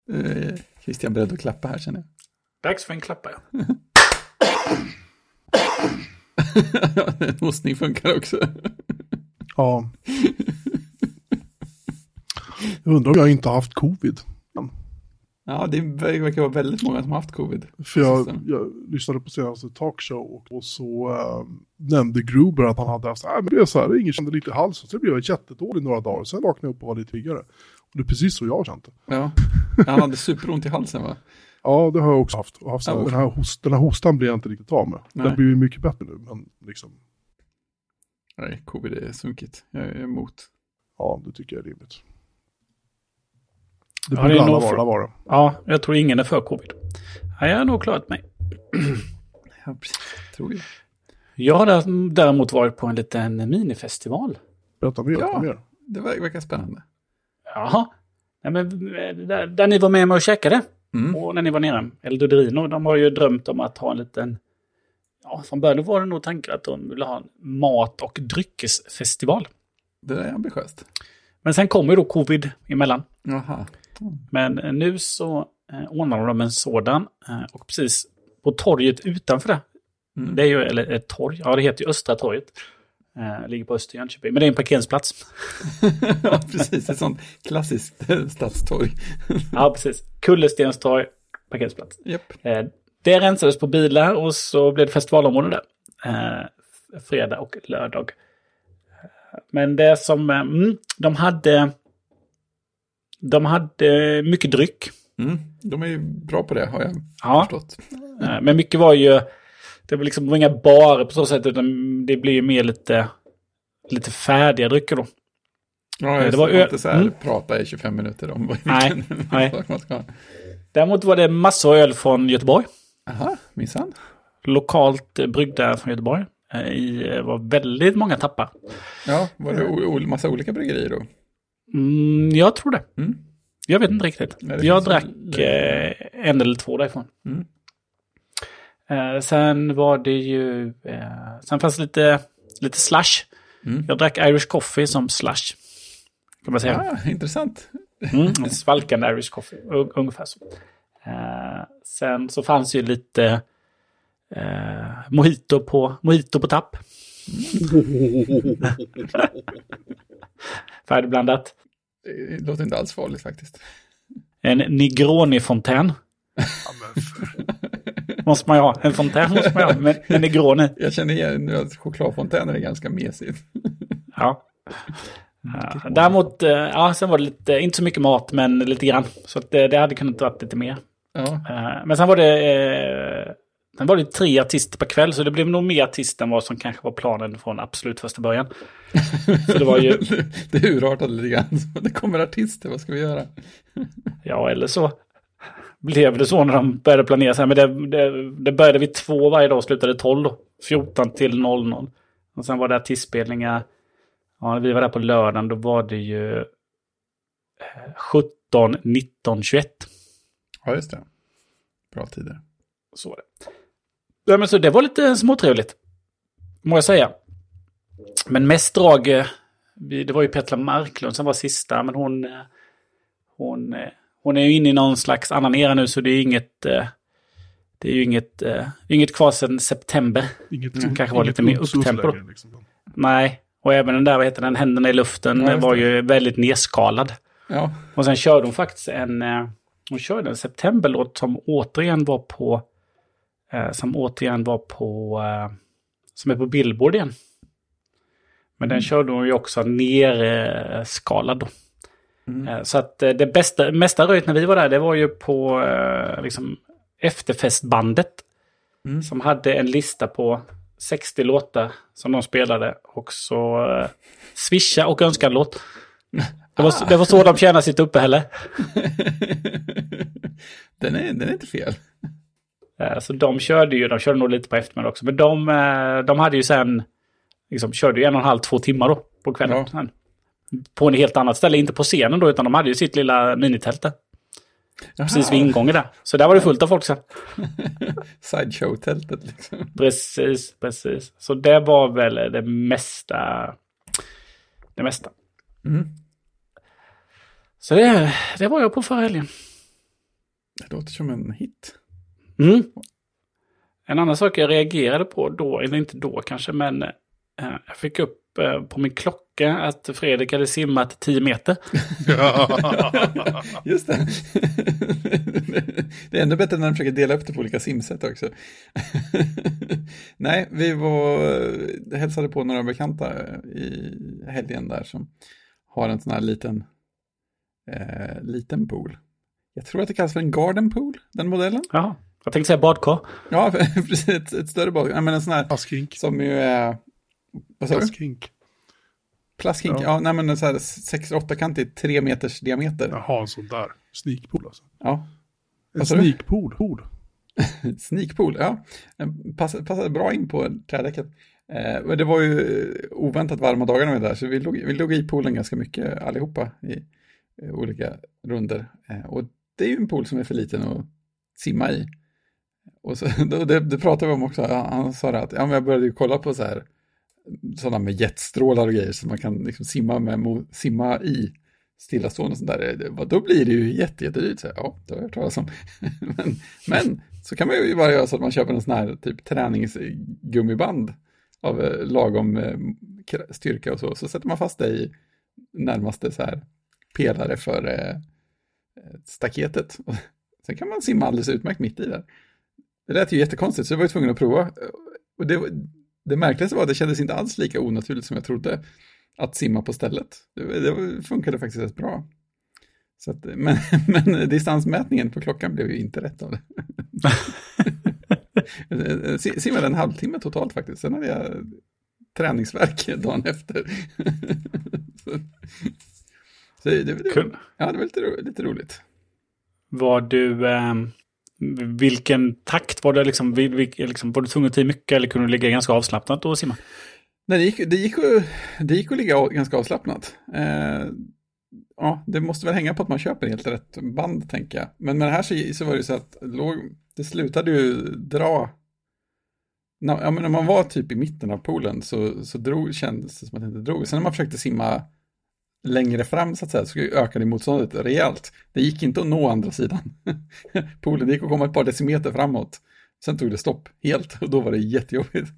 Christian beredd att klappa här, känner jag. Dags för en klappa, ja. En hostning funkar också. Ja. Jag undrar om jag inte har haft covid. Ja, det verkar vara väldigt många som har haft covid. För jag lyssnade på senaste talkshow och så nämnde Gruber att han hade haft men det är så här, ingen kände lite i halsen. Så det blev jag jättedålig några dagar. Sen vaknade jag upp och var lite piggare. Och det är precis så jag kände. Ja, han hade superont i halsen, va? Ja, det har jag också haft. Den här hostan blir jag inte riktigt av med. Nej. Den blir ju mycket bättre nu, men liksom... Nej, covid är sunkigt. Jag är emot. Ja, det tycker jag är rimligt. Det Ja, borde det är alla vara. Ja, jag tror ingen är för covid. Ja, jag har nog klarat mig. Ja, precis. Tror jag. Jag har däremot varit på en liten minifestival. Berätta mer. Det verkar spännande. Jaha. Ja, men där ni var med mig och käkade. Och när ni var nere. Eldorino, de har ju drömt om att ha en liten... Ja, från början var det nog tanken att de ville ha en mat- och dryckesfestival. Det är ambitiöst. Men sen kommer ju då covid emellan. Jaha. Men nu så ordnar de en sådan. Och precis på torget utanför det. Det är ju, eller ett torg. Ja, det heter ju Östra torget. Ligger på Öster Jönköping. Men det är en parkeringsplats. Ja, precis. Ett sånt klassiskt stadstorg. Ja, precis. Kullerstenstorg, parkeringsplats. Yep. Det rensades på bilar och så blev det festivalområde där. Fredag och lördag. Men det som... De hade mycket dryck. De är ju bra på det, har jag förstått. Men mycket var ju... Det var liksom inga barer på så sätt, utan det blir ju mer lite färdiga drycker då. Ja, det var inte så här prata i 25 minuter om Nej. sak man ska ha. Däremot var det massor öl från Göteborg. Aha, minsann. Lokalt bryggda från Göteborg. Det var väldigt många tappar. Ja, var det massa olika bryggerier då? Jag tror det. Jag vet inte riktigt. Jag drack en eller två därifrån. Sen var det ju... sen fanns lite slush. Jag drack Irish coffee som slush. Kan man säga. Intressant. En svalkande Irish coffee. Ungefär så. Sen så fanns ju lite mojito på tapp. Färdigblandat. Det låter inte alls farligt faktiskt. En Negroni-fontän. Måste man ju ha. En fontän måste man ju ha. Men en Negroni. Jag känner igen nu att chokladfontäner är ganska mesigt. Ja. Däremot, sen var det lite, inte så mycket mat, men lite grann. Så att det hade kunnat vara lite mer. Ja. Men sen var det 3 artister per kväll, så det blev nog mer artister än vad som kanske var planen från absolut första början. Så det var ju... det urartade lite grann. Det kommer artister, vad ska vi göra? Ja, eller så blev det så när de började planera så här. Men det började vid 2 varje dag och slutade 12 då. 14 till 00. Och sen var det artistspelningar. Ja, när vi var där på lördagen, då var det ju 17, 19, 21. Ja, just det. Bra tider. Så var det. Ja, men så det var lite småtrevligt, må jag säga. Men mest drag, det var ju Petra Marklund som var sista, men hon är ju inne i någon slags annan era nu, så det är ju inget kvar sedan september. Inget kanske var lite mer upptempo. Liksom. Nej, och även den där, den händerna i luften var ju väldigt nedskalad. Ja. Och sen körde hon faktiskt en septemberlåt som återigen var på som är på Billboard igen. Men den körde hon ju också nerskalad då. Så att det mesta röjt när vi var där, det var ju på liksom efterfestbandet som hade en lista på 60 låtar som de spelade, och så swisha och önska en låt. Det var så de tjänade sitt uppehälle. Den är inte fel. Så de körde nog lite på eftermiddag också. Men de hade ju sen liksom, körde ju 1,5-2 timmar då på kvällen. Ja. På en helt annat ställe, inte på scenen då, utan de hade ju sitt lilla minitält där. Precis vid ingången där. Så där var det fullt av folk sen. Sideshow-tältet liksom. Precis. Så det var väl det mesta. Så det var jag på förra helgen. Det låter som en hit. Mm. En annan sak jag reagerade på då, eller inte då kanske, men jag fick upp på min klocka att Fredrik hade simmat 10 meter. Just det. Det är ännu bättre när de försöker dela upp det på olika simsätt också. Nej, vi hälsade på några bekanta i helgen där som har en sån här liten pool. Jag tror att det kallas för en garden pool, den modellen. Ja, jag tänkte säga badkar. Ja, precis. Ett större badkar. Jag menar en sån här Plaskink. som ju är... Plaskink. Plaskink, ja, nej men så här 6-8-kantig, 3 meters diameter. Jaha, en sån där. Sneakpool alltså. Ja. En sneakpool. Sneakpool, ja. Passade bra in på trädäcket. Men det var ju oväntat varma dagar när vi var där, så vi låg i poolen ganska mycket allihopa i olika runder. Och det är ju en pool som är för liten att simma i. Och så, det pratade vi om också. Han sa att jag började ju kolla på sådana med jetstrålar och grejer så man kan liksom simma i stillastående och sånt där. Då blir det ju jättedyrt. Ja, det har jag hört talas om. men så kan man ju bara göra så att man köper en sån här typ träningsgummiband av lagom styrka och så sätter man fast det i närmaste så här pelare för staketet. Och sen kan man simma alldeles utmärkt mitt i där. Det lät ju jättekonstigt så jag var ju tvungen att prova. Och det märkligaste var att det kändes inte alls lika onaturligt som jag trodde att simma på stället. Det funkade faktiskt rätt bra. Så att, men distansmätningen på klockan blev ju inte rätt av det. Jag simmade en halvtimme totalt faktiskt. Sen hade jag träningsvärk dagen efter. Så det Kul. Ja, det var lite roligt. Var du... vilken takt var det liksom, var du tvungen att ta mycket eller kunde du ligga ganska avslappnat och simma? Nej, det gick att ligga ganska avslappnat. Ja, det måste väl hänga på att man köper helt rätt band, tänker jag. Men med det här så var det ju så att det slutade ju dra. Ja, men när man var typ i mitten av poolen så kändes det som att det inte drog. Sen när man försökte simma längre fram så att säga, så ökade motståndet rejält. Det gick inte att nå andra sidan. Poolen, det gick att komma ett par decimeter framåt. Sen tog det stopp helt och då var det jättejobbigt.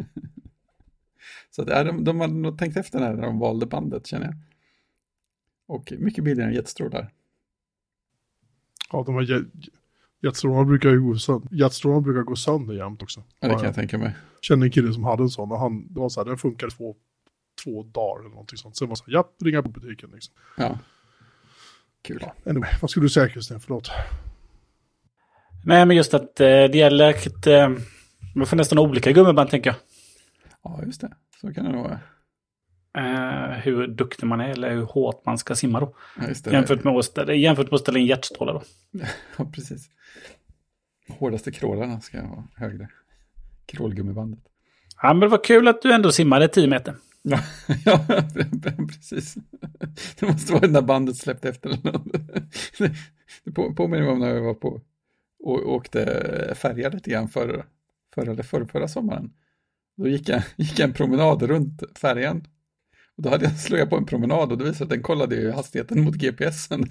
Så att, de hade nog tänkt efter när de valde bandet, känner jag. Och mycket billigare än jetstrålar. Ja, de här jetstrålarna brukar ju gå sönder jämt också. Ja, det kan jag tänka mig. Känner en kille som hade en sån och det var så här, den funkade två dagar eller någonting sånt. Sen var det så här, ringa på butiken liksom. Ja. Kul. Ja, anyway, vad skulle du säga, Christian? Förlåt. Nej, men just att det gäller att man får nästan olika gummiband, tänker jag. Ja, just det. Så kan det nog vara. Hur duktig man är eller hur hårt man ska simma då. Ja, just det. Jämfört med att ställa in hjärtstrålar då. Ja, precis. Hårdaste krålarna ska vara högre. Krålgummibandet. Ja, men det var kul att du ändå simmade 10 meter. Ja, precis. Det måste vara när bandet släppte efter. Det påminner mig om när jag var på och åkte färja lite grann förra sommaren. Då gick jag en promenad runt färjan. Och då slog jag på en promenad och det visade att den kollade ju hastigheten mot GPSen.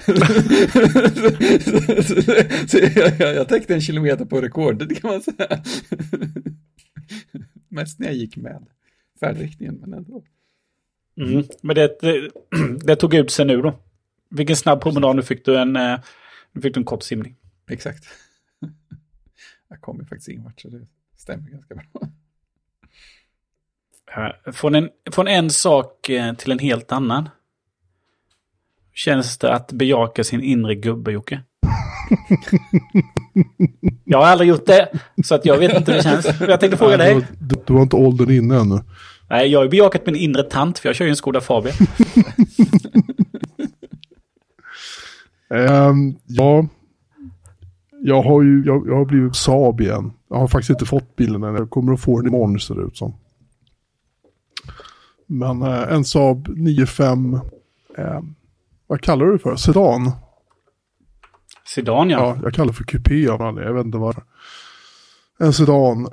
så jag täckte 1 kilometer på rekord, det kan man säga. Mest när jag gick med färdriktningen, men ändå. Men det tog ut sig nu då. Vilken snabb promenad, nu fick du en kort simning. Exakt. Jag kom ju faktiskt in vart, så det stämmer ganska bra. Från en sak till en helt annan. Känns det att bejaka sin inre gubbe, Jocke? Jag har aldrig gjort det, så att jag vet inte hur det känns. Jag tänkte fråga dig. Du har inte åldern inne ännu. Nej, jag har bejakat min inre tant, för jag kör ju en Skoda Fabia. Ja, jag har blivit Saab igen. Jag har faktiskt inte fått bilen än. Jag kommer att få den imorgon, ser det ut som. Men en Saab 9-5, vad kallar du det för? Sedan? Sedan, ja. Ja, jag kallar det för kupé. Jag vet inte vad. En sedan,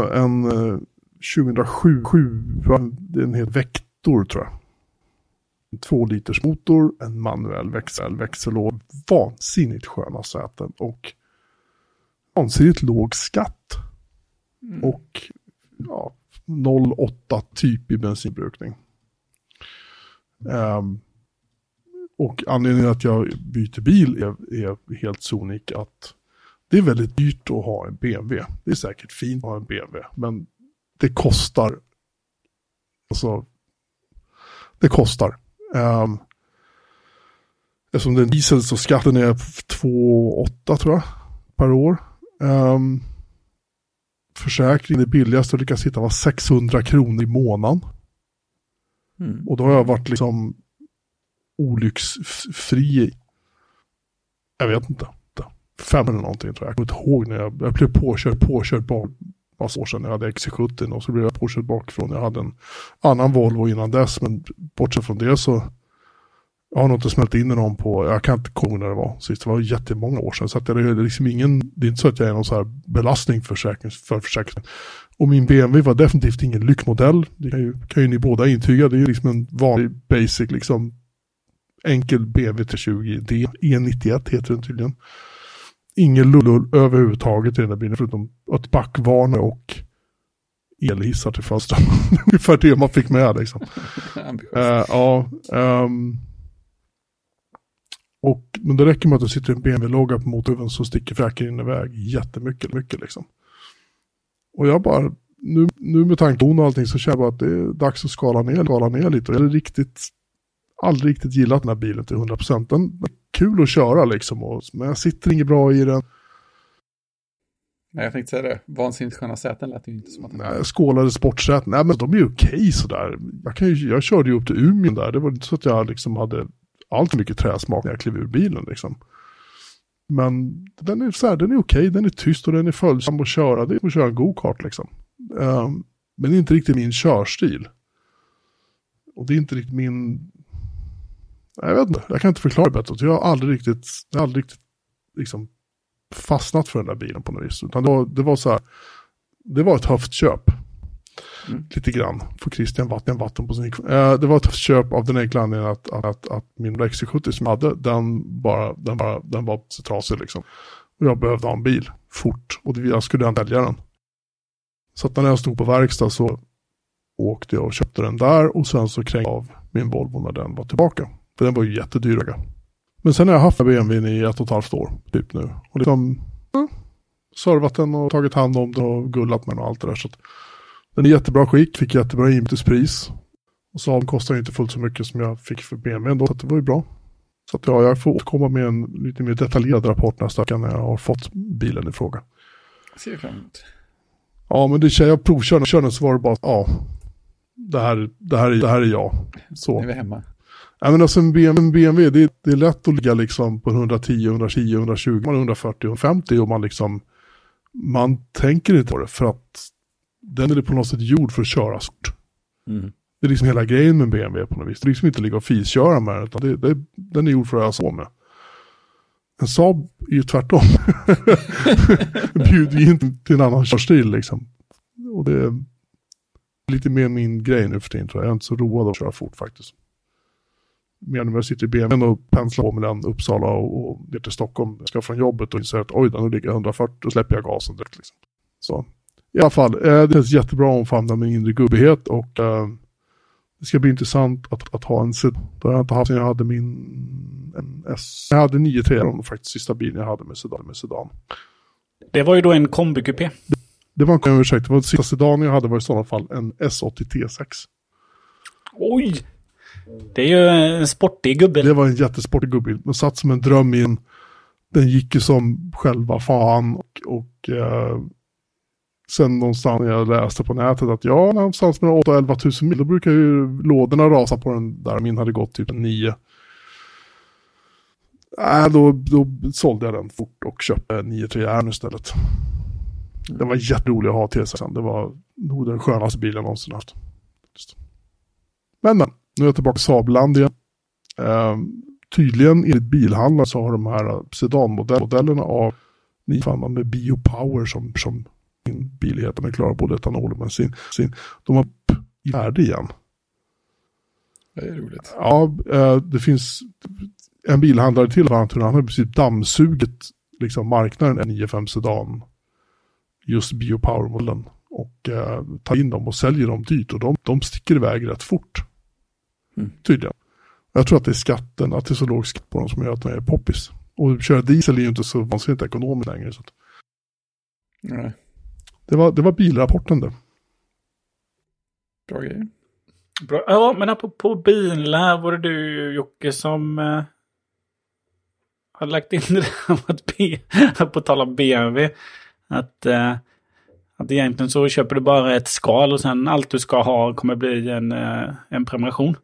en 2007, det är en hel Vector tror jag. En 2-liters motor, en manuell växellåda, vansinnigt sköna säten och vansinnigt låg skatt. Och 0,8 typ i bensinbrukning. Och anledningen att jag byter bil är helt sonik att det är väldigt dyrt att ha en BMW. Det är säkert fint att ha en BMW, men det kostar. Alltså, det kostar. Eftersom det är diesel så skatten är 2,8 tror jag per år. Försäkringen är billigast och det kan sitta 600 kronor i månaden. Och då har jag varit liksom olycksfri. Jag vet inte. 5 eller någonting tror jag. Jag kommer inte ihåg när jag blev påkörd bak massa år sedan. Jag hade XC70 och så blev jag påkörd bakifrån. Jag hade en annan Volvo innan dess, men bortsett från det så jag har nog inte smält in i någon på, jag kan inte komma när det var sist, det var jättemånga år sedan, så att det är liksom det är inte så att jag är någon så här belastning för försäkringen. Och min BMW var definitivt ingen lyxmodell, det kan ju ni båda intyga, det är ju liksom en vanlig basic liksom enkel BMW T20D, E91 heter den tydligen. Ingen lull överhuvudtaget i den där bilen förutom ett backvarne och elhissar till fönstren. Ungefär det man fick med liksom. Men det räcker med att det sitter en BMW-logga på motorhuven så sticker fräken iväg jättemycket liksom. Och jag bara, nu med tanken och allting så känner jag bara att det är dags att skala ner lite. Jag har aldrig riktigt gillat den här bilen till 100%. Den är kul att köra liksom, men jag sitter inget bra i den. Nej, jag tänkte säga det. Vansinnigt sköna säten lät ju inte som att... Nej, skålade sportsäten. Nej, men de är ju okej sådär. Jag körde ju upp till Umeå där. Det var inte så att jag liksom hade allt för mycket träsmak när jag klev ur bilen liksom. Men den är okej. Den är tyst och den är följsam att köra. Det är att köra en go-kart liksom. Men det är inte riktigt min körstil. Och det är inte riktigt min... Jag vet inte. Jag kan inte förklara det bättre. Jag har aldrig riktigt liksom fastnat för den där bilen på något vis. Utan det var så här, det var ett höftköp. Lite grann. För Christian vatten på sin... det var ett höftköp av den enkla anledningen att min XC70 som jag hade, den var så trasig liksom. Och jag behövde ha en bil fort. Och jag skulle inte välja den. Så att när jag stod på verkstad så åkte jag och köpte den där. Och sen så krängde jag av min Volvo när den var tillbaka. För den var ju jättedyr. Men sen har jag haft BMW i 1,5 år typ nu. Och liksom servat den och tagit hand om den och gullat med den och allt det där. Så att den är jättebra skick, fick jättebra inbytespris. Och så kostar den inte fullt så mycket som jag fick för BMW ändå. Så att det var ju bra. Så att jag får komma med en lite mer detaljerad rapport nästa vecka när jag har fått bilen i fråga. Ser fram emot. Ja, men jag provkörde så var det bara det här är jag. Så. Nu är vi hemma. Ja, men alltså en BMW det är lätt att ligga liksom på 110, 120, man 140, 150 och man tänker inte på det för att den är på något sätt gjord för att köra stort. Det är liksom hela grejen med en BMW på något vis. Det är liksom inte ligga och fisköra med den utan den är gjord för att ösa på med. En Saab är ju tvärtom. Bjuder ju inte till en annan körstil liksom. Och det är lite mer min grej nu för tiden tror jag. Jag är inte så road att köra fort faktiskt. Mer när jag sitter i BMW och penslar på mellan Uppsala och ner till Stockholm. Jag ska från jobbet och inser att oj, nu ligger 140 och släpper jag gasen direkt liksom. Så i alla fall, det känns jättebra att omfamna min inre gubbighet och det ska bli intressant att ha en sedan. Det har jag inte haft sen jag hade jag hade 9-3 faktiskt sista bilen jag hade med sedan. Det var ju då en kombikupé. Det var en ursäkt, det var sista sedan jag hade var i sådana fall en S80 T6. Oj! Det är ju en sportig gubbe. Det var en jättesportig gubbe. Man satt som en dröm i en. Den gick ju som själva fan och sen någonstans när jag läste på nätet att någonstans med 8-11 000 mil, då brukar ju lådorna rasa på den där. Min hade gått typ 9. Då sålde jag den fort och köpte 9-3 istället. Det var jätteroligt att ha till sig sen. Det var nog den skönaste bilen jag någonsin haft. Men. Nu är jag tillbaka i Saabland igen. Tydligen enligt bilhandlare så har de här sedanmodellerna av med biopower som min bil heter. Den klarar både etanol och bensin. De har i värde igen. Det är roligt. Ja, det finns en bilhandlare till han har i princip dammsugit liksom marknaden 9-5 sedan, just biopower-modellen, och tar in dem och säljer dem dyrt, och de sticker iväg rätt fort. Tydligen. Jag tror att det är skatten, att det är så låg skatt på dem som gör att de är poppis. Och köra diesel är ju inte så vansinnigt ekonomiskt längre. Så att... Nej. Det var bilrapporten det. Bra grejer. Bra. Ja, men apropå bilar, var det du, Jocke, som har lagt in det där på tal om BMW, att egentligen så köper du bara ett skal och sen allt du ska ha kommer bli en prenumeration.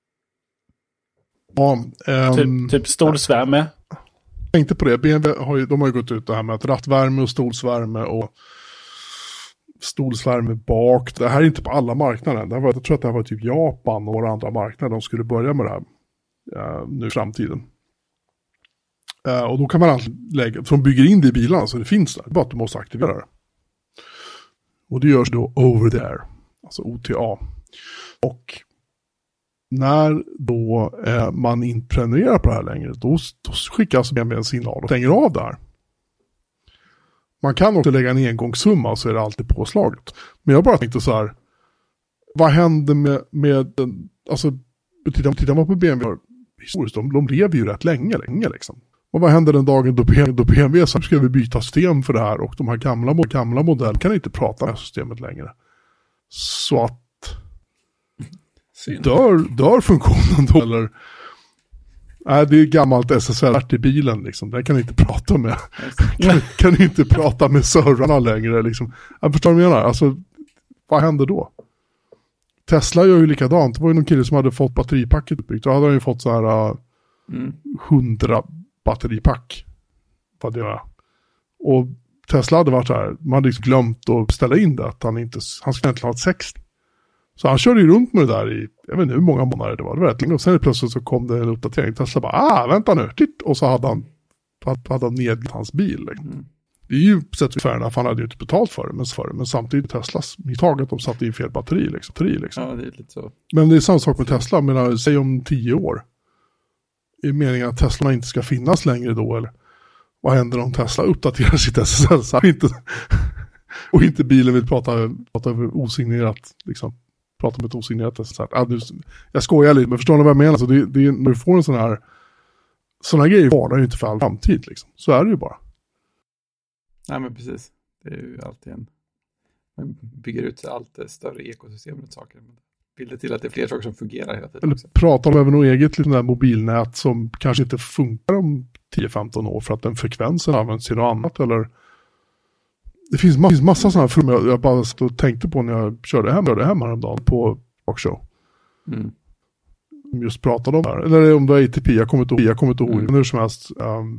Ja, typ stolsvärme. Jag tänkte på det. BMW har ju gått ut det här med att rattvärme och stolsvärme och stolsvärme bak. Det här är inte på alla marknader. Jag tror att det här var typ Japan och några andra marknader de skulle börja med det här nu i framtiden. Och då kan man alltid lägga, för de bygger in det i bilarna så det finns där. Det är bara att du måste aktivera det. Och det görs då over there, alltså OTA. Och när då man inte prenumererar på det här längre, då skickas BMW en signal och stänger av där. Man kan också lägga en engångssumma så är det alltid påslaget. Men jag bara tänkte så här, vad händer med alltså, tittar man på BMW historiskt, de lever ju rätt länge liksom. Och vad händer den dagen då BMW så ska vi byta system för det här, och de här gamla modeller kan inte prata med systemet längre. Så att dör funktionen då, eller nej, det är gammalt SSL i bilen liksom. Den kan inte prata med kan inte prata med servrarna längre liksom. Jag förstår vad jag menar. Alltså, vad händer då? Tesla gör ju likadant. Det var ju någon kille som hade fått batteripacket utbyggt. Då hade han ju fått så här 100 batteripack. Vad det var. Och Tesla hade varit så här, man hade liksom glömt att ställa in det, att han skulle egentligen ha ett 60. Så han körde ju runt med det där i, jag vet inte hur många månader det var rätt länge. Och sen plötsligt så kom det en uppdatering. Tesla bara, vänta nu, titt. Och så hade han nedlagt hans bil. Liksom. Det är ju på sätt och vis, för han hade ju inte betalt för det. Men samtidigt Teslas misstag att de satte in fel batteri. Liksom. Ja, det är lite så. Men det är samma sak med Tesla. Men säg om 10 år. Är meningen att Tesla inte ska finnas längre då? Eller vad händer om Tesla uppdaterar sitt SSL? Så och inte bilen vill prata över osignerat liksom. Prata med ett osignerat SSL. Jag skojar lite, men förstår ni vad jag menar? Alltså det är, när du får en sån här grejer varar ju inte för all framtid liksom. Så är det ju bara. Nej, men precis. Det är ju alltid man bygger ut allt större ekosystem och saker. Men vill det till att det är fler saker som fungerar hela tiden. Eller pratar de över något eget liksom där mobilnät som kanske inte funkar om 10-15 år för att den frekvensen används till något annat, eller det finns massa sådana här frågor jag bara stod och tänkte på när jag körde hem häromdagen på Talkshow. Just pratade om det här. Eller om det var ATP, jag kommer inte ihåg. Men hur som helst,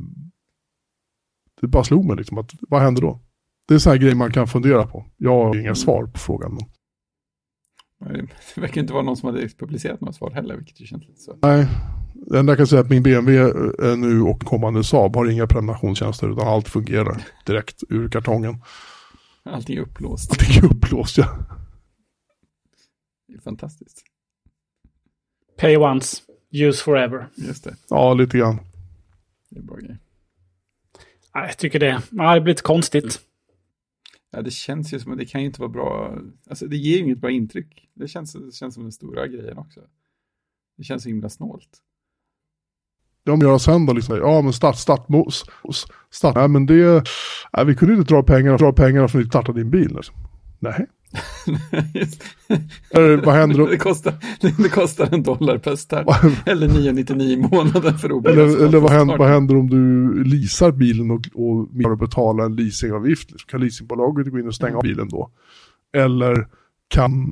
det bara slog mig liksom att, vad händer då? Det är sådana här grejer man kan fundera på. Jag har inga svar på frågan. Men det verkar inte vara någon som hade publicerat några svar heller, vilket ju känns lite så. Nej, det enda jag kan säga att min BMW nu och kommande Saab har inga prenumerationstjänster, utan allt fungerar direkt ur kartongen. Allting är upplåst. Ja. Det är fantastiskt. Pay once, use forever. Just det. Ja, lite grann. Det är bra grej. Jag tycker det blir lite konstigt. Ja, det känns ju som att det kan ju inte vara bra. Alltså det ger ju inget bra intryck. Det känns som den stora grejen också. Det känns så himla snålt. De gör sen då liksom, ja men start. Nej, men det, vi kunde inte dra pengarna för att ni startade din bil. Liksom. Nej. Vad händer då? Det kostar $1 per start. Eller 9,99 i månaden för OBS. Eller vad händer om du leasar bilen och betalar en leasingavgift? Kan leasingbolaget gå in och stänga av bilen då? Eller kan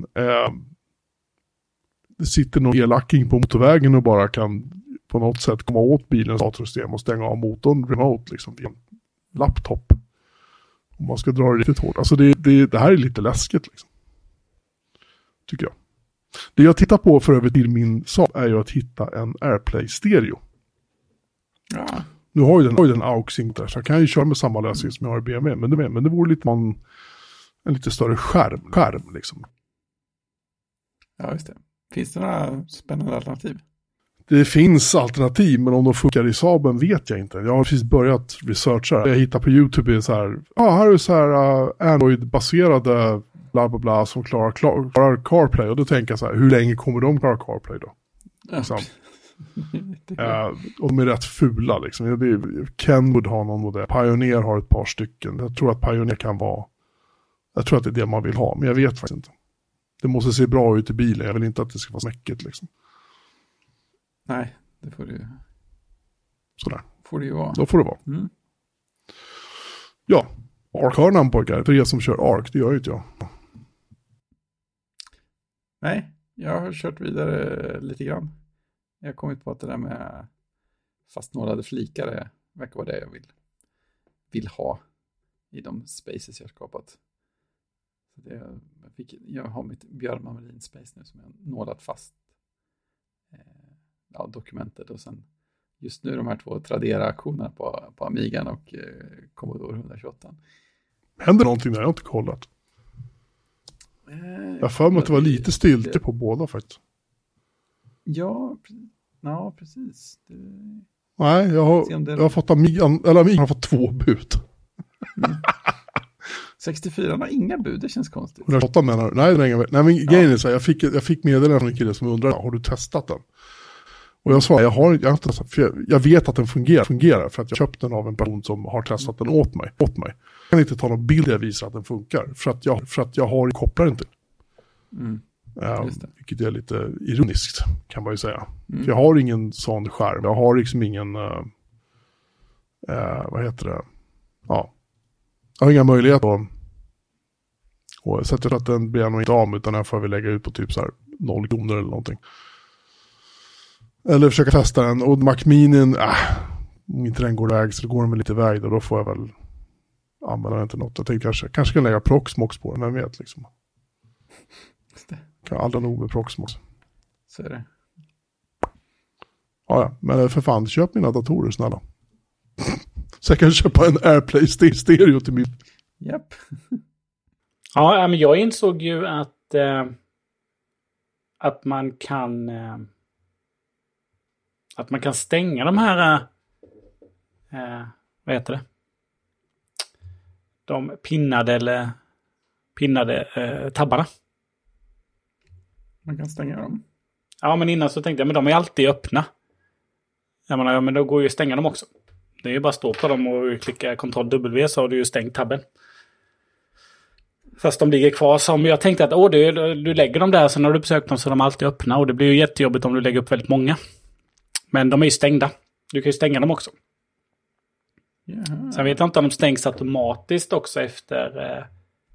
det sitter någon elacking på motorvägen och bara kan på något sätt komma åt bilens datorsystem och stänga av motorn remote liksom via en laptop. Om man ska dra det riktigt hårt. Alltså det här är lite läskigt liksom. Tycker jag. Det jag tittar på för övrigt till min Saab är ju att hitta en AirPlay-stereo. Ja. Nu har ju den AUX-in där, så jag kan ju köra med samma lösning som jag har i BMW. Men det vore lite en lite större skärm liksom. Ja, just det. Finns det några spännande alternativ? Det finns alternativ, men om de funkar i Saaben vet jag inte. Jag har precis börjat researcha. Jag hittar på YouTube är så här, här är så här Android-baserade bla bla bla som klarar CarPlay. Och då tänker jag så här, hur länge kommer de klara CarPlay då? Liksom. Och de är rätt fula liksom. Kenwood har någon modell. Pioneer har ett par stycken. Jag tror att Pioneer kan vara... Jag tror att det är det man vill ha, men jag vet faktiskt inte. Det måste se bra ut i bilen. Jag vill inte att det ska vara smäckigt liksom. Nej, det får det ju. Sådär. Får det ju vara. Då får det vara. Mm. Ja, ARC-hörnan pojkar. För er som kör ARC, det gör ju inte jag. Nej, jag har kört vidare lite grann. Jag har kommit på att det där med fastnålade flikare verkar vara det jag vill ha i de spaces jag har skapat. Så jag har mitt Björn Marine Space nu som jag nålat fast dokumentet, och sen just nu de här 2 Tradera-aktionerna på Amigan och Commodore 128. Händer någonting där? Jag har inte kollat. Jag för mig att det var lite stiltje på båda faktiskt. Ja, precis. Nej, jag har fått Amigan har fått 2 bud. 64 har inga bud, det känns konstigt. 128 menar du? Nej, men grejen är så här, jag fick meddelande från en kille som undrar, har du testat den? Och jag svarade, jag har inte testat, för jag vet att den fungerar för att jag köpte den av en person som har testat den åt mig. Jag kan inte ta någon bild där jag visar att den funkar, för att jag har kopplar den till. Vilket är lite ironiskt, kan man ju säga. För jag har ingen sån skärm, jag har liksom ingen vad heter det? Ja. Jag har inga möjligheter och sätter att den blir nog inte av, utan den får vi lägga ut på typ så här 0 kronor eller någonting. Eller försöka testa den. Och Mac-minin, om inte den går iväg så går den väl lite iväg, och då får jag väl använda den till något. Jag tänkte kanske kan lägga Proxmox på den, vem vet liksom. Kan aldrig nog med Proxmox. Så är det. Ja, men för fan, köp mina datorer snälla. Så jag kan köpa en AirPlay stereo till min. Japp. Ja, men jag insåg ju att man kan stänga de här vad heter det? De pinnade tabbarna. Man kan stänga dem. Ja, men innan så tänkte jag, men de är alltid öppna. Jag menar, men då går ju att stänga dem också. Det är ju bara att stå på dem och klicka Ctrl W, så har du ju stängt tabben. Fast de ligger kvar. Som jag tänkte att du lägger dem där, så när du besökt dem så är de alltid öppna. Och det blir ju jättejobbigt om du lägger upp väldigt många. Men de är ju stängda. Du kan ju stänga dem också. Jaha. Sen vet jag inte om de stängs automatiskt också efter...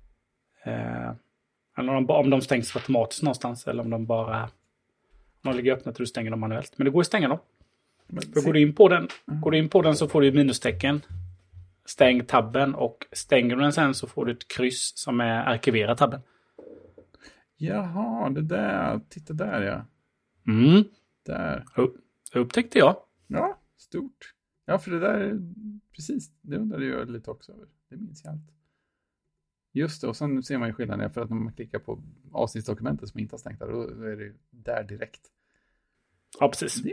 eller om de stängs automatiskt någonstans. Eller om de bara... Om de ligger öppna till du stänger dem manuellt. Men det går att stänga dem. För går du in på den så får du ett minustecken. Stäng tabben, och stänger du den sen så får du ett kryss som är arkivera tabben. Jaha, det där. Titta där, ja. Där. Upptäckte jag. Ja, stort. Ja, för det där, precis. Det undrade jag lite också över. Det minns jag allt. Just det, och sen ser man ju skillnaden, för att när man klickar på avsnittsdokumentet som inte har stängt där, då är det där direkt. Ja, precis.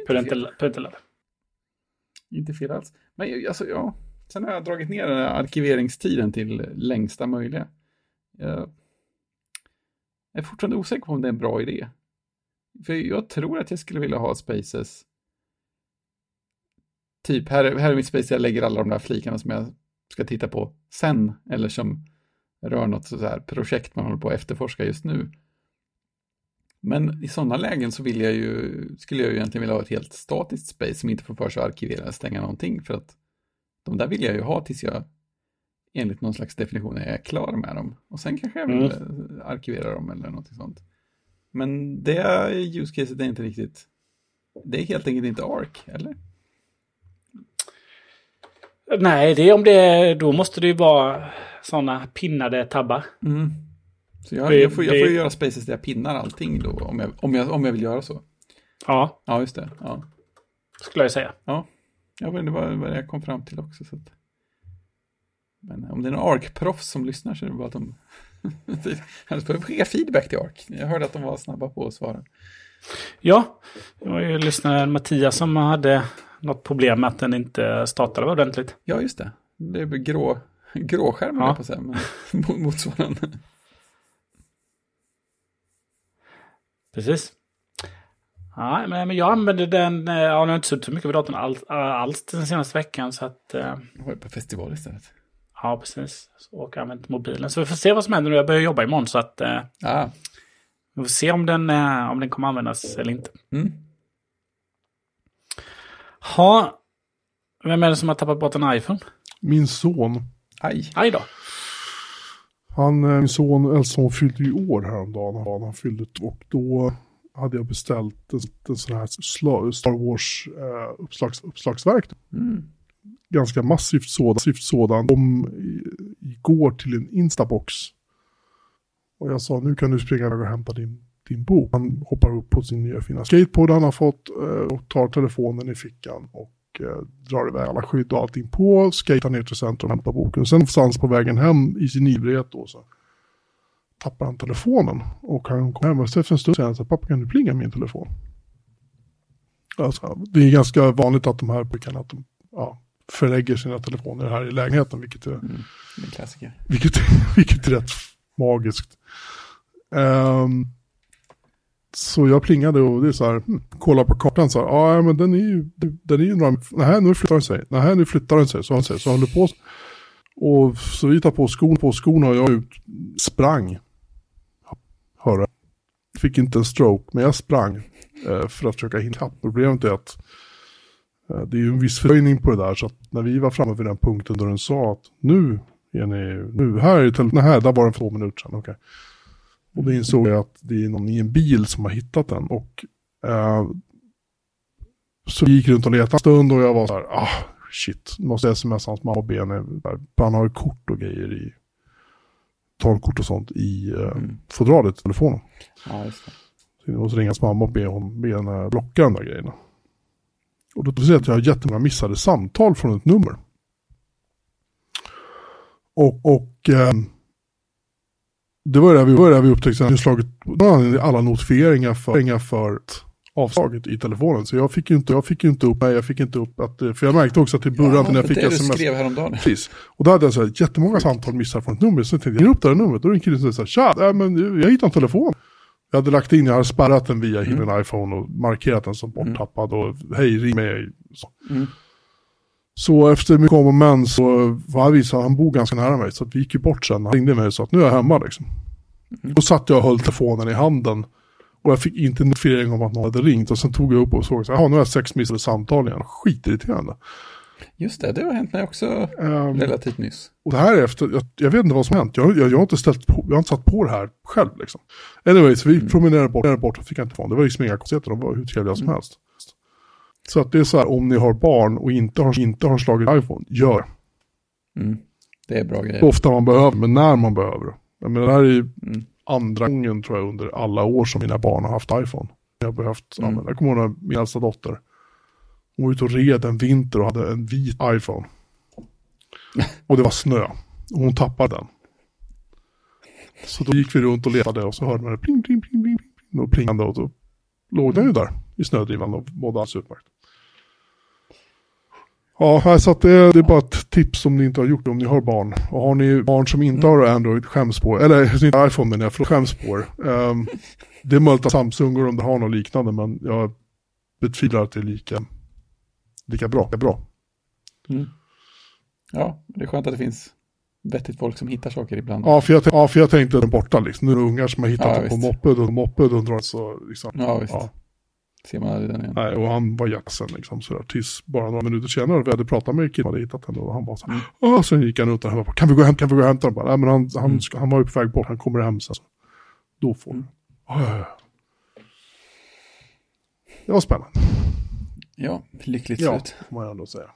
Inte fel alls. Men alltså, ja. Sen har jag dragit ner den här arkiveringstiden till längsta möjliga. Jag är fortfarande osäker på om det är en bra idé. För jag tror att jag skulle vilja ha spaces. Typ, här är mitt space, jag lägger alla de där flikarna som jag ska titta på sen. Eller som rör något så här projekt man håller på att efterforska just nu. Men i sådana lägen så skulle jag ju egentligen vilja ha ett helt statiskt space som inte får för sig att arkivera eller stänga någonting. För att de där vill jag ju ha tills jag enligt någon slags definition är klar med dem. Och sen kanske jag vill arkivera dem eller något sånt. Men det use caset är inte riktigt... Det är helt enkelt inte ARC, eller? Nej, då måste det ju vara sådana pinnade tabbar. Så jag får ju göra spaces där jag pinnar allting då, om jag vill göra så. Ja. Ja, just det. Ja. Skulle jag säga. Ja, men det var vad jag kom fram till också. Så att... Men om det är en ARC-proffs som lyssnar så är det bara att de... Annars får jag skicka feedback till ARC. Jag hörde att de var snabba på att svara. Ja, det var ju lyssnaren Mattias som hade något problem med att den inte startade ordentligt. Ja, just det. Det är gråskärmen på sig, men motsvarande. Precis. Ja, men jag använde den, jag har inte suttit så mycket på datorn alls den senaste veckan, så att... Jag var på festival istället. Ja, precis. Och jag har använt mobilen. Så vi får se vad som händer nu. Jag börjar jobba imorgon, så att... Vi får se om den kommer användas eller inte. Mm. Vem är det som har tappat bort en iPhone? Min son. Aj då. Min son Elson fyllde ju år häromdagen. Han fyllde, och då hade jag beställt en sån här Star Wars uppslagsverk. Mm. Ganska massivt sådan. Kom igår till en Instabox. Och jag sa, nu kan du springa och hämta din bok. Han hoppar upp på sin nya fina skateboard han har fått och tar telefonen i fickan och drar iväg alla skydd och allting på, skatar ner till centrum och hämtar boken. Sen någonstans på vägen hem i sin ivrighet då så tappar han telefonen och han kommer hem och efter en stund säger han så, pappa, kan du plinga min telefon? Alltså, det är ganska vanligt att de här pojkarna att de förlägger sina telefoner här i lägenheten, vilket är en klassiker. Vilket är rätt magiskt. Så jag plingade och det är så här, kolla på kartan så här, men den är ju några, nu flyttar den sig, så han säger, så håller på. Och så vi tar på skorna och jag sprang. Hörde. Fick inte en stroke, men jag sprang för att försöka hinna. Problemet är att det är ju en viss fördröjning på det där, så att när vi var framme vid den punkten då den sa att nu där var den för 2 minuter sedan, okej. Och då insåg jag att det är någon i en bil som har hittat den. Och så gick runt och letade en stund och jag var så här, shit, måste smsa hans mamma och be. Han har ju kort och grejer i talkort och sånt i fodralet i telefonen. Ja, just det. Så jag måste ringa hans mamma och be henne blocka de där grejerna. Och då ser jag att jag har jättemånga missade samtal från ett nummer. Och det var där vi upptäckte att jag slagit alla notifieringar för avslaget i telefonen. Så jag fick inte upp att, för jag märkte också att i början när jag fick sms. Du skrev häromdagen. Precis. Och då hade jag så här jättemånga samtal missar från ett nummer. Så jag tänkte, jag upp det här numret. Då är det en kille som säger så här, tja, men jag hittade en telefon. Jag hade lagt in, jag hade spärrat den via min iPhone och markerat den som borttappad och hej, ring mig. Så efter mycket om och men så var han bor ganska nära mig, så att vi gick ju bort sen. Han ringde mig och sa att nu är jag hemma liksom. Då satt jag och höll telefonen i handen och jag fick inte notifiering om att någon hade ringt, och sen tog jag upp och såg så nu har jag 6 missade samtal igen. Skitirriterande. Just det har hänt mig också relativt nyss. Och det här är efter, jag vet inte vad som hänt. Jag har inte satt på det här själv liksom. Anyways, vi promenerade bort och fick inte få. Det var liksom inga konstigheter, de var hur trevliga som helst. Så att det är så här, om ni har barn och inte har slagit iPhone, gör. Det är bra grejer. Ofta man behöver, men när man behöver. Jag menar, det här är ju andra gången tror jag under alla år som mina barn har haft iPhone. Jag har behövt använda. Jag kommer ihåg min äldsta dotter. Hon var ute och red en vinter och hade en vit iPhone. Och det var snö. Och hon tappade den. Så då gick vi runt och letade och så hörde man det pling, pling, pling, pling, pling, och plingande, och då låg den ju där i snödrivan och mådde alls utmärkt. Ja, så att det är bara ett tips om ni inte har gjort det, om ni har barn. Och har ni barn som inte har Android, skäms på, eller inte iPhone, men jag skäms på. Det är möjligt att Samsung om det har något liknande, men jag betvivlar att det är lika bra. Det är bra. Ja, det är skönt att det finns vettigt folk som hittar saker ibland. Ja, för jag tänkte den borta liksom. Nu är det ungar som har hittat den på moped och drar så liksom. Ja, visst. Ja. Ser man aldrig den igen. Nej, och han var jättesen liksom sådär, tills bara några minuter senare vi hade pratat med killen hade hittat den och han var så här, sen gick han ut och han bara, kan vi gå hem den? Bara, nej, men han var ju på väg bort, han kommer hem sen. Då får det var spännande. Ja, lyckligt slut. Ja, får man ändå säga.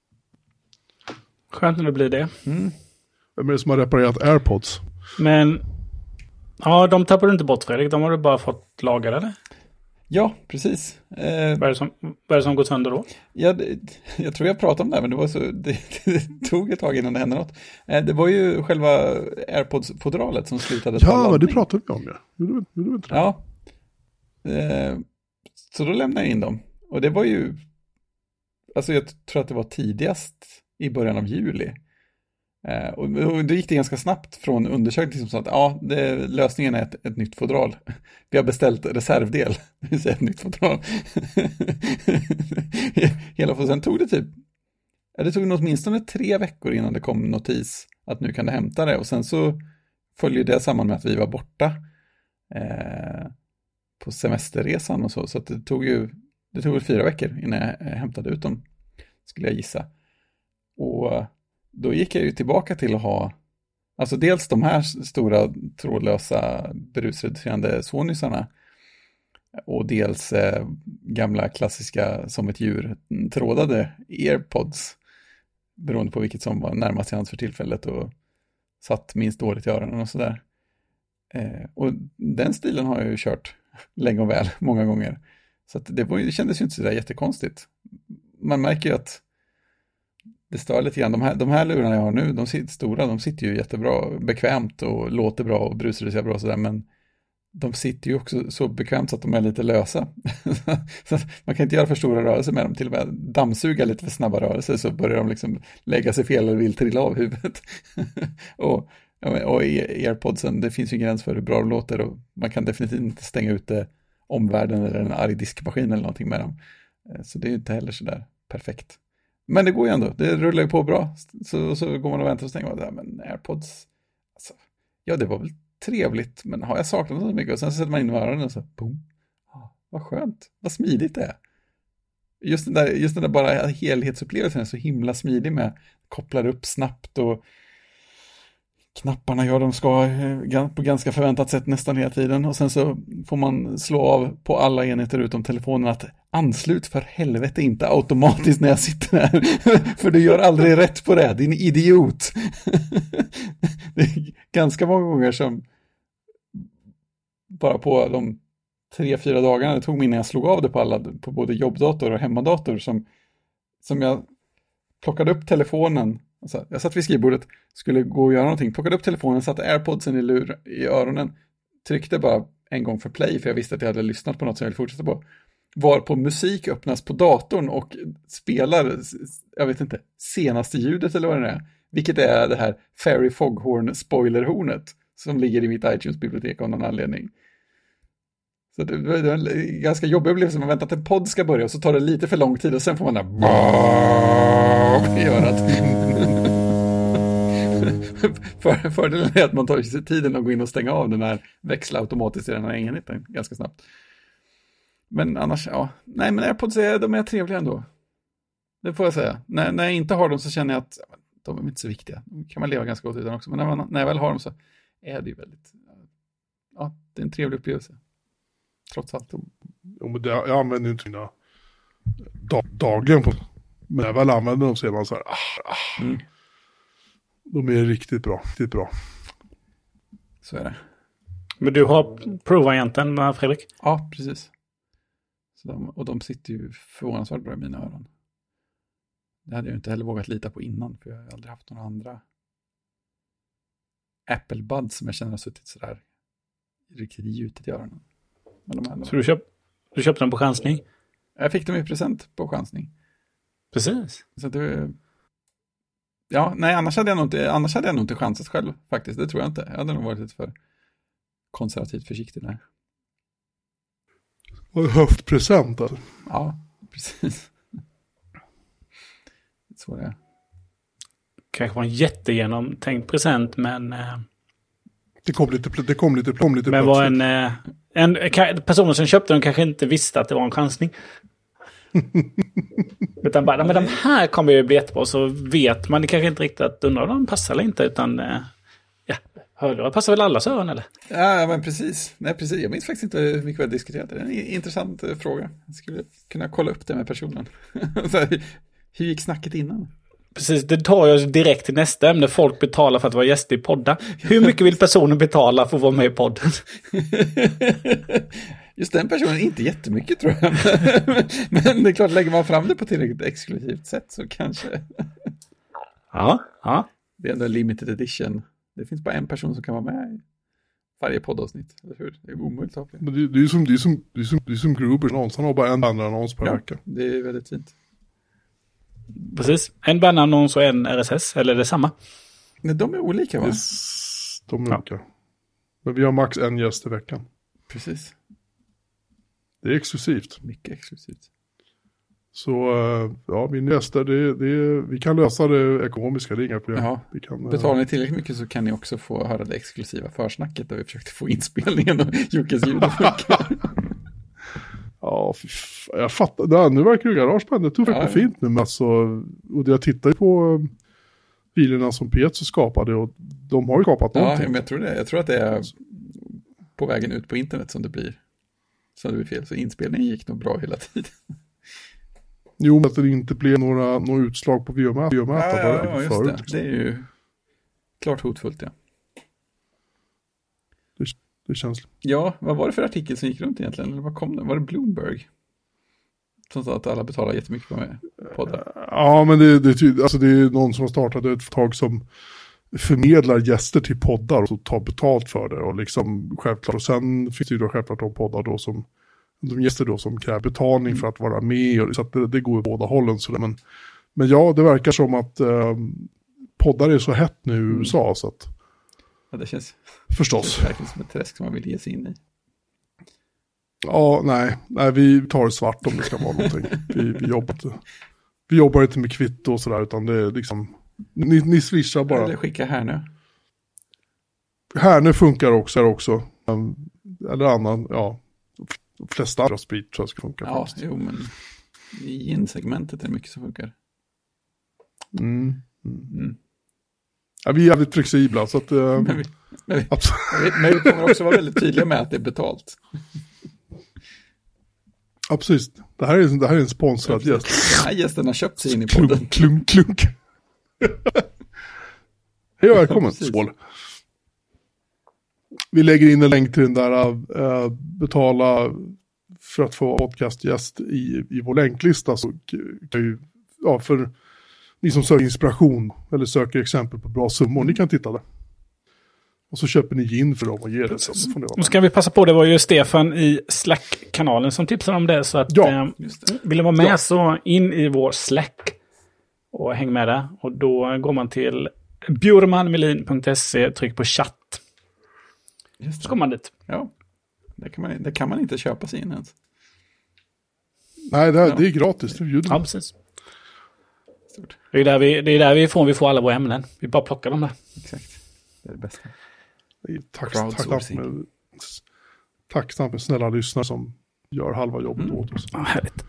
Skönt när det blir det. Vem är det som har reparerat AirPods? Men, ja, de tappar du inte bort, Fredrik. De har du bara fått lagade, eller? Ja, precis. Vad är det som gått sönder då? Ja, jag tror jag pratade om det här, men det var det tog ett tag innan det hände något. Det var ju själva AirPods-fodralet som slutade ta laddning. Ja, det pratade vi om, ja. Gjorde vi inte det? Ja. Så då lämnade jag in dem. Och det var ju, alltså jag tror att det var tidigast i början av juli. Och då gick det ganska snabbt från undersökning som sa att lösningen är ett nytt fodral. Vi har beställt reservdel, det vill säga ett nytt fodral. Sen tog det tog nog åtminstone 3 veckor innan det kom notis att nu kan du hämta det. Och sen så följer det samman med att vi var borta på semesterresan och så. Så att det tog 4 veckor innan jag hämtade ut dem, skulle jag gissa. Och då gick jag ju tillbaka till att ha, alltså dels de här stora trådlösa berusreducerande sonysarna och dels gamla klassiska som ett djur trådade AirPods, beroende på vilket som var närmast till hands för tillfället och satt minst dåligt i öronen och sådär. Och den stilen har jag ju kört länge och väl, många gånger. Så att det kändes ju inte så där jättekonstigt. Man märker ju att det stör lite grann. De här lurarna jag har nu, de sitter ju jättebra, bekvämt och låter bra och brusreducerar bra och sådär, men de sitter ju också så bekvämt så att de är lite lösa. Så man kan inte göra för stora rörelser med dem, till och med dammsuga lite för snabba rörelser så börjar de liksom lägga sig fel eller vill trilla av huvudet. och i AirPodsen, det finns ju en gräns för hur bra de låter och man kan definitivt inte stänga ute omvärlden eller en arg diskmaskin eller någonting med dem. Så det är ju inte heller så där perfekt. Men det går ju ändå, det rullar ju på bra. Så går man och väntar och tänker man, men AirPods, alltså, ja det var väl trevligt, men har jag saknat så mycket? Och sen så sätter man in öronen och så, boom. Vad skönt, vad smidigt det är. Just den där bara helhetsupplevelsen är så himla smidig med, kopplar upp snabbt och knapparna de ska på ganska förväntat sätt nästan hela tiden. Och sen så får man slå av på alla enheter utom telefonen att anslut för helvete inte automatiskt när jag sitter här. För du gör aldrig rätt på det, din idiot. Det är ganska många gånger som bara på de 3-4 dagarna det tog mig innan jag slog av det på både jobbdator och hemmadator som jag plockade upp telefonen. Alltså, jag satt vid skrivbordet, skulle gå och göra någonting, plockade upp telefonen, satte AirPodsen i öronen, tryckte bara en gång för play för jag visste att jag hade lyssnat på något som jag ville fortsätta på. Varpå musik öppnas på datorn och spelar, jag vet inte, senaste ljudet eller vad det är. Vilket är det här Fairy Foghorn spoilerhornet som ligger i mitt iTunes-bibliotek av någon anledning. Så det var en ganska jobbig upplevelse. Man väntar att en podd ska börja och så tar det lite för lång tid och sen får man där i örat. Fördelen är att man tar sig tiden att gå in och stänga av den här växla automatiskt i den här enheten ganska snabbt. Men annars, nej men AirPods de är trevliga ändå. Det får jag säga. När jag inte har dem så känner jag att de är inte så viktiga. De kan man leva ganska gott utan också. Men när jag väl har dem så är det ju väldigt, det är en trevlig upplevelse. Trots allt. Jo, men jag använder inte mina dagligen på. Men när jag väl använder dem så är man så här. De är riktigt bra. Riktigt bra. Så är det. Men du har Pro-varianten med Fredrik? Ja, precis. Och de sitter ju förvånansvärt bra i mina öron. Det hade jag inte heller vågat lita på innan. För jag har aldrig haft några andra Apple Buds som jag känner har suttit sådär riktigt gjutet i öronen. Så du köpte dem på chansning? Jag fick dem i present på chansning. Precis. Så det, annars hade jag nog inte chansat själv faktiskt. Det tror jag inte. Jag hade nog varit lite för konservativt försiktig där. Höftpresent alltså. Ja, precis. Så det är. Kanske var en jättegenomtänkt present, men det kom lite men var en person som köpte den kanske inte visste att det var en chansning. Utan bara, men de här kommer ju bli jättebra, så vet man kanske inte riktigt att undra om de passar eller inte, utan hörlurar passar väl alla öron eller? Ja, men precis. Nej, precis. Jag minns faktiskt inte hur mycket vi har diskuterat det. Det är en intressant fråga. Jag skulle kunna kolla upp det med personen. Hur gick snacket innan? Precis, det tar jag direkt till nästa ämne. Folk betalar för att vara gäster i podden. Hur mycket vill personen betala för att vara med i podden? Just den personen, inte jättemycket tror jag. Men det är klart, lägger man fram det på tillräckligt exklusivt sätt så kanske. Ja. Det är ändå limited edition. Det finns bara en person som kan vara med i varje poddavsnitt, eller hur? Det är omöjligt att ha fler. Men det är ju som Gruber annons. Han har bara en bannerannons per vecka. Det är väldigt fint. Precis. En bannerannons och en RSS, eller är det samma? Nej, de är olika, va? De är olika. Men vi har max en gäst i veckan. Precis. Det är exklusivt. Mycket exklusivt. Så ja, min gäster, vi kan lösa det ekonomiska, det är inga problem. Ja. Vi kan, betalar ni tillräckligt mycket så kan ni också få höra det exklusiva försnacket där vi försökte få inspelningen och Jockes ljud att funka. Ja, jag fattar. Nu verkar ju GarageBand, det tog faktiskt fint nu. Men alltså, och jag tittar ju på filerna som Pietro skapade och de har ju skapat någonting. Ja, men jag tror det. Jag tror att det är på vägen ut på internet som det blir fel. Så inspelningen gick nog bra hela tiden. Jo, men att det inte blev några utslag på VO-mätare. Ja, just det. Det är ju klart hotfullt, ja. Det känns. Ja, vad var det för artikel som gick runt egentligen? Eller vad kom det? Var det Bloomberg? Som sa att alla betalar jättemycket på med poddar. Ja, men det är någon som har startat ett företag som förmedlar gäster till poddar och tar betalt för det. Och liksom självklart. Och sen finns det ju då självklart de poddar då som de gäster då som kräver betalning för att vara med. Och, så att det går i båda hållen. Så men ja, det verkar som att poddar är så hett nu i USA så att. Ja, det känns verkligen som ett träsk som man vill ge sig in i. Ja, nej, vi tar svart om det ska vara någonting. Vi jobbar inte med kvitto och sådär, utan det är liksom, ni swishar bara. Eller skicka Härnö. Härnö funkar också. Eller annan, ja. De flesta andra sprit tror jag ska funka. Ja, jo, men i in-segmentet är det mycket som funkar. Ja, vi är jävligt flexibla, så att. Men vi kommer också vara väldigt tydliga med att det är betalt. Ja, precis. Det här är en sponsrad gäst. Den här gästen har köpt sig in i podden. Klunk. Hej och välkommen, Skål. Vi lägger in en länk till den där betala för att få podcastgäst i vår länklista. Så kan ju, ja, för ni som söker inspiration eller söker exempel på bra summor, ni kan titta där. Och så köper ni in för dem och ger det. Nu ska vi passa på, det var ju Stefan i Slack-kanalen som tipsade om det. Så att vill du vara med så in i vår Slack och häng med där. Och då går man till bjurmanmelin.se, tryck på chatt. Så kommer man dit. Ja, det kan man inte köpa sig in ens. Nej, det är gratis. Ja, precis. Det är därifrån vi får alla våra ämnen. Vi bara plockar dem där. Exakt. Det är det bästa. Tacksamt med snälla lyssnare som gör halva jobbet åt oss. Ja, härligt.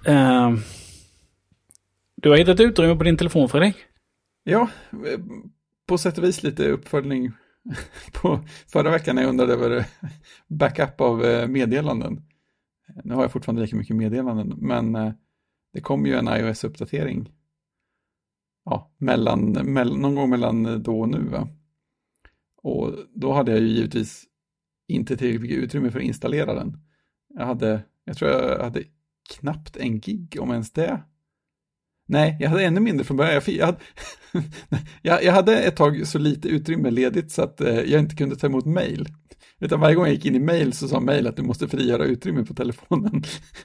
Du har hittat utrymme på din telefon, Fredrik? Ja, på sätt och vis lite uppföljning på förra veckan när jag undrade över backup av meddelanden. Nu har jag fortfarande lika mycket meddelanden, men det kom ju en iOS-uppdatering. Ja, någon gång mellan då och nu, va? Och då hade jag ju givetvis inte tillräckligt mycket utrymme för att installera den. Jag tror jag hade knappt 1 gig, om ens det. Nej, jag hade ännu mindre från början. Jag hade ett tag så lite utrymme ledigt så att jag inte kunde ta emot mejl. Utan varje gång jag gick in i mejl så sa mejl att du måste frigöra utrymme på telefonen.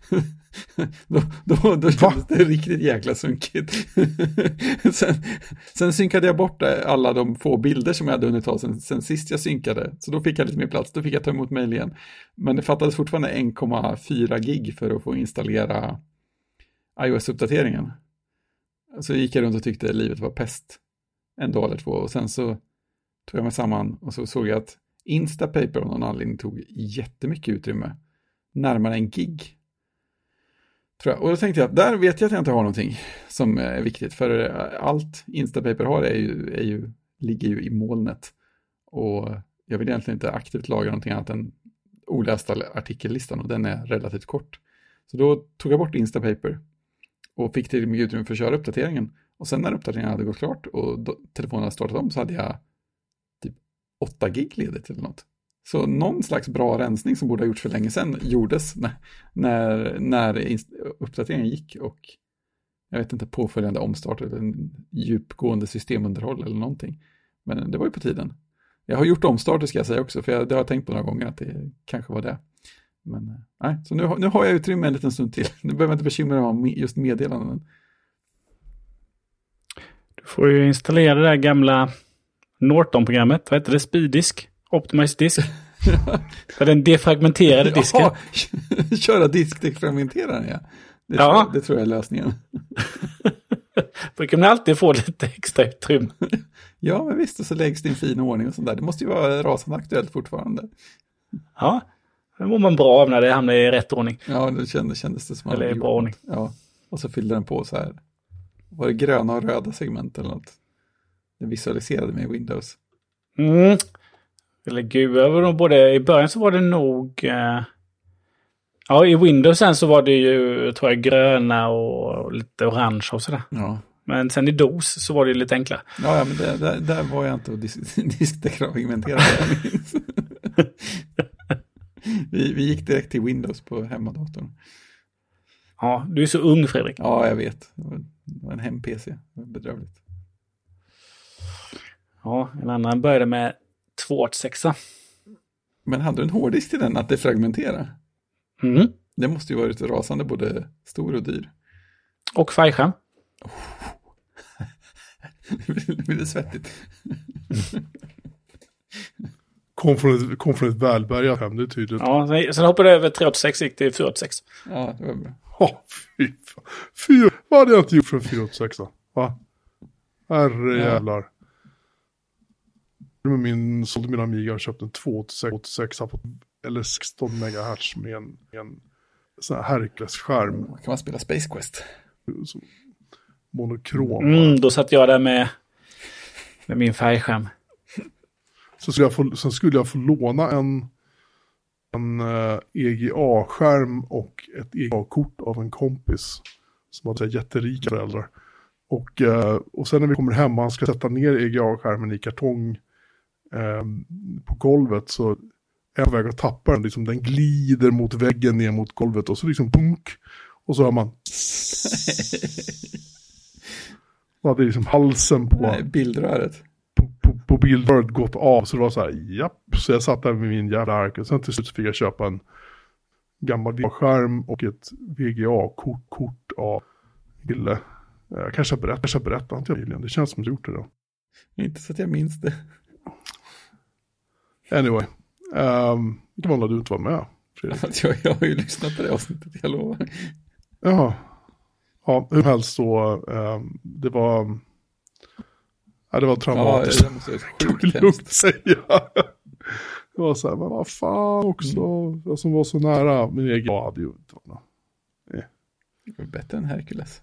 då kändes det riktigt jäkla sunkigt. sen synkade jag bort alla de få bilder som jag hade hunnit ta sen sist jag synkade. Så då fick jag lite mer plats, då fick jag ta emot mejl igen. Men det fattades fortfarande 1,4 gig för att få installera iOS-uppdateringen. Så gick jag runt och tyckte livet var pest en dag eller 2. Och sen så tog jag mig samman och så såg jag att Instapaper av någon anledning tog jättemycket utrymme. Närmare 1 gig. Tror jag. Och då tänkte jag att där vet jag att jag inte har någonting som är viktigt. För allt Instapaper har ligger ju i molnet. Och jag vill egentligen inte aktivt lagra någonting annat än olästa artikellistan. Och den är relativt kort. Så då tog jag bort Instapaper. Och fick till mycket utrymme för att köra uppdateringen. Och sen när uppdateringen hade gått klart och telefonen hade startat om så hade jag typ 8 gig ledigt eller något. Så någon slags bra rensning som borde ha gjorts för länge sedan gjordes när uppdateringen gick och jag vet inte, påföljande omstart eller en djupgående systemunderhåll eller någonting. Men det var ju på tiden. Jag har gjort omstarter ska jag säga också, för det har jag tänkt på några gånger att det kanske var det. Men nej, så nu har jag utrymme en liten stund till. Nu behöver jag inte bekymra mig om just meddelanden. Du får ju installera det där gamla Norton-programmet. Vad heter det? Speeddisk? Optimized disk? Där den defragmenterade disken. Jaha, köra diskdefragmenteraren, ja. Det tror jag är lösningen. Då kan man alltid få lite extra utrymme. Ja, men visst, och så läggs det i en fin ordning och sånt där. Det måste ju vara rasande aktuellt fortfarande. Ja, det mår man bra av när det hamnar i rätt ordning. Ja, det kändes det som... Eller i bra ordning. Ja, och så fyllde den på så här. Var det gröna och röda segment eller något? Den visualiserade med Windows. Eller gud, i början så var det nog... Ja, i Windows sen så var det ju, tror jag, gröna och lite orange och sådär. Ja. Men sen i DOS så var det lite enklare. Ja, men där var jag inte och diskdefragmenterade. vi gick direkt till Windows på hemmadatorn. Ja, du är så ung, Fredrik. Ja, jag vet. Det var en hem-PC. Det var bedrövligt. Ja, en annan började med 286. Men hade du en hårddisk till den att defragmentera? Mm. Det måste ju varit rasande både stor och dyr. Och färgskärm. Det blir svettigt. Kom från ett välbärgat hem, det är tydligt. Ja, sen hoppade jag över 386 gick till 486. Ja, det var bra. Fy, vad hade jag inte gjort för en 486 då? Va? Herre jävlar. Med sålde min Amiga och köpte en 286 eller 16 MHz med en sån här Hercules-skärm. Kan man spela Space Quest? Monokrom. Då satt jag där med min färgskärm. Så skulle jag få låna en EGA-skärm och ett EGA-kort av en kompis som hade jätterika föräldrar. Och sen när vi kommer hem och han ska sätta ner EGA-skärmen i kartong på golvet, så är jag på väg att tappa den. Liksom, den glider mot väggen ner mot golvet och så liksom punk. Och så hör man och det är liksom halsen på bildröret. På bildröret gått av. Så det var så här, japp. Så jag satt där med min jävla ark. Och sen till slut fick jag köpa en gammal VGA-skärm och ett VGA-kort av Gille. Jag kanske berättar inte jag. Det känns som att jag gjort det då. Inte så att jag minns det. Anyway. Det var du inte var med, Fredrik. Jag har ju lyssnat på det avsnittet, jag lovar. Jaha. Ja, hur helst så. Det var traumatiskt. Ja, det måste vara sjukt lugnt säga. Det var så här, men vad fan också. Jag som var så nära min egen. Ja, det inte var något. Det var bättre än Hercules.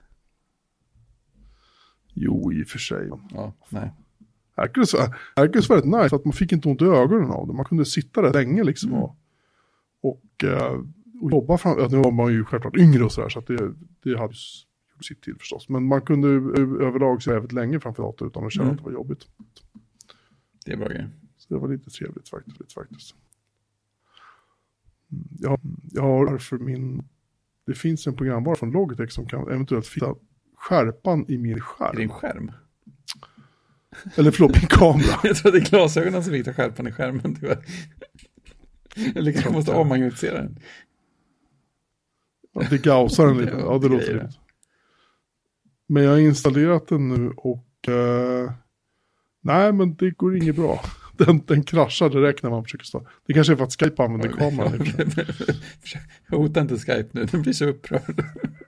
Jo, i och för sig. Ja, nej. Hercules var rätt nice för att man fick inte ont i ögonen av det. Man kunde sitta där länge liksom och jobba fram. Nu var man ju självklart yngre och sådär, så att det hade gjort sitt till förstås. Men man kunde överlag se väldigt länge framför datorn utan att känna att det var jobbigt. Det är bra grej. Så det var lite trevligt faktiskt. Jag har för det finns en programvara från Logitech som kan eventuellt fixa skärpan i min skärm. I din skärm? Eller förlåt, min kamera. Jag tror att det är glasögonen som fick ta skärpan i skärmen, tyvärr. Eller kanske måste avmagnetisera den. Ja, det gausar den lite. Ja, det låter lite. Men jag har installerat den nu och nej, men det går inget bra. Den kraschar direkt när man försöker starta. Det kanske är för att Skype använder kameran. Jag hotar inte Skype nu, den blir så upprörd.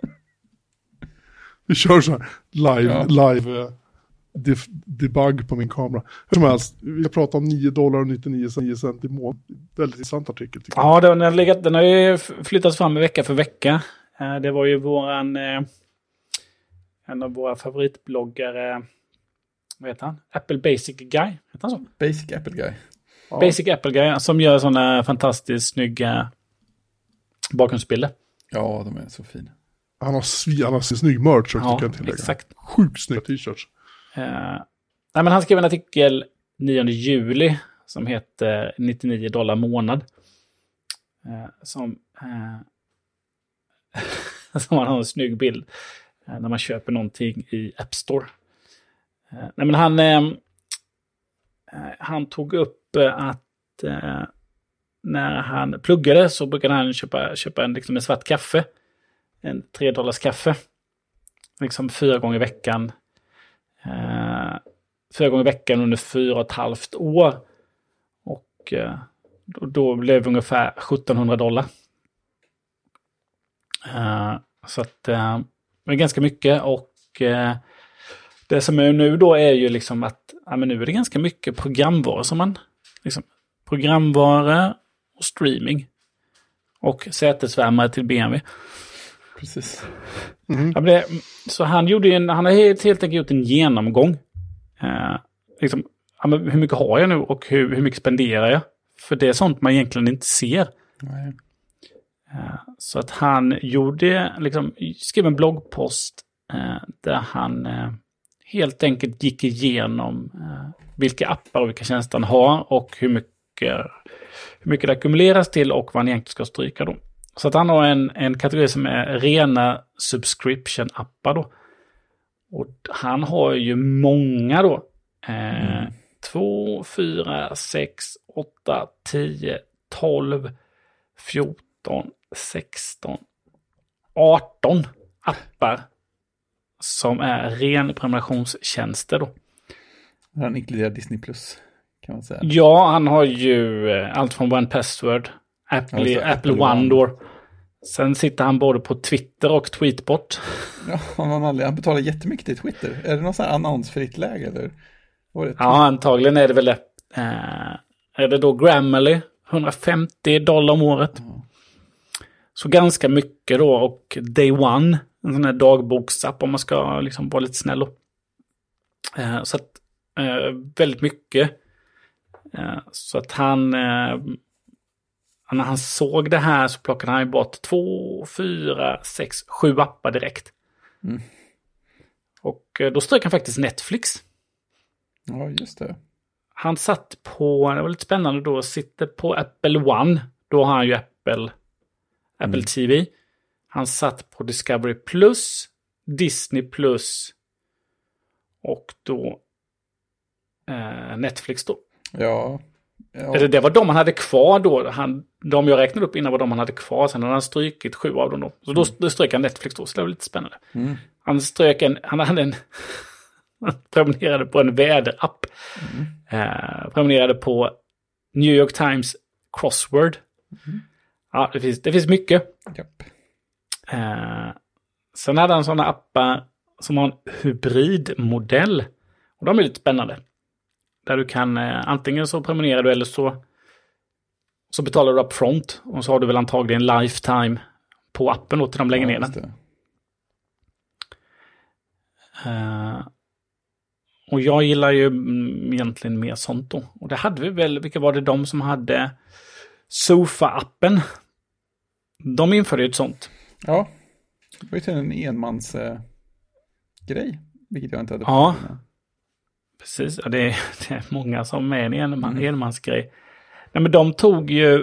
Vi kör så här live debug på min kamera. Hur som helst, vi har pratat om $9.99 i månaden. Väldigt intressant artikel. Ja, den har ju flyttats fram vecka för vecka. Det var ju en av våra favoritbloggare, vad heter han? Apple Basic Guy, heter han så? Basic Apple Guy. Ja. Basic Apple Guy, som gör sådana fantastiskt snygga bakgrundsbilder. Ja, de är så fina. Han har snygg merch också, kan jag tillägga. Exakt. Sjukt snygga t-shirts. Nej, men han skrev en artikel 9 juli som heter $99 månad. Som man har en snygg bild när man köper någonting i App Store. Nej, men han tog upp att när han pluggade så brukade han köpa en svart kaffe. En $3 kaffe. Liksom 4 gånger i veckan. 4 gånger i veckan under 4,5 år. Och då blev det ungefär $1,700. Så att det är ganska mycket. Och det som är nu då är ju liksom att men nu är det ganska mycket programvaror som man liksom, programvaror och streaming och sätesvärmare till BMW. Precis. Mm. Så han har helt enkelt gjort en genomgång. Liksom, hur mycket har jag nu och hur mycket spenderar jag? För det är sånt man egentligen inte ser. Nej. Så att han skrev en bloggpost där han helt enkelt gick igenom vilka appar och vilka tjänster han har och hur mycket det ackumuleras till och vad han egentligen ska stryka då. Så att han har en kategori som är rena subscription-appar då. Och han har ju många då. 2, 4, 6, 8, 10, 12, 14, 16, 18 appar som är ren prenumerationstjänster då. Han inkluderar Disney Plus kan man säga. Ja, han har ju allt från One Password, Apple One då. Sen sitter han både på Twitter och Tweetbot. Ja, han betalar jättemycket till Twitter. Är det någon sån här annonsfritt läge eller? Ja, antagligen är det väl är det då Grammarly, $150 om året. Mm. Så ganska mycket då, och Day One, en sån här dagboksapp om man ska liksom vara lite snäll då. Så att väldigt mycket. Så att när han såg det här så plockade han bort 2, 4, 6, 7 appar direkt. Mm. Och då strök han faktiskt Netflix. Ja, just det. Han satt på, det var lite spännande då, sitter på Apple One. Då har han ju Apple TV. Han satt på Discovery Plus, Disney Plus och då Netflix då. Ja. Det var de han hade kvar då. De jag räknade upp innan var de han hade kvar. Sen hade han strykit 7 av dem då. Så då strök han Netflix då. Så det var lite spännande. Mm. Han prenumererade på en väderapp. Prenumererade på New York Times Crossword. Mm. Ja, det finns mycket. Japp. Sen hade han sådana appar som har en hybridmodell. Och de är lite spännande. Där du kan antingen så prenumererar du eller så betalar du upfront. Och så har du väl antagligen lifetime på appen då till de lägger ner den. Och jag gillar ju egentligen mer sånt då. Och det hade vi väl, vilka var det de som hade Sofa-appen? De införde ju ett sånt. Ja, det var ju till en enmans grej, vilket jag inte hade. Ja, precis. Ja, det är många som är en enmansgrej. Nej, men de tog ju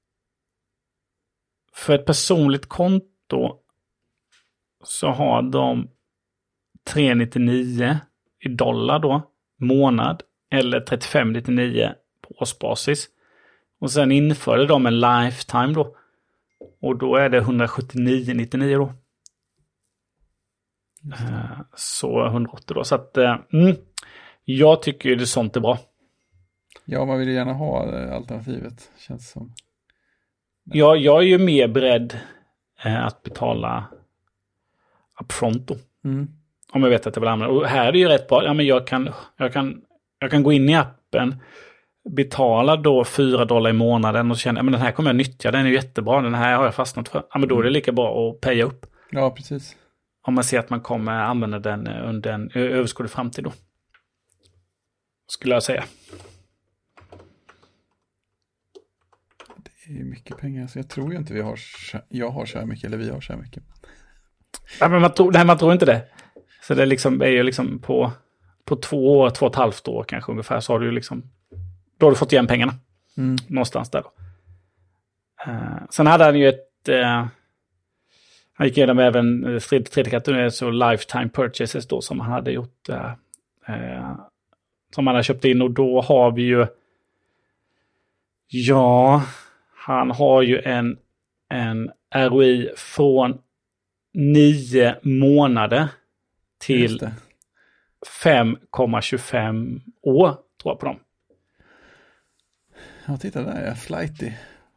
för ett personligt konto så har de $399 i dollar då, månad, eller $35,99 på årsbasis. Och sen införde de en lifetime då. Och då är det $179,99 då. Så 180 då. Så att jag tycker ju det sånt är bra. Ja, man vill ju gärna ha alternativet, känns som. Ja, jag är ju mer beredd att betala upfront då. Mm. Om jag vet att jag vill använda. Och här är det ju rätt bra. Ja, men jag kan gå in i appen, betala då $4 i månaden och känna, men den här kommer jag nyttja, den är ju jättebra, den här har jag fastnat för. Ja, men då är det lika bra att paya upp. Ja, precis. Om man ser att man kommer använda den under en överskådlig framtid då. Skulle jag säga. Det är mycket pengar, så jag tror ju inte jag har så här mycket, eller vi har så här mycket. Ja, men man tror inte det. Så det är ju liksom på 2 år, 2,5 år kanske ungefär, så har du ju liksom, då har du fått igen pengarna. Någonstans där då. Sen hade han ju han gick igenom även tredje kategorin, så lifetime purchases då, som han hade gjort som han har köpt in. Och då har vi ju... Ja, han har ju en ROI från 9 månader till 5,25 år, tror jag på dem. Ja, titta där, ja. Flighty.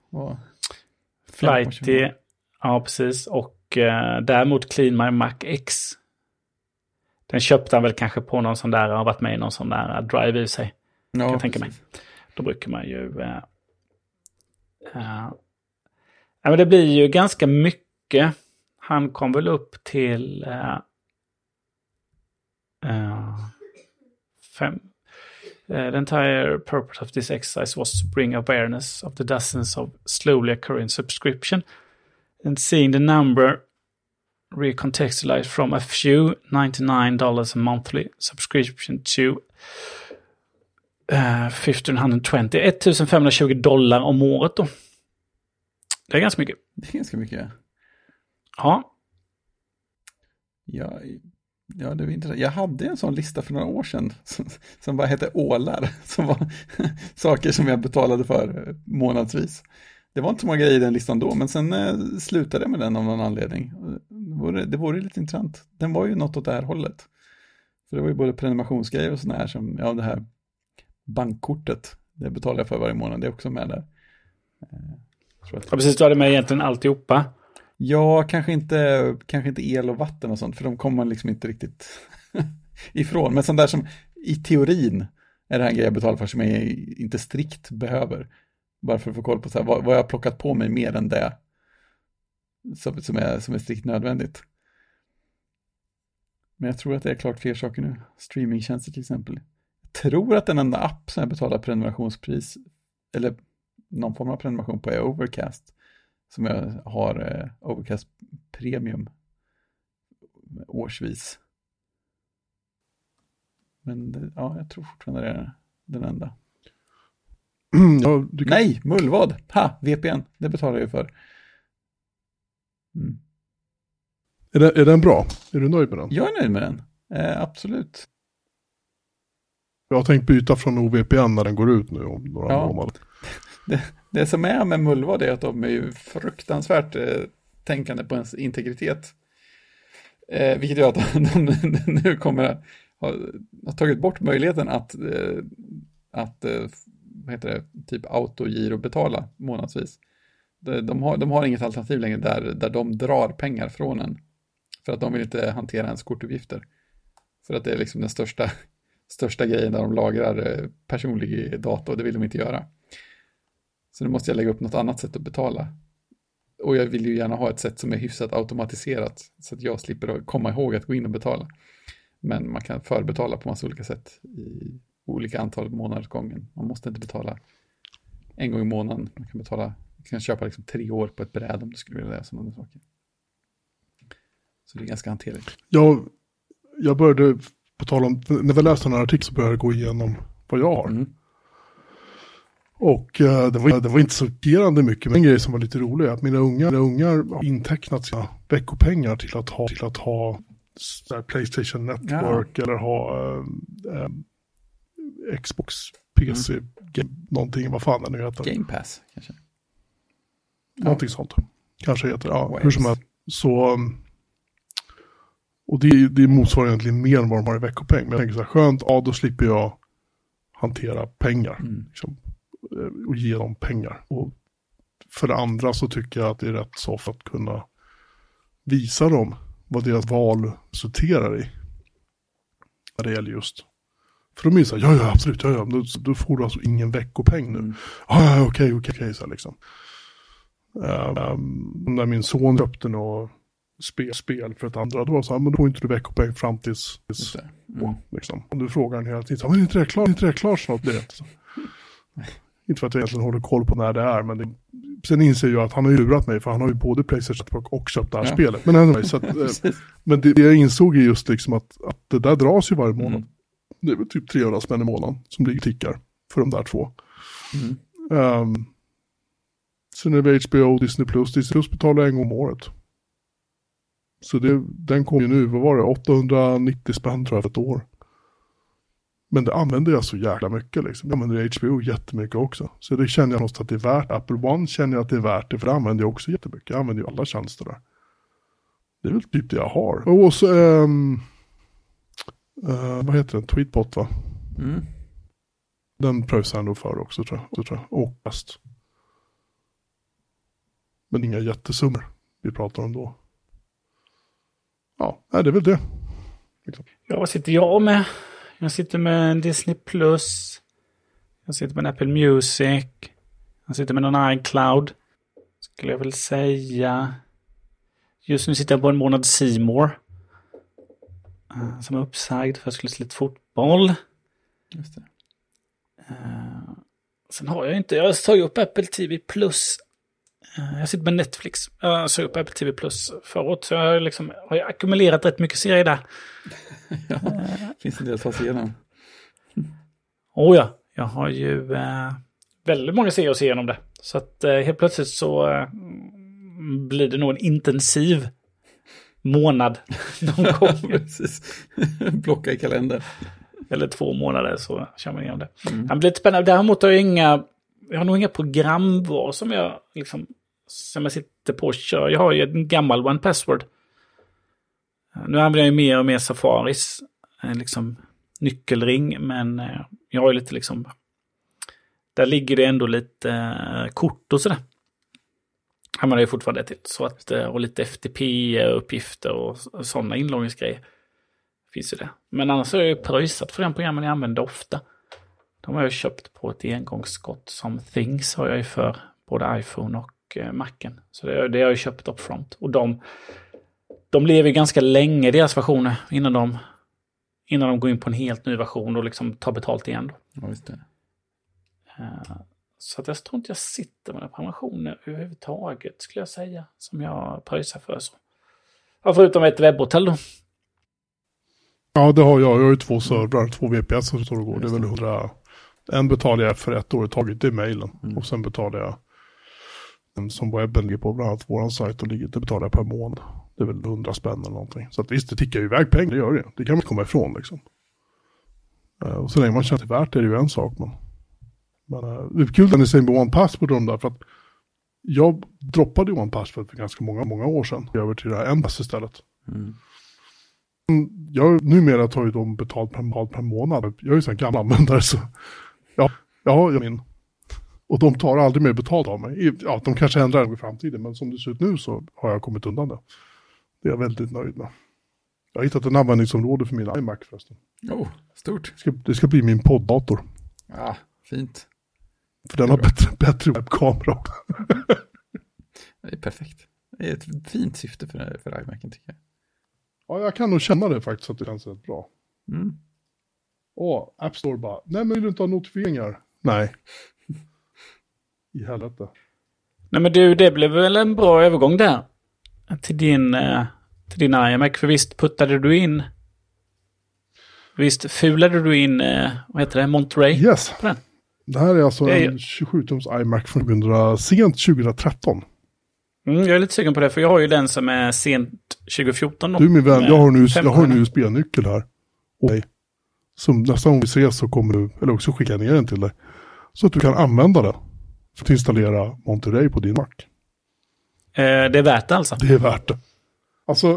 Flighty, ja precis. Och däremot Clean My Mac X. Den köpte han väl kanske på någon sån där, har varit med i någon sån där drive i sig. Ja, kan jag tänka mig. precis. Då brukar man ju... men det blir ju ganska mycket. Han kom väl upp till 5. The entire purpose of this exercise was to bring awareness of the dozens of slowly occurring subscription and seeing the number recontextualized from a few $99 a monthly subscription to $1,520 om året då. Det är ganska mycket. Det är ganska mycket, Ja. Ja, det var intressant. Jag hade en sån lista för några år sedan som bara hette ålar, som var saker som jag betalade för månadsvis. Det var inte så många grejer i den listan då, men sen slutade jag med den av någon anledning. Det vore lite intressant. Den var ju något åt det här hållet. För det var ju både prenumerationsgrejer och sådana här som, ja, det här bankkortet, det betalar jag för varje månad, det är också med där. Ja, precis, du hade med egentligen alltihopa. Ja, kanske inte el och vatten och sånt, för de kommer man liksom inte riktigt ifrån. Men sånt där som i teorin är det här en grej jag betalar för som jag inte strikt behöver. Bara för att få koll på så här, vad jag har plockat på mig mer än det som är strikt nödvändigt. Men jag tror att det är klart fler saker nu. Streamingtjänster till exempel. Jag tror att den enda app som jag betalar prenumerationspris eller någon form av prenumeration på är Overcast. Som jag har Overcast Premium årsvis. Men ja, jag tror fortfarande det är den enda. Ja, Nej, mullvad. VPN. Det betalar jag ju för. Mm. Är den bra? Är du nöjd med den? Jag är nöjd med den. Absolut. Jag har tänkt byta från OVPN när den går ut nu om några månader. Det som är med mullvad är att de är ju fruktansvärt tänkande på ens integritet. Vilket gör att de nu kommer ha tagit bort möjligheten att vad heter det, typ autogiro betala månadsvis. De har inget alternativ längre där de drar pengar från en. För att de vill inte hantera ens kortuppgifter. För att det är liksom den största grejen där de lagrar personlig data och det vill de inte göra. Så nu måste jag lägga upp något annat sätt att betala. Och jag vill ju gärna ha ett sätt som är hyfsat automatiserat så att jag slipper komma ihåg att gå in och betala. Men man kan förbetala på massa olika sätt i olika antal månader gången. Man måste inte betala en gång i månaden. Man kan köpa liksom 3 år på ett bräd om du skulle vilja läsa några saker. Så det är ganska hanterligt. Jag började, på tal om, när vi läste den här artikeln så började jag gå igenom vad jag har. Mm. Och det var inte så gerande mycket, men en grej som var lite rolig är att mina ungar har intecknat sina veckopengar till att ha PlayStation Network eller ha Xbox, PC, någonting, vad fan det nu heter. Game Pass kanske. Någonting sånt. Kanske heter det. Ja, hur som helst. Så, och det motsvarar egentligen mer än vad de har i veckopeng. Men jag tänker så här, skönt, då slipper jag hantera pengar. Liksom, och ge dem pengar. Och för det andra så tycker jag att det är rätt så för att kunna visa dem vad deras val resulterar i. När det gäller just. För de är så här, ja absolut, du får du alltså ingen veckopeng nu. Okej, så här liksom. När min son köpte något spel för ett andra, då var det så här, men då får inte du veckopeng fram tills liksom. Om du frågar den hela tiden, men är inte det klart snart blir det. Så. Inte för att jag egentligen håller koll på när det är, men sen inser jag att han har lurat mig, för han har ju både PlayStation och köpt det här spelet. Men anyway, så att, men det jag insåg är just liksom att det där dras ju varje månad. Det är väl typ 300 spänn i månaden som ligger tickar för de där två. Sen är det HBO, Disney Plus betalar en gång om året. Så den kom ju nu, vad var det, 890 spänn tror jag för ett år. Men det använder jag så jäkla mycket liksom. Jag använder HBO jättemycket också. Så det känner jag någonstans att det är värt. Apple One känner jag att det är värt det, för det använder jag också jättemycket. Jag använder ju alla tjänster där. Det är väl typ det jag har. Och så, vad heter den? Tweetbot, va? Mm. Den pröjsar jag ändå för också, tror jag. Och bäst. Men inga jättesummor vi pratar om då. Ja, det är väl det. Liksom. Ja, vad sitter jag med? Jag sitter med en Disney+. Jag sitter med en Apple Music. Jag sitter med någon iCloud. Skulle jag väl säga. Just nu sitter jag på en månad C More. Som är uppsagd för att jag skulle se lite fotboll. Just det. Sen har jag inte. Jag tar ju upp Apple TV+. Jag sitter med Netflix. Jag såg upp Apple TV Plus förut. Så jag har jag ackumulerat rätt mycket serier där. Ja, finns det en del att ta sig igenom. Ja, jag har ju väldigt många serier att se igenom det. Så att helt plötsligt så blir det nog en intensiv månad någon gång. Precis. Blocka i kalendern. Eller 2 månader så kör man igenom det. Det blir lite spännande. Däremot har jag har nog inga programvaror som jag som jag sitter på och kör. Jag har ju en gammal One Password. Nu använder jag ju mer och mer Safaris nyckelring, men jag har ju lite där ligger det ändå lite kort och sådär. Här man har ju fortfarande det till. Så att, och lite FTP-uppgifter och sådana inloggningsgrejer. Finns ju det. Men annars har jag ju pröjsat för den programmen jag använder ofta. De har jag köpt på ett engångsskott som Things har jag ju för både iPhone och Macen. Så det har jag ju köpt upfront. Och de lever ganska länge, deras versioner, innan de går in på en helt ny version och tar betalt igen då. Ja, just det. Så att jag tror inte jag sitter med prenumerationer överhuvudtaget, skulle jag säga, som jag pröjsar för. Så. Ja, förutom ett webbhotell då. Ja, det har jag. Jag har ju 2 servrar, 2 VPS som står och går. Det är väl 100. En betalar jag för 1 år taget i mejlen. Och sen betalar jag den som webben ligger på, bland annat våran sajt, och det betalar jag per månad. Det är väl 100 spänn eller någonting. Så att visst, det tickar ju iväg pengar, det gör det. Det kan man inte komma ifrån liksom. Och så länge man känner det värt är det ju en sak. Men det är kul att ni säger med One Password om det, för att jag droppade One Password för ganska många år sedan. Över till det här MS istället. Jag numera tar ju de betalt per månad. Jag är ju sån gammal användare, så jag min. Och de tar aldrig mer betalt av mig. Ja, de kanske ändrar i framtiden, men som det ser ut nu så har jag kommit undan det. Det är jag väldigt nöjd med. Jag har hittat en användningsområde för min iMac förresten. Stort. Det ska bli min podddator. Ja, fint. För den har bättre webbkamera. Det är perfekt. Det är ett fint syfte för iMacen, tycker jag. Ja, jag kan nog känna det faktiskt, att det känns rätt bra. App Store bara, nej men vill du inte ha notifieringar? Nej. I helvete. Nej men du, det blev väl en bra övergång där. Till din iMac. För visst puttade du in. Visst fulade du in, vad heter det, Monterey? Yes. På den. Det här är alltså en 27-tums iMac från sent 2013. Jag är lite sugen på det, för jag har ju den som är sent 2014. Du min vän, jag har en USB-nyckel här. Och som nästa gång vi ses så kommer du, eller också skickar jag ner den till dig. Så att du kan använda den för att installera Monterey på din Mac. Det är värt det alltså? Det är värt det. Alltså,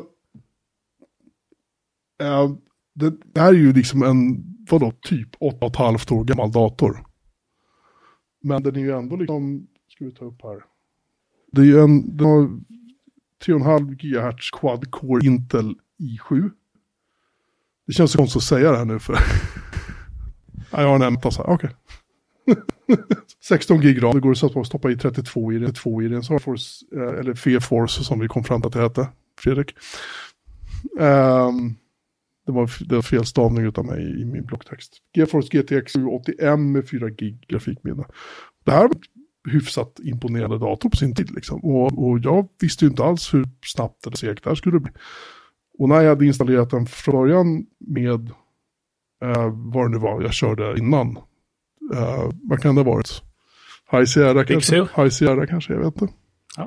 det här är ju typ 8,5 år gammal dator. Men den är ju ändå ska vi ta upp här. Det är ju den har 3,5 GHz quad-core Intel i7. Det känns så konstigt att säga det här nu för jag har nämnt så här, okej. 16 gig RAM, det går att stoppa i 32 i den, så Force, eller FeForce som vi kom fram till att det hette, Fredrik. Det var fel stavning utav mig i min blocktext. GeForce GTX 780M med 4 gig grafikminne. Det här var hyfsat imponerande dator på sin tid liksom. Och jag visste ju inte alls hur snabbt eller segt det här skulle bli. Och när jag hade installerat den från början med vad det nu var jag körde innan. Vad kan det ha varit? High Sierra kanske, jag vet inte. Ja.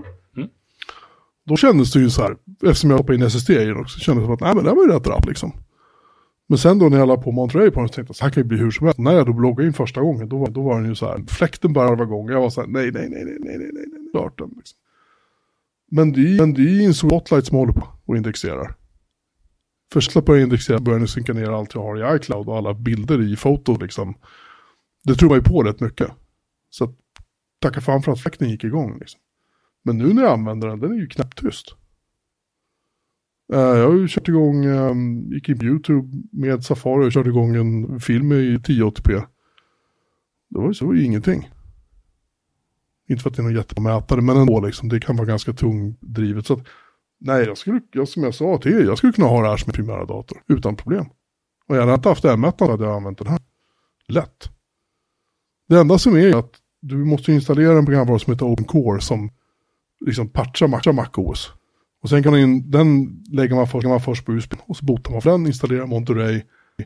Då kändes det ju så här, eftersom jag hoppade in SSD i den också, kändes det som att nej, men det var ju rätt rapp liksom. Men sen då när jag la på Monterey på den så tänkte jag så här kan ju bli hur som helst. När jag då loggade in första gången då var den ju så här, fläkten bara var gång. Jag var så här, nej, klart den liksom. Men det är en spotlight som håller på och indexerar. Först släpper jag indexera, börjar nu synka ner allt jag har i iCloud och alla bilder i foto liksom. Det tror man ju på rätt mycket. Så att, tacka fan för att fläkten gick igång liksom. Men nu när jag använder den är ju knappt tyst. Jag har ju kört igång, gick in på YouTube med Safari och körde igång en film i 1080p. Det var ju ingenting. Inte för att det är någon jättemätare, men ändå liksom, det kan vara ganska tungdrivet. Så att, nej, som jag sa till er, jag skulle kunna ha det här som en primära dator, utan problem. Och jag hade inte haft M1 hade jag använt den här. Lätt. Det enda som är att du måste installera en programvara som heter OpenCore som liksom patchar MacOS. Och sen kan den lägger man först på USB och så botar man för den, installerar Monterey,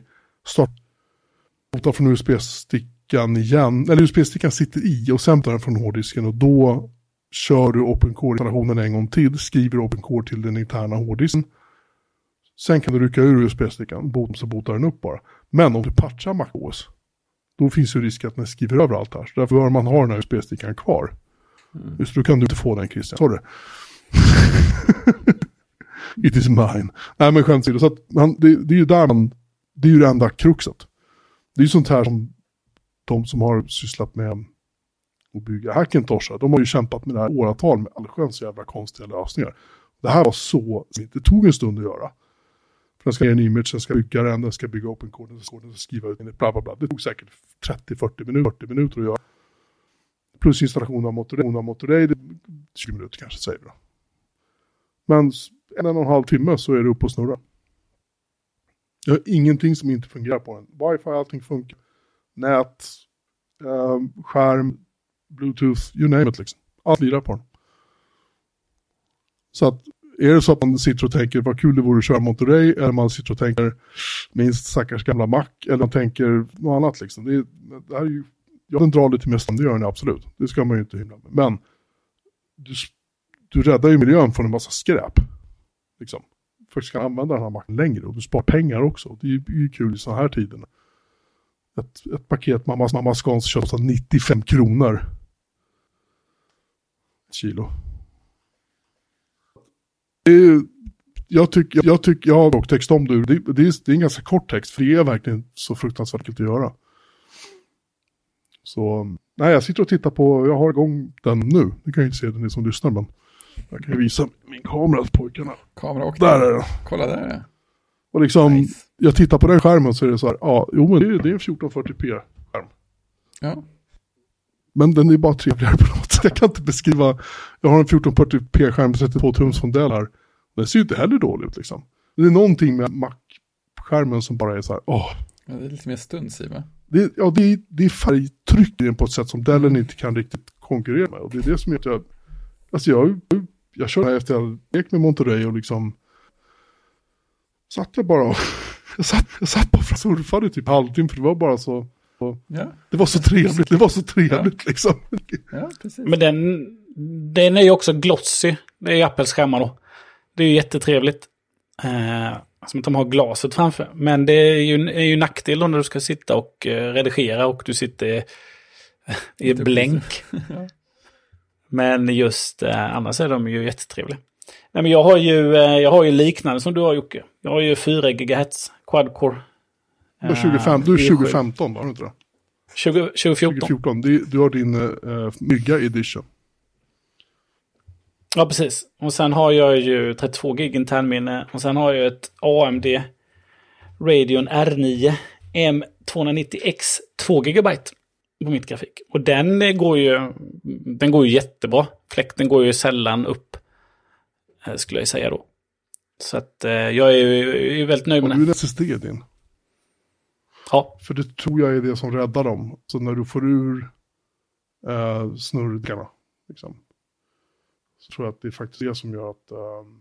botar från USB-stickan igen, eller USB-stickan sitter i och sen tar den från hårddisken och då kör du OpenCore-installationen en gång till, skriver OpenCore till den interna hårddisken. Sen kan du rycka ur USB-stickan, så botar den upp bara. Men om du patchar MacOS, då finns ju risk att den skriver över allt här. Så därför bör man ha den här USB-stickan kvar. Just då kan du inte få den, Christian. Sorry. It is mine. Nej, men skämt så att det är ju där det är ju det enda kruxet. Det är ju sånt här som de som har sysslat med att bygga Hackintosh, de har ju kämpat med det här åratal med allsköns jävla konstiga lösningar. Det här var så, det tog en stund att göra. För den ska ge en image, den ska bygga den ska bygga OpenCore, den ska skriva ut en bla bla bla. Det tog säkert 30-40 minuter att göra. Plus installation av Monterey, 20 minuter kanske säger vi då. Men 1,5 timme så är det uppe och snurra. Jag har ingenting som inte fungerar på den. Wi-Fi, allting funkar. Nät, skärm, Bluetooth, you name it liksom. Allt lirar på den. Så att är det så att man sitter och tänker vad kul det vore att köra Monterey, eller man sitter och tänker minst stackars gamla Mac, eller man tänker något annat liksom. Det här är ju, den drar lite mer stand, det gör den absolut. Det ska man ju inte hymla med. Men du räddar ju miljön från en massa skräp. Liksom. Folk ska använda den här Macen längre och du sparar pengar också. Det är ju kul i såna här tider. Ett paket mamma Skans kostar 95 kronor. Ett kilo. Jag har dock text om det. Det är en ganska kort text, för det är verkligen så fruktansvärt enkelt att göra. Så, nej, jag sitter och tittar på, jag har igång den nu. Det kan jag inte se, den är som lyssnar, men jag kan visa min kamera till pojkarna. Kamera och där är det. Kolla där är det. Och liksom, Nice. Jag tittar på den skärmen så är det så här, ja, jo men det är en 1440p-skärm. Ja. Men den är bara trevligare på något sätt. Jag kan inte beskriva, jag har en 1440p-skärm med 32 tums modell här. Den ser ju inte heller dåligt liksom. Det är någonting med Mac-skärmen som bara är så här, Ja, det är lite mer stuns i, va? Det är färgtryck i den på ett sätt som Dellen inte kan riktigt konkurrera med. Och det är det som gör att jag kör här efter jag lekt med Monterey och liksom satt jag bara och jag satt bara och surfade typ halvtimme, för det var bara så det var så trevligt liksom. Ja, precis. Men den är ju också glossy. Det är Apples skärmar då. Det är ju jättetrevligt. Som att de har glaset framför. Men det är ju nackdel då när du ska sitta och redigera och du sitter i blänk. Ja. Men just annars är de ju jättetrevliga. Nej, men jag har ju liknande som du har, Jocke. Jag har ju 4 GHz quad-core. Du är 2015 var det inte det? 2014. Du har din Mygga edition. Ja, precis. Och sen har jag ju 32 gig internminne. Och sen har jag ett AMD Radeon R9 M290X 2 GB på mitt grafik. Och den går ju jättebra. Fläkten går ju sällan upp, skulle jag säga då. Så att jag är väldigt nöjd med den. Och du är SSD din. Ja. För det tror jag är det som räddar dem. Så när du får ur snurrarna liksom, så tror jag att det är faktiskt det som gör att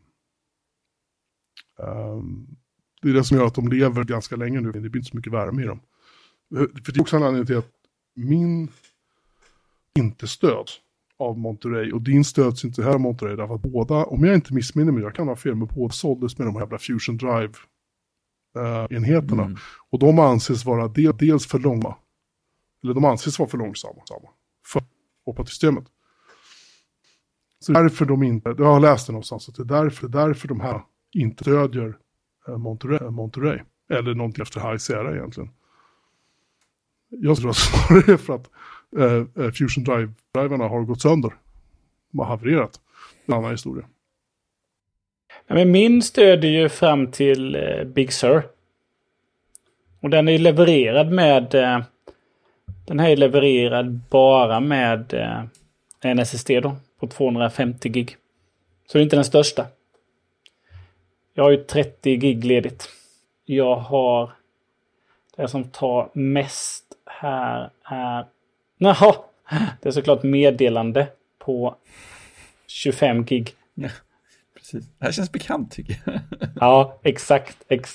det är det som gör att de lever ganska länge nu. Det blir inte så mycket värme i dem. För det är också en anledning till att min inte stöds av Monterey och din stöds inte här av Monterey, därför att båda, om jag inte missminner mig, jag kan ha fel, men båda såldes med de här jävla Fusion Drive enheterna. Och de anses vara dels för långa. Eller de anses vara för långsamma för operativsystemet. Så därför de inte, jag har läst det någonstans, att det är därför de här inte stödjer Monterey. Eller någonting efter High Sierra egentligen. Jag tror att det är för att Fusion Drive-drivarna har gått sönder. De har havererat. Det är en annan historia. Ja, men min stöd är ju fram till Big Sur. Och den är levererad med... den här är levererad bara med en SSD då. På 250 gig. Så det är inte den största. Jag har ju 30 gig ledigt. Jag har... Det som tar mest här är... Jaha! Det är såklart meddelande på 25 gig. Ja, precis. Det här känns bekant tycker jag. Ja, exakt.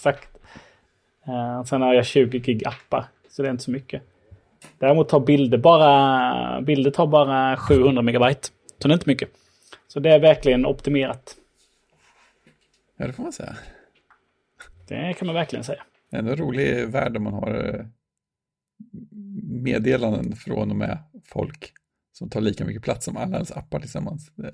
Sen har jag 20 gig appar. Så det är inte så mycket. Däremot tar bilder tar bara 700 megabyte. Så det är inte mycket. Så det är verkligen optimerat. Ja, det får man säga. Det kan man verkligen säga. Det är ändå en rolig värld om man har meddelanden från och med folk som tar lika mycket plats som alla ens appar tillsammans. Det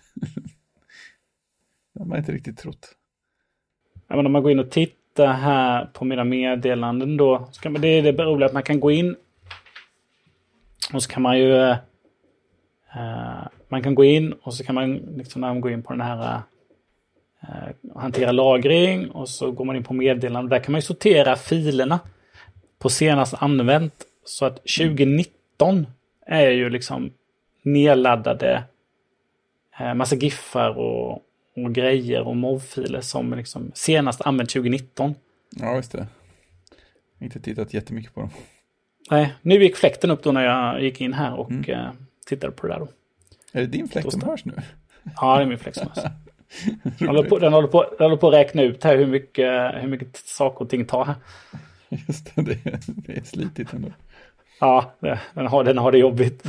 har man inte riktigt trott. Ja, men om man går in och tittar här på mina meddelanden då. Det är det roliga att man kan gå in. Och så kan man ju... man kan gå in och så kan man liksom när man går in på den här... hantera lagring och så går man in på meddelanden. Där kan man ju sortera filerna på senast använt. Så att 2019 är ju liksom nedladdade massa giffar och grejer och MOV-filer som liksom senast använt 2019. Ja, just det. Jag har inte tittat jättemycket på dem. Nej, nu gick fläkten upp då när jag gick in här och tittade på det där då. Är det din fläkt som hörs nu? Ja, det är min fläkt som hörs. Den håller på att räkna ut här hur mycket saker och ting tar här. Just det, det är slitigt ändå. Ja, den har det jobbigt.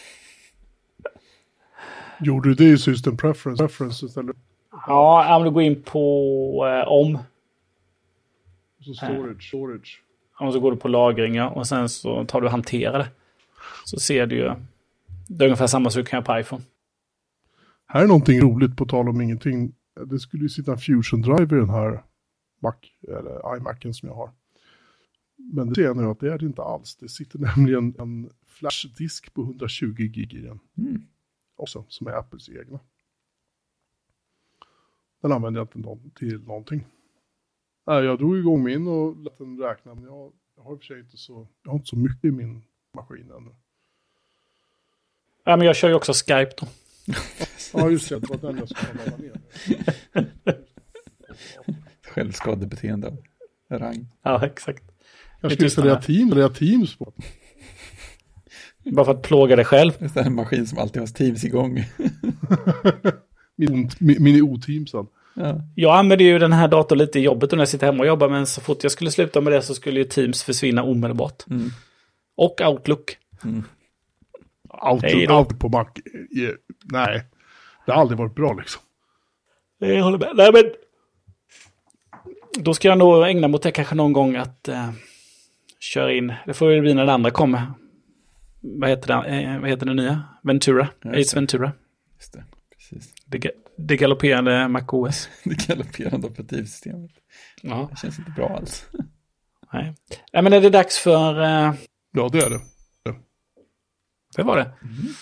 Gjorde du det i System Preferences eller? Ja, om du går in på om. Så storage. Och så går du på lagring, ja. Och sen så tar du hantera det. Så ser du ju. Det är ungefär samma sak kan jag på iPhone. Här är någonting roligt på tal om ingenting. Det skulle ju sitta en Fusion Drive i den här Mac, eller iMacen som jag har. Men det ser jag nu att det är det inte alls. Det sitter nämligen en flashdisk på 120 gig i den. Också, som är Apples egna. Den använder jag inte till någonting. Nej, jag drog igång min och lät den räkna. Men jag har i och för sig inte så, jag har inte så mycket i min maskin ännu. Ja, men jag kör ju också Skype då. Ja, just det. Det var den jag skulle ladda ner. Självskadebeteende av rang. Ja, exakt. Jag skulle installera Teams på. Bara för att plåga dig själv. Just det, en maskin som alltid har Teams igång. min O-Teamsad. Ja. Jag använder ju den här datorn lite i jobbet när jag sitter hemma och jobbar. Men så fort jag skulle sluta med det så skulle ju Teams försvinna omedelbart. Och Outlook. Outlook på Mac. Nej, det har aldrig varit bra liksom. Jag håller med. Nej, men då ska jag nog ägna mig åt det kanske någon gång att köra in. Det får ju bli när den andra kommer. Vad heter det nya? Ventura. Ace Ventura. Just det, precis. Det galopperande macOS. Det galopperande operativsystemet. Ja. Det känns inte bra alls. Nej, men är det dags för... Ja, det är det. Det var det.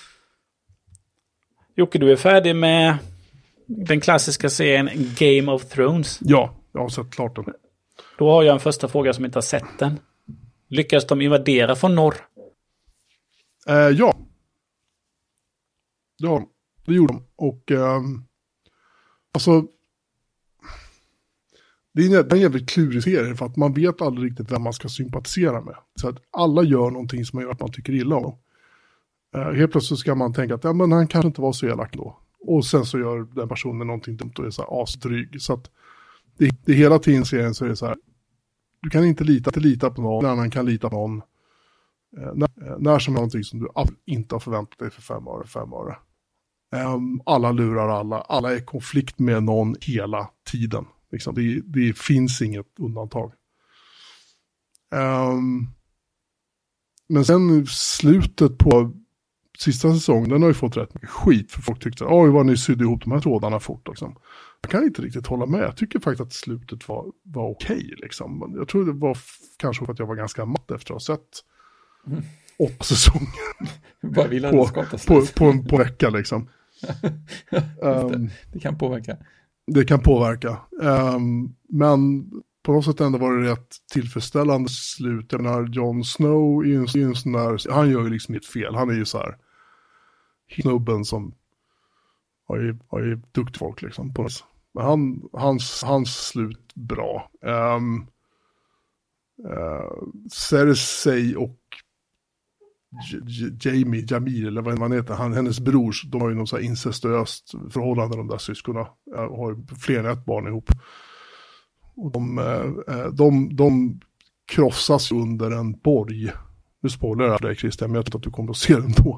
Jocke, du är färdig med den klassiska serien Game of Thrones. Ja, jag har sett klart den. Då har jag en första fråga som inte har sett den. Lyckas de invadera från norr? Ja. Det gjorde de. Och alltså det är en jävligt klurig serie för att man vet aldrig riktigt vem man ska sympatisera med. Så att alla gör någonting som gör att man tycker illa om. Helt plötsligt ska man tänka att ja, men han kanske inte var så elak då. Och sen så gör den personen någonting dumt och är så här asdryg. Så att det hela tiden serien så är det så här. Du kan inte lita på någon. En annan kan lita på någon. När som någonting som du inte har förväntat dig för 5 öre. Alla lurar alla. Alla är i konflikt med någon hela tiden. Liksom, det finns inget undantag. Men sen slutet på sista säsongen, den har ju fått rätt mycket skit. För folk tyckte, oj vad ni sydde ihop de här trådarna fort. Liksom. Jag kan inte riktigt hålla med. Jag tycker faktiskt att slutet var okej. Liksom. Jag tror det var kanske för att jag var ganska matt efter att ha sett 8 säsonger. Bara vill att på en vecka liksom. Det kan påverka. Det kan påverka. Men på något sätt ändå var det rätt tillfredsställande slut. Jag menar, Jon Snow är en sån där, han gör ju liksom ett fel. Han är ju så här snubben som har ju duktig folk liksom. Men hans slut bra. Cersei och Jamie, eller vad han heter, hennes bror, de har ju något så här incestuöst förhållande, de där syskonen. Har ju fler än ett barn ihop. Och de krossas under en borg. Nu spoilar jag för dig, Christian, men jag tror att du kommer att se den då.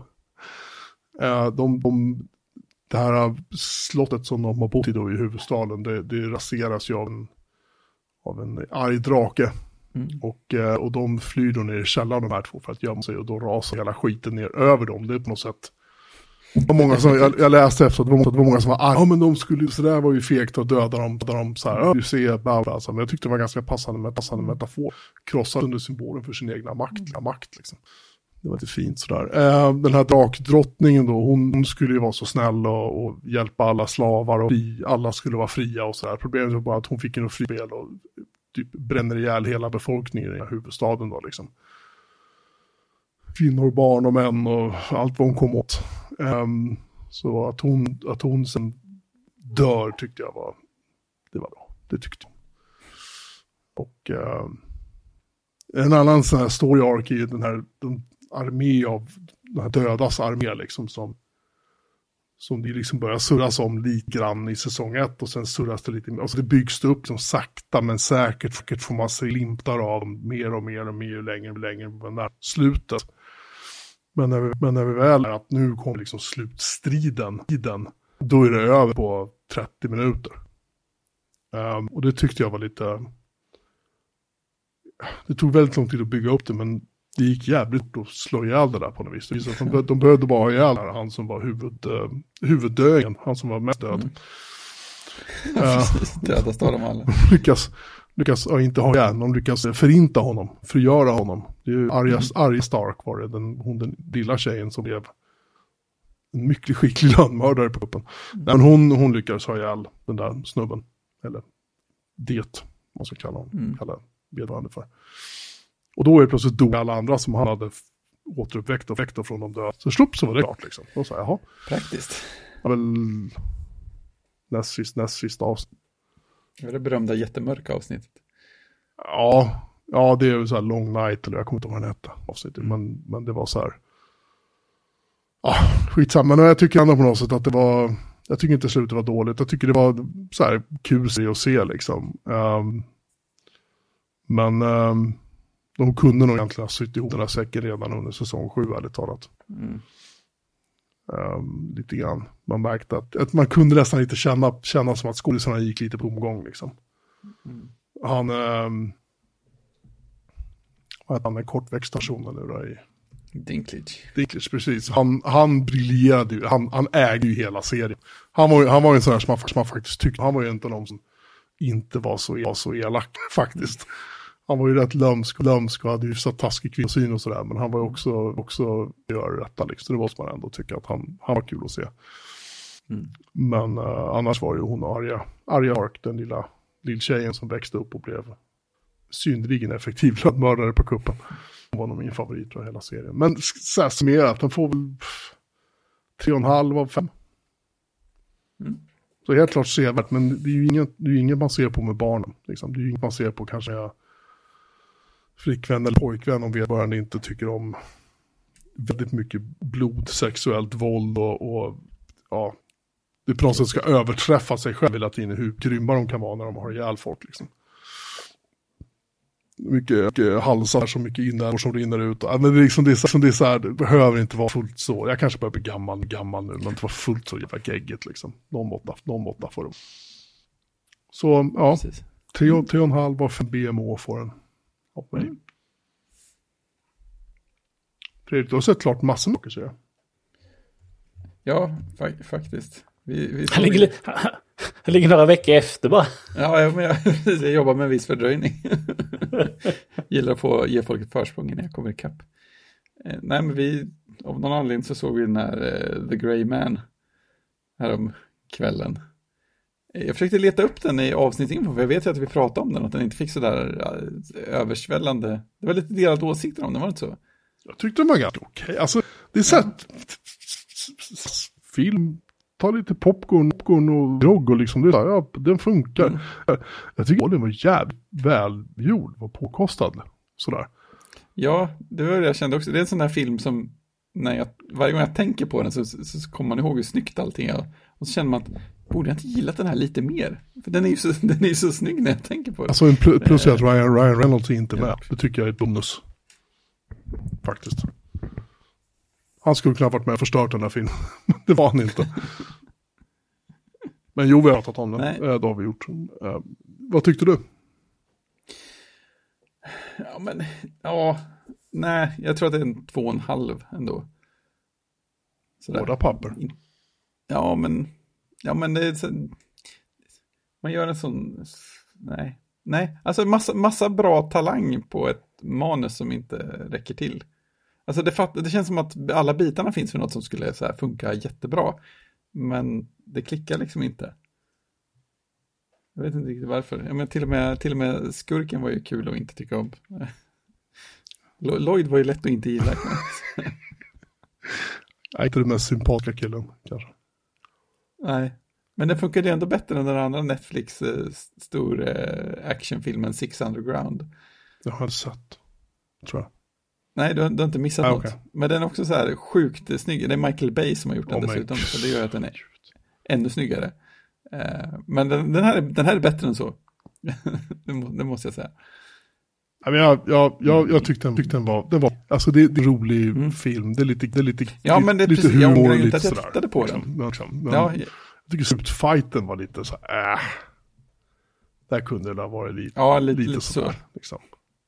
Det här slottet som de har bott i då i huvudstaden, det raseras ju av en arg drake. Och de flyr då ner i källaren, de här två, för att gömma sig, och då rasar hela skiten ner över dem. Det är på något sätt. Det var många som, jag läste efter att det var många som var arga. Ja, men de skulle, så där var ju fegt att döda dem så här. Du ser, alltså. Men jag tyckte det var ganska passande metafor. Krossade under symbolen för sin egna makt liksom. Det var lite fint sådär. Den här drakdrottningen då, hon skulle ju vara så snäll och hjälpa alla slavar, och alla skulle vara fria och sådär. Problemet var bara att hon fick en frispel och typ bränner ihjäl hela befolkningen i huvudstaden då liksom. Kvinnor, barn och män och allt vad hon kom åt. Så att hon sen dör tyckte jag var bra. Det tyckte jag. Och en annan sån här story arc är den armé av den här dödas armé liksom, som det liksom börjar surras om lite grann i säsong 1, och sen surras det lite mer. Alltså det byggs det upp liksom sakta men säkert får man se glimtar av mer och mer längre på det slutet. Men när vi väl är att nu kommer liksom slutstriden, då är det över på 30 minuter. Och det tyckte jag var lite... Det tog väldigt lång tid att bygga upp det, men det gick jävligt att slå ihjäl det där på något vis. De behövde bara ha ihjäl han som var huvuddöden, han som var mest död. Dödast av dem alla. Lyckas inte ha ihjäl, de lyckas förinta honom, förgöra honom. Det är ju Arya Stark var det, den lilla tjejen som blev en mycket skicklig landmördare på kuppen. Men hon lyckades ha ihjäl den där snubben, eller det, man ska kalla vedvarande för. Och då är det plötsligt dog alla andra som han hade återuppväckt och från de döda. Så så var det klart liksom. Då sa jag, jaha. Praktiskt. Ja, väl näst sista avsnitt. Det var det berömda jättemörka avsnittet. Ja, det är ju så här Long Night, eller jag kommer inte ihåg vad den hette avsnittet, men det var så här. Ja, skitsamma. Men jag tycker ändå på något sätt att det var, jag tycker inte slutet var dåligt. Jag tycker det var så här kul att se liksom. Men de kunde nog egentligen ha sytt ihop den här säcken redan under säsong 7, ärligt talat. Lite grann. Man märkte att man kunde nästan lite känna som att skådespelarna gick lite på omgång liksom. Han är kortväxt personen nu då i Dinklage, precis. Han briljerade ju, han ägde ju hela serien. Han var ju en sån här som man faktiskt tyckte, han var ju inte någon som inte var så elak faktiskt. Han var ju rätt lömsk och hade ju så taskig kvinnosyn och sådär, men han var ju också gör rätta liksom. Det måste man ändå tycka att han var kul att se. Men annars var ju hon Arya Stark, den lilla tjejen som växte upp och blev synnerligen effektiv mördare på kuppen. Hon var nog min favorit av hela serien. Men så här summerat, den får väl 3,5 av 5. Så helt klart sevärt, men det är ju inget man ser på med barnen. Liksom. Det är ju inget man ser på kanske flickvän eller pojkvän om vederbörande inte tycker om väldigt mycket blod, sexuellt våld och ja, det på något sätt ska överträffa sig själv hela tiden hur grymma de kan vara när de har ihjäl folk liksom. Mycket halsar, så mycket inälvor som rinner ut. Men det är så här, det behöver inte vara fullt så. Jag kanske börjar bli gammal nu, men det var fullt så jävla geggigt liksom. De åtta får de. Så ja, Precis. 3,5 och 5 BMO får den av mig. Fredrik, du har sett klart massor med saker, säger jag. Ja, faktiskt. Han ligger några veckor efter bara. Ja, men jag jobbar med en viss fördröjning. Gillar att få ge folk ett försprång när jag kommer ikapp. Nej, men av någon anledning så såg vi den här The Grey Man härom kvällen. Jag försökte leta upp den i avsnittsinfo, för jag vet ju att vi pratade om den, att den inte fick så där översvällande. Det var lite delade åsikter om den, var det inte så? Jag tyckte den var ganska okej. Alltså, det är sett film, ta lite popcorn och grogg och liksom det där, ja, den funkar. Jag tycker den var jävligt välgjord, var påkostad sådär. Ja, det var det jag kände också. Det är en sån där film som varje gång jag tänker på den så kommer man ihåg hur snyggt allting är. Och så känner man att borde jag inte gillat den här lite mer? För den är ju så snygg när jag tänker på det. Alltså plus att Ryan Reynolds är inte med. Det tycker jag är ett bonus. Faktiskt. Han skulle knappt varit med och förstört den här filmen. Det var han inte. Men jo, vi har pratat om den. Det har vi gjort. Vad tyckte du? Nej, jag tror att det är en 2,5 ändå. Båda papper. Ja, men det är så, man gör en sån, nej, alltså massa bra talang på ett manus som inte räcker till. Alltså det känns som att alla bitarna finns för något som skulle så här funka jättebra, men det klickar liksom inte. Jag vet inte riktigt varför. Jag menar, till och med skurken var ju kul att inte tycka om. Lloyd var ju lätt att inte gilla. Inte den mest sympatiska killen, kanske. Nej, men den funkade ändå bättre än den andra Netflix stor actionfilmen Six Underground. Jag har sett, tror jag. Nej, du har inte missat något. Okay. Men den är också så här sjukt snygg. Det är Michael Bay som har gjort den dessutom. Så det gör att den är ännu snyggare. Men den här är bättre än så. det måste jag säga. Jag tyckte den var alltså det är en rolig film. Det är lite ja, men det är lite precis, humor, jag ångrar lite inte att jag sådär, tittade på liksom, den. Men Ja, jag tycker slutfighten var lite så där kunde det ha varit lite så. Liksom.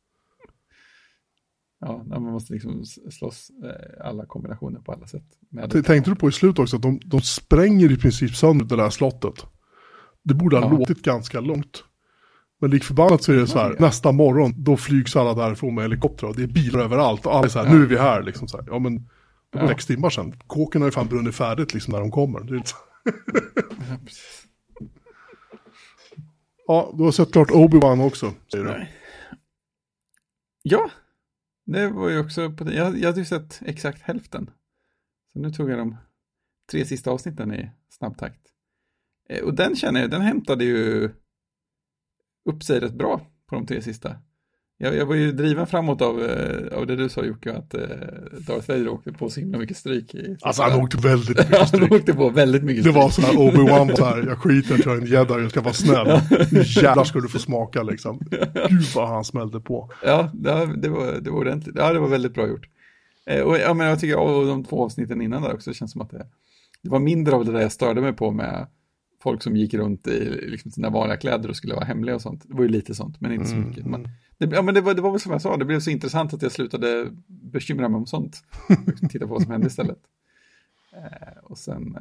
Ja, man måste liksom slåss alla kombinationer på alla sätt. Tänkte du på i slut också att de spränger i princip sönder det där slottet. Det borde ha låtit ganska långt. Men lik förbannat så är det så här, nästa morgon då flygs alla därifrån med helikoptrar och det är bilar överallt och alla är så här, nu är vi här liksom så här. Ja, men det var 6 timmar sedan. Kåken har ju fan brunnit färdigt liksom när de kommer. Det är lite... Ja, du har sett klart Obi-Wan också, säger du. Ja, det var ju också på det. Jag hade ju sett exakt hälften. Så nu tog jag de 3 sista avsnitten i snabb takt. Och den känner jag, den hämtade ju upp sig rätt bra på de 3 sista. Jag var ju driven framåt av det du sa, Jocke, att Darth Vader åkte på så himla mycket stryk. Alltså han åkte väldigt mycket stryk. Han åkte på väldigt mycket stryk. Det var så här, Obi-Wan var så här, jag skiter att jag är en jedi, jag ska vara snäll. Nu jävlar ska du få smaka liksom. Gud vad han smällde på. Ja, det var ordentligt. Ja, det var väldigt bra gjort. Och jag tycker av de 2 avsnitten innan där också, det känns som att det var mindre av det där jag störde mig på med folk som gick runt i liksom sina vanliga kläder och skulle vara hemliga och sånt. Det var ju lite sånt, men inte så mycket. Men det var väl som jag sa, det blev så intressant att jag slutade bekymra mig om sånt. Titta på vad som hände istället. Och sen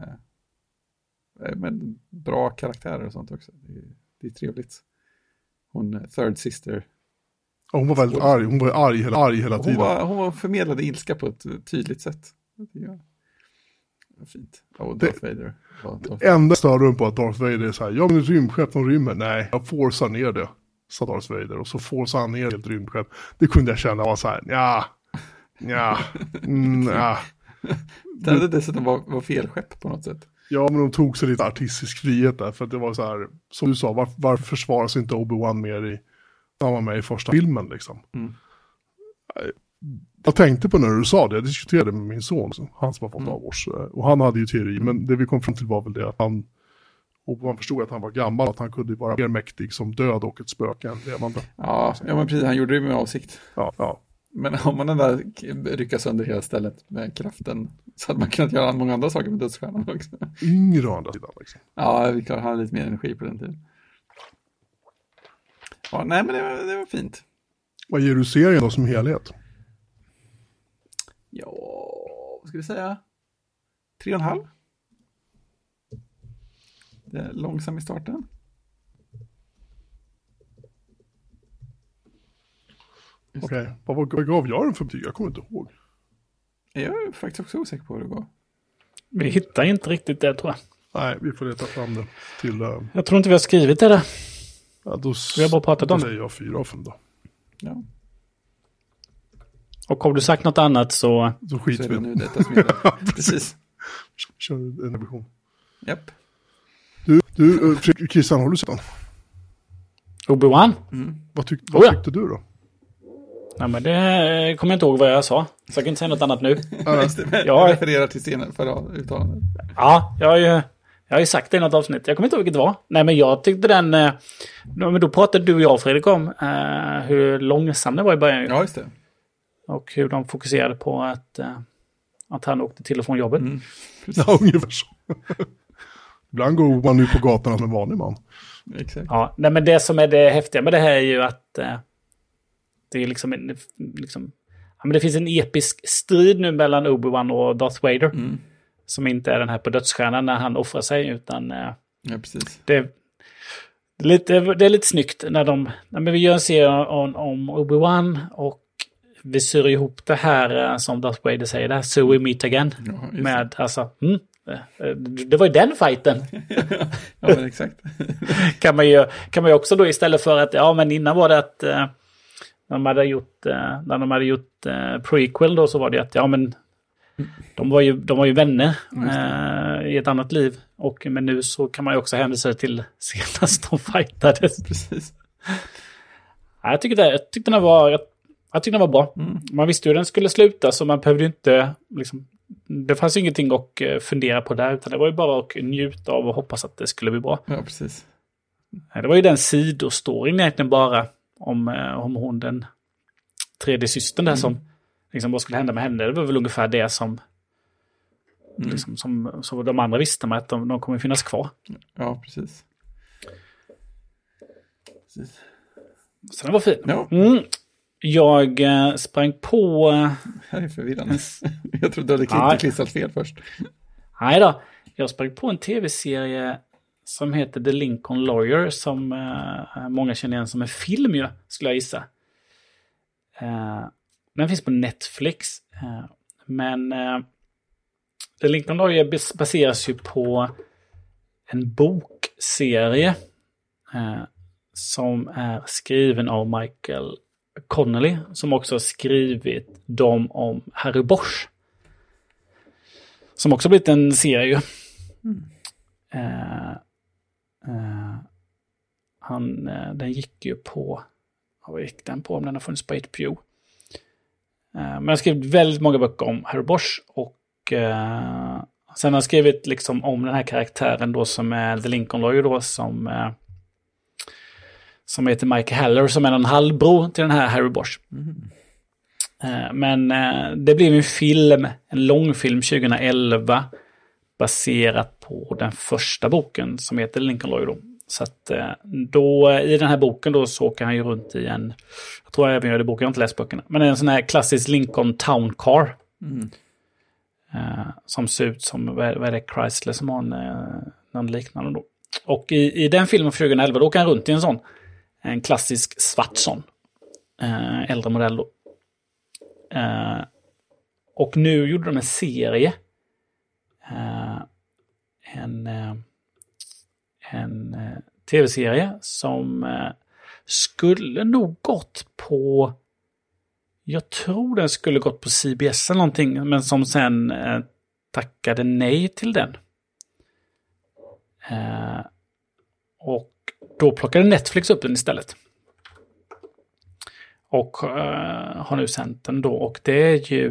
men bra karaktärer och sånt också. Det är trevligt. Hon, Third Sister. Hon var väldigt arg. Hon var arg hela tiden. Hon förmedlade ilska på ett tydligt sätt. Ja. Fint. Darth Vader. Enda större på att Darth Vader är så här, ja men ett rymdskepp som rymmer. Nej, jag forcar ner det, sa Darth Vader. Och så forcar han ner ett rymdskepp. Det kunde jag känna var så här, ja. Det hade dessutom var fel skepp på något sätt. Ja, men de tog sig lite artistisk frihet där. För att det var så här, som du sa, varför försvaras inte Obi-Wan mer när han var med i första filmen liksom. Jag tänkte på när du sa det, jag diskuterade med min son, han som har fått avårs. Och han hade ju teori, men det vi kom fram till var väl det att han förstod att han var gammal, att han kunde vara mer mäktig som död och ett spöke än levande. Ja, men precis, han gjorde det med avsikt. Ja. Men om man den där rycka sönder hela stället med kraften, så hade man kunnat göra många andra saker med dödsstjärnan också. Yngre å andra sidan liksom. Ja, vi kan ha lite mer energi på den tiden. Ja, nej, men det var fint. Vad ger du serien då som helhet? Ja, vad ska vi säga? 3,5. Det är långsam i starten. Okej, vad gav jag den för betyg? Jag kommer inte ihåg. Jag är faktiskt också osäker på hur det går. Vi hittar inte riktigt det, tror jag. Nej, vi får leta fram det till... Jag tror inte vi har skrivit det där. Ja, då, Vi har bara pratat om då det. säger jag 4 av 5 då. Ja, Och om du sagt något annat så... Så så skiter är vi det i nu det. detta som gäller. Precis. Kör en revision. Japp. Du, Christian, har du sett den? Obi-Wan? Vad Oh ja. tyckte du då? Nej, men det kommer jag inte ihåg vad jag sa. Så jag kan inte säga något annat nu. Just det, Ja. jag refererar till scenen förra uttalandet. Ja, jag har ju sagt det i något avsnitt. Jag kommer inte ihåg vilket det var. Nej, men jag tyckte den... Men då pratade du och jag, Fredrik, om hur långsam det var i början. Ja, just det. Och hur de fokuserade på att han åkte till och från jobbet. Ja, ungefär så. Ibland går man nu på gatan som en vanlig man. Exakt. Ja, nej, men det som är det häftiga med det här är ju att det är liksom ja, men det finns en episk strid nu mellan Obi-Wan och Darth Vader. Som inte är den här på dödsstjärnan när han offrar sig, utan Ja, precis. det är lite snyggt när men vi gör en serie om Obi-Wan och vi syr ihop det här som Darth Vader säger där, so we meet again. Ja, just Med, alltså, det var ju den fighten. Ja, men exakt. kan man ju också då, istället för att, ja, men innan var det att när de hade gjort prequel då, så var det att, ja, men de var ju vänner i ett annat liv. Men nu så kan man ju också hänvisa till senast de fightades. Precis. Ja, jag tyckte den var bra. Man visste ju hur den skulle sluta, så man behövde ju inte liksom, det fanns ju ingenting att fundera på där, utan det var ju bara att njuta av och hoppas att det skulle bli bra. Ja, precis. Det var ju den sidostoryn egentligen bara om hon, den tredje systern där, som liksom, vad skulle hända med henne. Det var väl ungefär det som liksom, som de andra visste, med att de kommer finnas kvar. Ja, precis. Precis. Så den var fin. Ja. Jag sprang på... Det här är förvirrande. Jag trodde du hade klistrat fel först. Nej då. Jag sprang på en tv-serie som heter The Lincoln Lawyer, som många känner igen som en film ju, skulle jag gissa. Den finns på Netflix. Men The Lincoln Lawyer baseras ju på en bokserie som är skriven av Michael Connelly, som också har skrivit dem om Harry Bosch. Som också blivit en serie. Den gick ju på... Vad gick den på, om den har funnits på HBO? Men jag har skrivit väldigt många böcker om Harry Bosch. Och sen har jag skrivit liksom om den här karaktären då, som är The Lincoln Lawyer då, som heter Mike Haller, som är en halvbror till den här Harry Bosch. Men det blev en långfilm 2011 baserat på den första boken som heter Lincoln Lawyer då. Så att då i den här boken då så åker han ju runt i en, jag tror jag även gör det i boken, jag har inte läst böckerna, men en sån här klassisk Lincoln Town Car. Som ser ut som, vad är det, Chrysler som har någon liknande då. Och i den filmen från 2011 då åker han runt i en sån, en klassisk svart sån äldre modell då. Och nu gjorde de en serie, en tv-serie som skulle nog gått på, jag tror den skulle gått på CBS eller någonting, men som sen tackade nej till den. Och då plockade Netflix upp den istället. Och har nu sänt den då. Och det är ju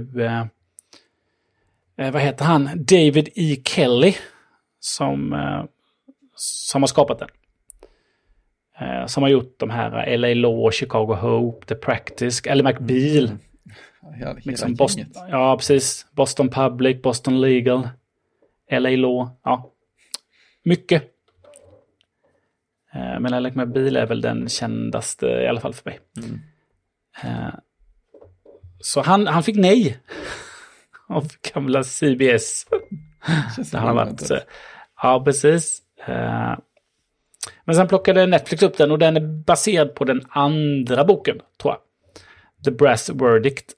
vad heter han? David E. Kelly som har skapat den. Som har gjort de här LA Law, Chicago Hope, The Practice, eller McBeal. Liksom Boston, ja, precis. Boston Public, Boston Legal, LA Law. Ja. Mycket. Men Ally McBeal är väl den kändaste i alla fall för mig. Så han fick nej av gamla CBS. Där han har varit. Ja, precis. Men sen plockade Netflix upp den och den är baserad på den andra boken, tror jag. The Brass Verdict.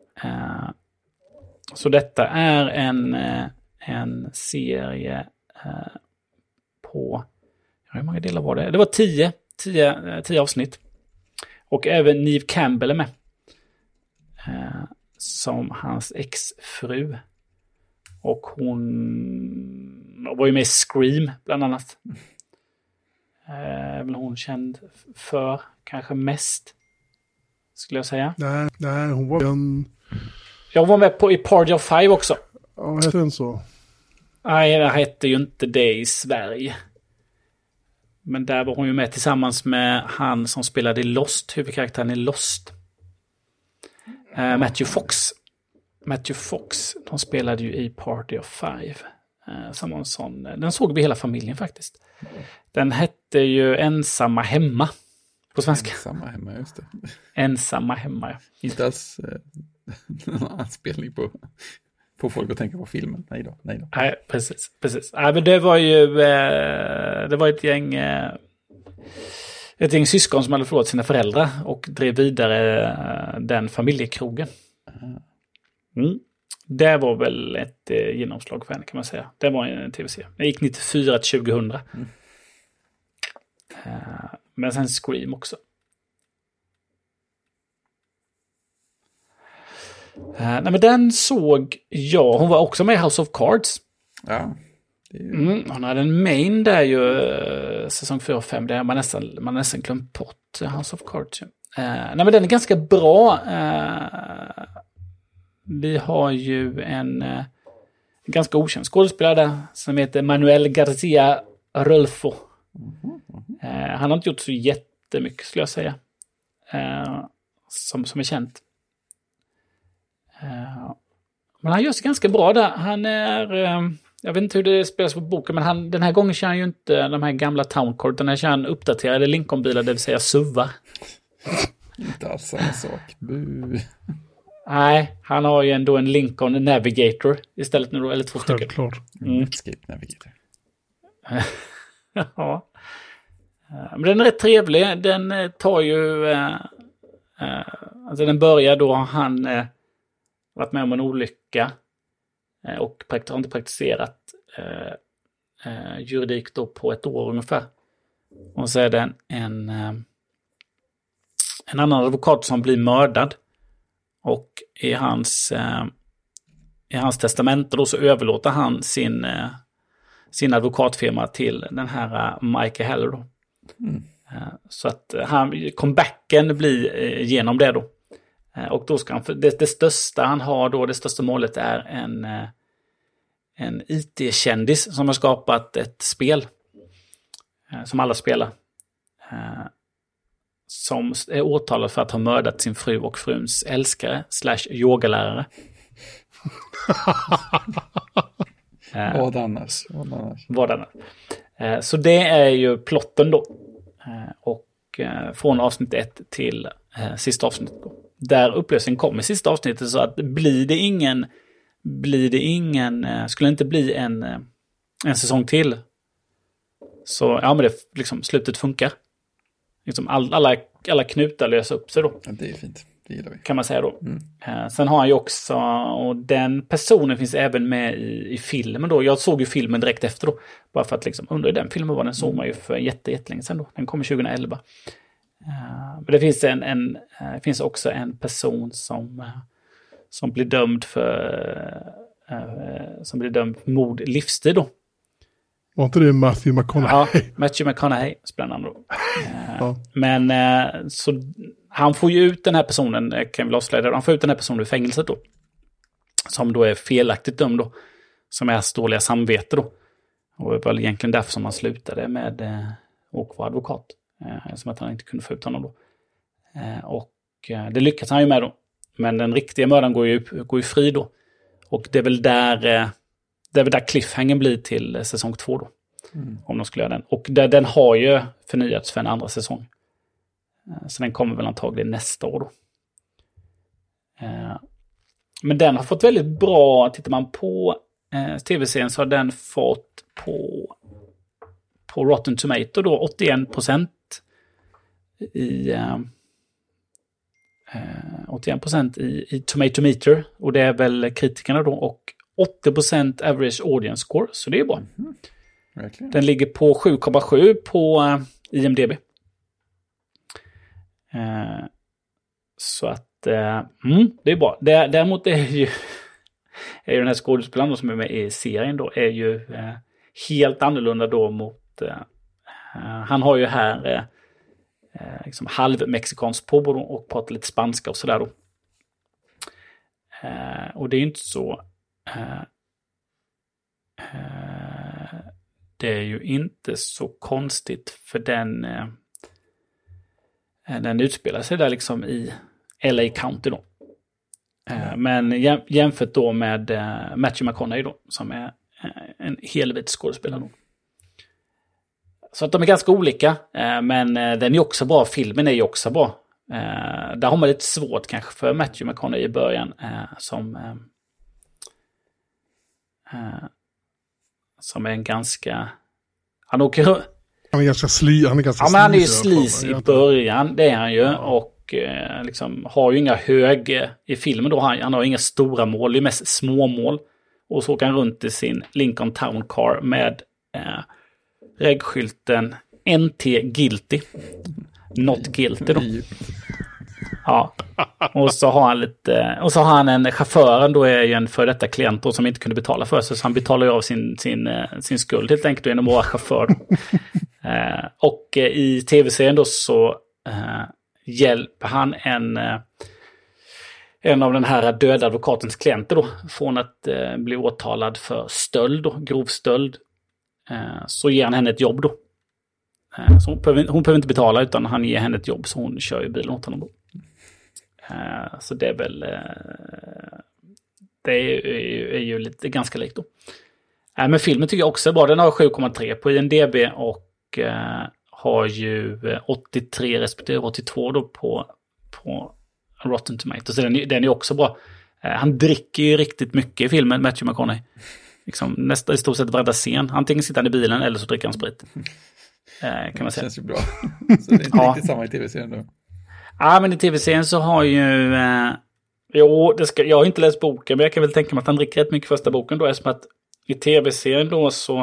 Så detta är en serie på... Hur många delar var det? Det var 10 avsnitt. Och även Neve Campbell är med. Som hans exfru. Och hon var ju med i Scream bland annat. Är väl hon känd för kanske mest, skulle jag säga. Nej, hon var en... Jag var med i Party of Five också. Ja, heter den så? Nej, det hette ju inte det i Sverige. Men där var hon ju med tillsammans med han som spelade i Lost, huvudkaraktären i Lost. Matthew Fox, de spelade ju i Party of Five. Som en sån, den såg vi hela familjen faktiskt. Den hette ju Ensamma hemma på svenska. Ensamma hemma, just det. Ensamma hemma, ja. Inte alls någon anspelning på folk att tänka på filmen. Nej då. Nej, precis. Nej, men det var ju det var ett gäng syskon som hade förlorat sina föräldrar och drev vidare den familjekrogen. Det var väl ett genomslag för henne, kan man säga. Det var en tv-serie. Det gick 94 till 2000. Men sen Scream också. Nej, men den såg jag. Hon var också med i House of Cards. Ja. Det är ju... Hon hade en main där ju säsong 4 och 5. Där man nästan glömt bort House of Cards. Nej, men den är ganska bra. Vi har ju en ganska okänd skådespelare där som heter Manuel García Rulfo. Han har inte gjort så jättemycket, skulle jag säga. Som är känt. Men han gör sig ganska bra där. Han är... jag vet inte hur det spelas på boken, men den här gången kör han ju inte de här gamla Towncord. Den här kör han uppdaterade Lincoln-bilar, det vill säga SUVar. Inte alls samma sak. Nej, han har ju ändå en Lincoln Navigator istället nu då, eller 2 stycken. Självklart. Netscape Navigator. Ja. Men den är rätt trevlig. Den tar ju... alltså den börjar då han varit med om en olycka och har inte praktiserat juridik då på ett år ungefär. Och så är det en annan advokat som blir mördad. Och i hans testamente då så överlåter han sin advokatfirma till den här Michael Heller då. Så att comebacken blir genom det då. Och då ska han, det största han har då, det största målet är en IT-kändis som har skapat ett spel som alla spelar. Som är åtalad för att ha mördat sin fru och fruns älskare / yogalärare. Vad annars? Så det är ju plotten då. Och från avsnitt 1 till sista avsnittet då. Där upplösningen kommer i sista avsnittet, så att skulle det inte bli en säsong till, så ja, men det liksom slutet funkar. Liksom alla knutar löser upp sig då. Ja, det är fint. Det gillar vi. Kan man säga då. Sen har han ju också, och den personen finns även med i filmen då. Jag såg ju filmen direkt efter då. Bara för att liksom, under den filmen var den såg man ju för jättelänge sedan då. Den kom 2011. Men det finns finns också en person som blir dömd för mord livstid då. Var inte det Matthew McConaughey? Ja, Matthew McConaughey spelar han då. Ja. Men så han får ju ut den här personen, kan vi avslöja det, han får ut den här personen ur fängelset då. Som då är felaktigt dömd då. Som är hans dåliga samvete då. Och det var egentligen därför som han slutade med och var advokat. Som att han inte kunde få ut honom då. Och det lyckas han ju med då. Men den riktiga mördaren går ju fri då. Och det är väl där cliffhangern blir till säsong 2 då. Om de skulle göra den. Och den har ju förnyats för en andra säsong. Så den kommer väl antagligen nästa år då. Men den har fått väldigt bra, tittar man på tv-serien så har den fått på Rotten Tomato då 81% i 81% i Tomatometer, och det är väl kritikerna då, och 80% average audience score, så det är bra. Verkligen. Den ligger på 7,7 på IMDb. Så att det är bra. Däremot är ju den här skådespelaren som är med i serien då är ju helt annorlunda då mot han har ju här liksom halvmexikansk påbrå och pratar lite spanska och sådär då. Och det är ju inte så det är ju inte så konstigt, för den utspelar sig där liksom i LA County då. Men jämfört då med Matthew McConaughey då, som är en helvits skådespelare då. Så att de är ganska olika, men den är också bra. Filmen är ju också bra. Där har man lite svårt kanske för Matthew McConaughey i början, som är en ganska... Han är ganska han är ju slis i början, det är han ju. Och liksom har ju inga hög i filmen då. Han har inga stora mål, det är mest små mål. Och så åker han runt i sin Lincoln Town Car med regskylten NT Guilty. Not Guilty då. Ja. Och så har han en chauffören då, är ju en för detta klient då, som inte kunde betala för sig, så han betalar ju av sin skuld helt enkelt genom att vara chaufför. Och i tv-serien då så hjälper han en av den här döda advokatens klienter då från att bli åtalad för stöld då, grov stöld. Så ger han henne ett jobb då. Så hon behöver inte betala, utan han ger henne ett jobb, så hon kör ju bilen åt honom då. Så det är väl det är ju lite ganska likt då. Men filmen tycker jag också är bra. Den har 7,3 på IMDb och har ju 83 respektive 82 då på Rotten Tomatoes. Så den är också bra. Han dricker ju riktigt mycket i filmen, Matthew McConaughey. Liksom, nästa i stort sett varenda scen. Antingen sitter han i bilen eller så dricker han sprit. Kan man säga. Det känns ju bra. Så det är inte riktigt samma i tv-serien då. Ja, men i tv-serien så har ju... jag har inte läst boken, men jag kan väl tänka mig att han dricker rätt mycket första boken då, eftersom att i tv-serien då så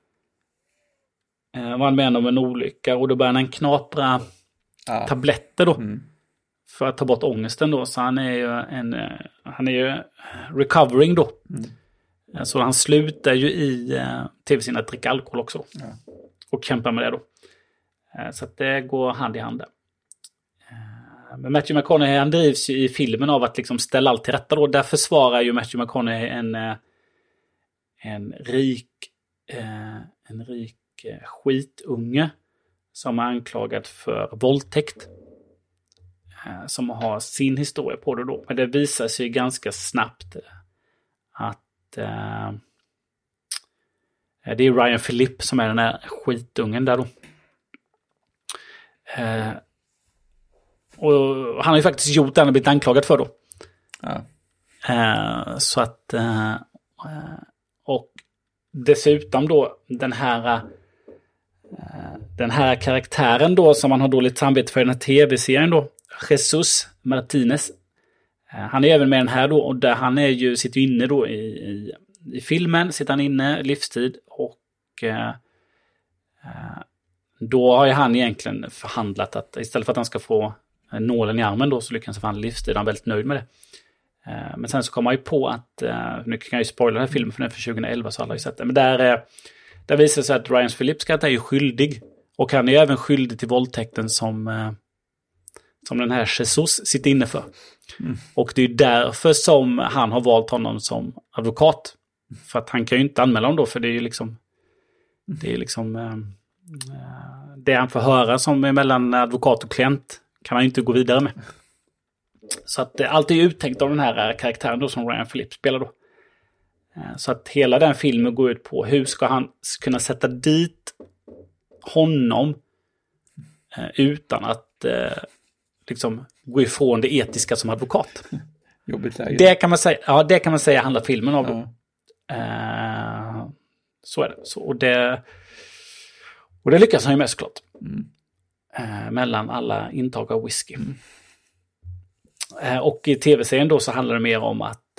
var han med om en olycka, och då började han knapra tabletter då för att ta bort ångesten då, så han är ju recovering då. Så han slutar ju i tv-serien att dricka alkohol också och kämpar med det då. Så att det går hand i hand där. Men Matthew McConaughey, han drivs ju i filmen av att liksom ställa allt till rätta då. Där försvarar ju Matthew McConaughey en rik skitunge som är anklagad för våldtäkt. Som har sin historia på det då. Men det visar sig ganska snabbt att det är Ryan Philippe som är den här skitungen där då. Och han har ju faktiskt gjort det han har blivit anklagad för då. Så att och dessutom då den här karaktären då som man har dåligt samvete för i den här tv-serien då, Jesus Martinez. Han är även med den här då, och där han sitter ju inne då i filmen, sitter han inne livstid, och då har ju han egentligen förhandlat att istället för att han ska få nålen i armen då, så lyckas han förhandla livstid. Han är väldigt nöjd med det. Men sen så kommer han ju på att nu kan jag ju spoila den här filmen för den är för 2011, så alla har ju sett det. Men där visar det sig att Ryan Phillips är ju skyldig, och han är ju även skyldig till våldtäkten som den här Jesus sitter inne för. Och det är därför som han har valt honom som advokat. För att han kan ju inte anmäla honom då, för det är ju liksom det han får höra som är mellan advokat och klient kan han ju inte gå vidare med. Så att allt är uttänkt av den här karaktären då som Ryan Phillips spelar då. Så att hela den filmen går ut på hur ska han kunna sätta dit honom utan att liksom gå ifrån det etiska som advokat. Jobbigt läge. Det kan man säga handlar filmen om. Ja. Så är det. Och det lyckas han ju med såklart. Mellan alla intag av whisky. Och i tv-serien då så handlar det mer om att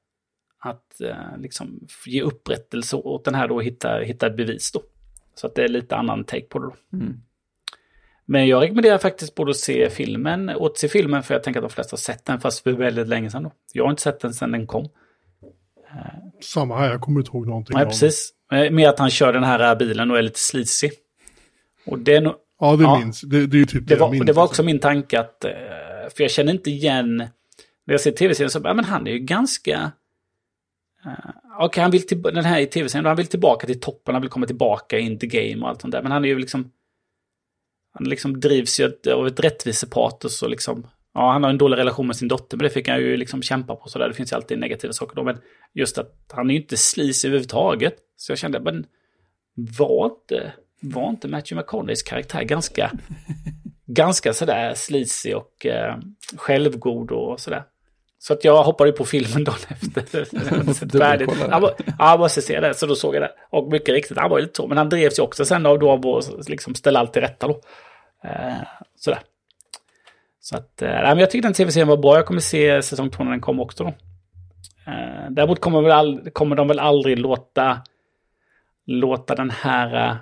liksom ge upprättelse åt den här då och hitta ett bevis då. Så att det är lite annan take på det då. Men jag rekommenderar faktiskt både att se filmen för jag tänker att de flesta har sett den fast för väldigt länge sedan då. Jag har inte sett den sedan den kom. Samma här, jag kommer inte ihåg någonting. Nej, precis. Med att han kör den här bilen och är lite sleazy. Och det är nog... Ja, det minns. Det är ju typ det jag minns. Det var också min tanke att... För jag känner inte igen... När jag ser tv-serien så... men han är ju ganska... Okej, han vill den här i tv-serien då, han vill tillbaka till toppen. Han vill komma tillbaka in the game och allt sånt där. Men han är ju liksom... Han liksom drivs ju av ett rättvisepatos och liksom... Ja, han har en dålig relation med sin dotter, men det fick han ju liksom kämpa på så där. Det finns ju alltid negativa saker då, men just att han är ju inte sleazy överhuvudtaget. Så jag kände, men var inte Matthew McConaugheys karaktär ganska sådär sleazy och självgod och sådär. Så att jag hoppade på filmen dagen efter. Jag måste se det, så då såg jag det. Och mycket riktigt, han var ju lite så, men han drevs ju också sen av att liksom ställa allt till rätta då. Sådär. Så att, men jag tyckte den tv-serien var bra. Jag kommer se säsong 2 när den kommer också då. Däremot kommer de väl aldrig låta den här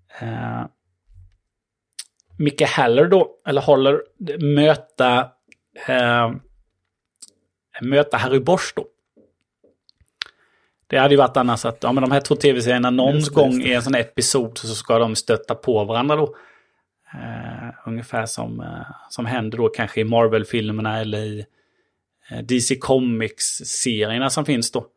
Micke Haller då, eller Haller, möta Harry Bosch då. Det hade ju varit annars att men de här 2 tv-serierna någon gång i en sån här episod så ska de stötta på varandra då. Ungefär som händer då kanske i Marvel-filmerna eller i DC Comics-serierna som finns då.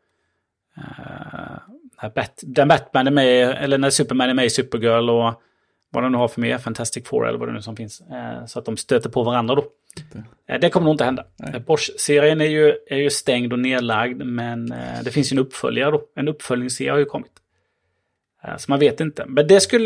När Batman är med, eller när Superman är med i Supergirl och vad de nu har för mer, Fantastic Four eller vad det nu som finns. Så att de stöter på varandra då. Det kommer nog inte hända. Bosch-serien är ju stängd och nedlagd, men det finns ju en uppföljare då. En uppföljningsserie har ju kommit. Så man vet inte. Men det skulle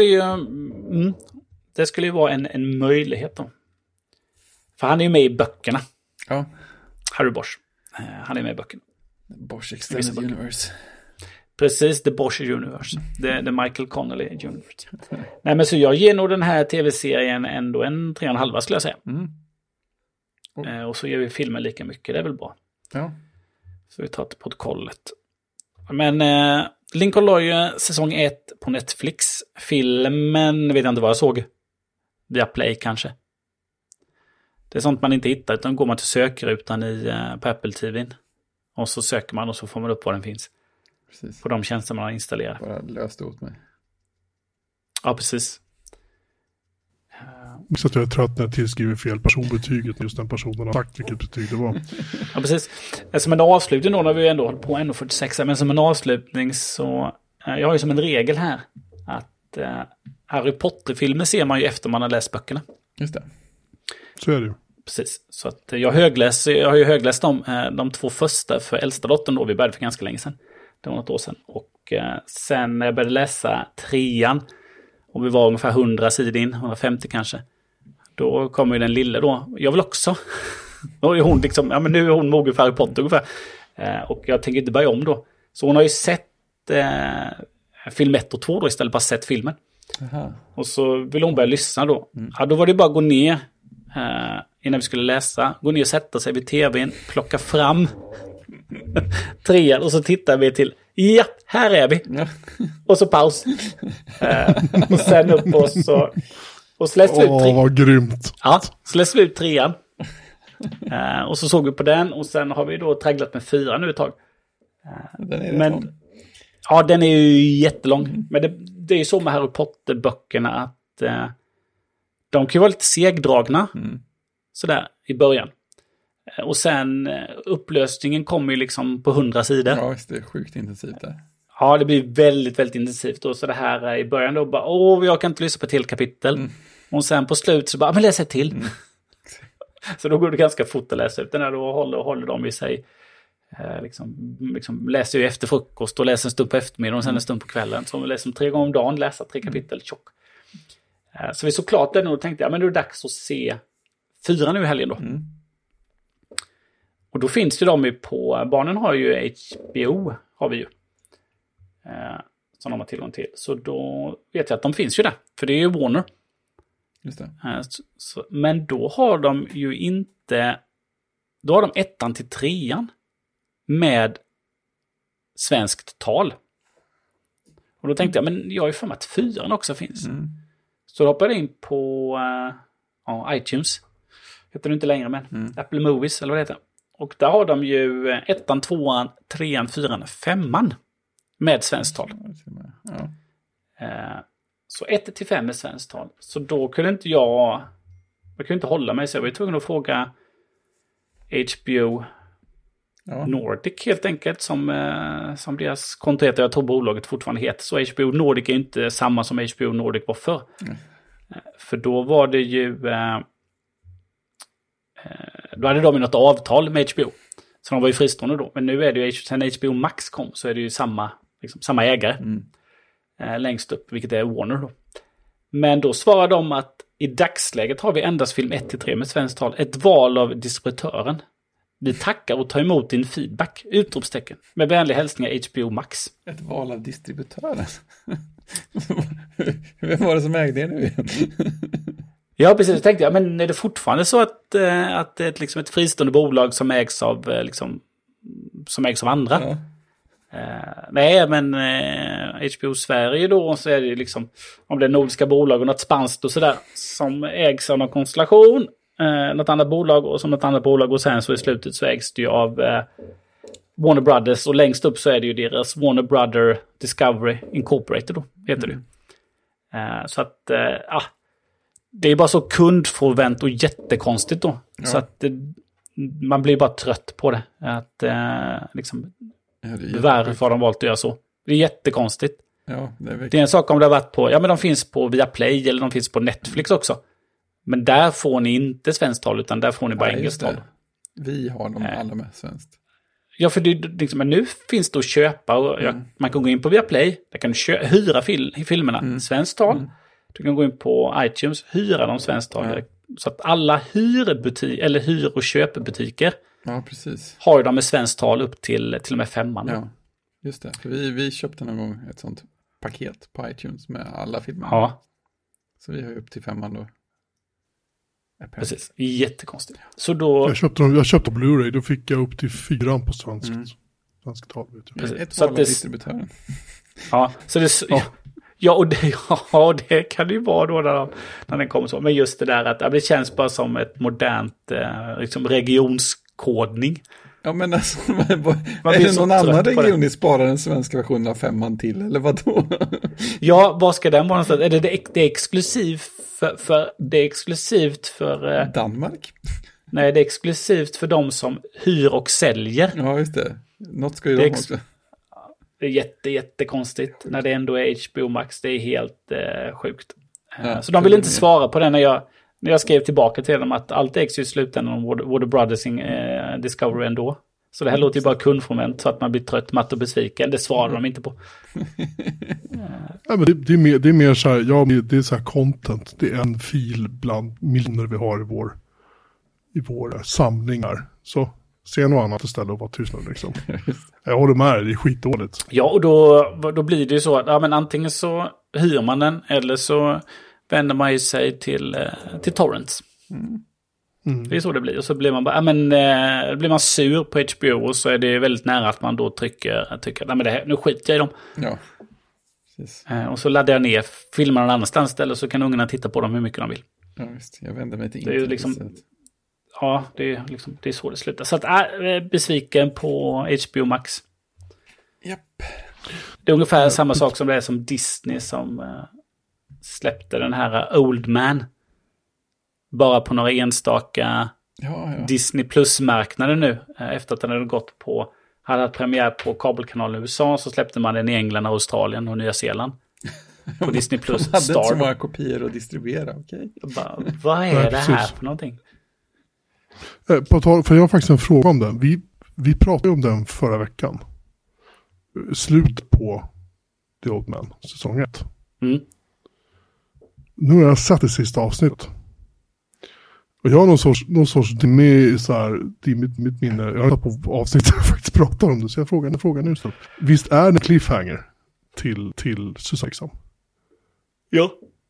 ju vara en möjlighet då. För han är ju med i böckerna. Ja. Harry Bosch. Han är med i böckerna. Bosch Extended Universe. Precis, The Bosch Universe. The Michael Connelly Universe. Nej, men så jag ger nog den här tv-serien ändå en 3,5 skulle jag säga. Och så ger vi filmen lika mycket, det är väl bra. Ja. Så vi tar till protokollet. Men Lincoln Lawyer säsong 1 på Netflix. Filmen vet jag inte vad jag såg. Via Play kanske. Det är sånt man inte hittar, utan går man till sökrutan på Apple TV. Och så söker man och så får man upp var den finns. Precis. På de tjänster man har installerat. Bara löst åt mig. Ja, precis. Så att jag är trött när jag tillskriver fel personbetyget. Just den personen har sagt vilket betyg det var. Ja, precis. Som en avslutning då, när vi ändå håller på 1:46. Men som en avslutning så... Jag har ju som en regel här att Harry Potter-filmer ser man ju efter man har läst böckerna. Just det. Så är det ju. Precis. Så att jag har ju högläst de 2 första för äldsta dottern då. Vi började för ganska länge sedan. Det var något år sedan. Och sen när jag började läsa 3:an och vi var ungefär 100 sidor in, 150 kanske. Då kommer ju den lille då. Jag vill också. Då är hon liksom, men nu är hon mogen för Harry Potter ungefär. Och jag tänker inte börja om då. Så hon har ju sett film 1 och 2 då istället för att sett filmen. Aha. Och så vill hon börja lyssna då. Ja, då var det bara att gå ner innan vi skulle läsa. Gå ner och sätta sig vid tvn. Plocka fram 3:an och så tittar vi till. Ja, här är vi. Ja. Och så paus. Och sen upp och släppte ut 3:an. Vad grymt. Ja, släppte ut 3:an. Och så såg vi på den. Och sen har vi då tragglat med 4 nu ett tag. Den är ju jättelång. Men det är ju så med Harry Potter-böckerna att de kan ju vara lite segdragna. Sådär i början. Och sen upplösningen kommer ju liksom på 100 sidor. Ja, det är sjukt intensivt där. Ja, det blir väldigt, väldigt intensivt. Och så det här i början då bara, jag kan inte lyssna på ett helt kapitel. Och sen på slut så bara, men läs ett till. Så då går det ganska fort att läsa ut den här då och håller de i sig Liksom läser ju efter frukost och läser en stund på eftermiddagen och sen en stund på kvällen. Så vi läser 3 gånger om dagen, läsa 3 kapitel tjock. Så vi såklart det nu och tänkte, men det är dags att se 4 nu i helgen då. Och då finns det de på, barnen har ju HBO, har vi ju. Som de har tillgång till. Så då vet jag att de finns ju där, för det är ju Warner. Just det. Men då har de ju inte, då har de 1:an till 3:an med svenskt tal. Och då tänkte jag, men jag har ju för mig att 4:an också finns. Så då hoppade jag in på iTunes. Heter det inte längre, men Apple Movies eller vad det heter. Och där har de ju 1:an, 2:an, 3:an, 4:an, 5:an med svenskt tal. Så 1-5 med svenskt tal. Så då kunde inte jag kunde inte hålla mig, så jag var tvungen att fråga HBO Nordic helt enkelt, som deras konto heter. Jag tror bolaget fortfarande heter så. HBO Nordic är inte samma som HBO Nordic var förr. För då var det ju då hade de ju något avtal med HBO. Så de var ju fristående då. Men nu är det ju, sen HBO Max kom, så är det ju samma ägare. Längst upp, vilket är Warner då. Men då svarar de att i dagsläget har vi endast film 1-3 med svenskt tal. Ett val av distributören. Vi tackar och tar emot din feedback. Utropstecken. Med vänlig hälsningar HBO Max. Ett val av distributören? Vem var det som ägde det nu igen? Ja, precis. Jag tänkte, men är det fortfarande så att det är liksom ett fristående bolag som ägs av andra? Ja. Nej, men HBO Sverige då, så är det liksom, om det är nordiska bolag och något spanskt och sådär, som ägs av någon konstellation, något annat bolag och som något annat bolag, och sen så i slutet så ägs det ju av Warner Brothers, och längst upp så är det ju deras Warner Brother Discovery Incorporated då, heter det. Så att det är bara så kundförvänt och jättekonstigt då. Så att man blir bara trött på det. Att liksom varför har de valt att göra så? Det är jättekonstigt. Ja, det är en sak om det har varit på, men de finns på Viaplay eller de finns på Netflix också. Men där får ni inte svenskt tal, utan där får ni bara engelskt tal. Vi har dem alla med svenskt. Ja, för det liksom, men nu finns det att köpa. Och man kan gå in på Viaplay. Där kan du hyra filmerna svenskt tal. Du kan gå in på iTunes, hyra dem svenskt tal. Så att alla hyr- och köpbutiker har de med svenskt tal upp till och med 5:an. Ja, just det. För vi köpte någon gång ett sånt paket på iTunes med alla filmer. Ja. Så vi har ju upp till 5:an då. Precis, jättekonstigt. Så då... Jag köpte Blu-ray, då fick jag upp till 4:an på svenskt tal. Vet jag. Precis. Ett val av distributören. Ja, så det... det kan det ju vara då när den kommer så. Men just det där att det känns bara som ett modernt liksom regionskodning. Ja, men alltså, är det någon annan region ni sparar den svenska versionen av 5:an till, eller vad då? Ja, vad ska den vara någonstans? Är det är exklusivt för Danmark? Nej, det är exklusivt för de som hyr och säljer. Ja, just det. Något ska ju de också. Det är jättekonstigt när det ändå är HBO Max. Det är helt sjukt. Så de vill inte svara på det när jag skrev tillbaka till dem att allt ägs ju i slutändan om Warner Brothers Discovery ändå. Så det här låter ju bara kundförvänt så att man blir trött, matt och besviken. Det svarar de inte på. Ja, men det är mer så här, det är så här content. Det är en fil bland miljoner vi har i våra samlingar. Så se något annat istället och vara tystnad liksom. Jag håller med, det är skitdåligt. Ja, och då blir det ju så att antingen så hyr man den eller så vänder man ju sig till torrents. Det är så det blir. Och så blir man bara, blir man sur på HBO, och så är det väldigt nära att man då tycker nu skiter jag i dem. Ja. Precis. Och så laddar jag ner filmerna någon annanstans, eller så kan ungarna titta på dem hur mycket de vill. Ja, visst. Jag vänder mig till internet. Det är liksom, ja, det är så det slutar. Så att besviken på HBO Max. Japp. Det är ungefär samma sak som det är som Disney som släppte den här Old Man. Bara på några enstaka Disney Plus-marknaden nu. Efter att den hade haft premiär på kabelkanalen i USA, så släppte man den i England, Australien och Nya Zeeland. På Disney Plus Star. De hade inte så många kopior att distribuera, okej? Vad är det här för någonting? För jag har faktiskt en fråga om den. Vi pratade om den förra veckan. Slut på The Old Man, säsong 1. Mm. Nu har jag sett det sista avsnittet. Och jag har någon sorts det med så här, det är mitt minne. Jag har tagit på avsnittet och faktiskt pratar om det, så jag frågar nu så. Visst är det en cliffhanger till säsong 6? Ja.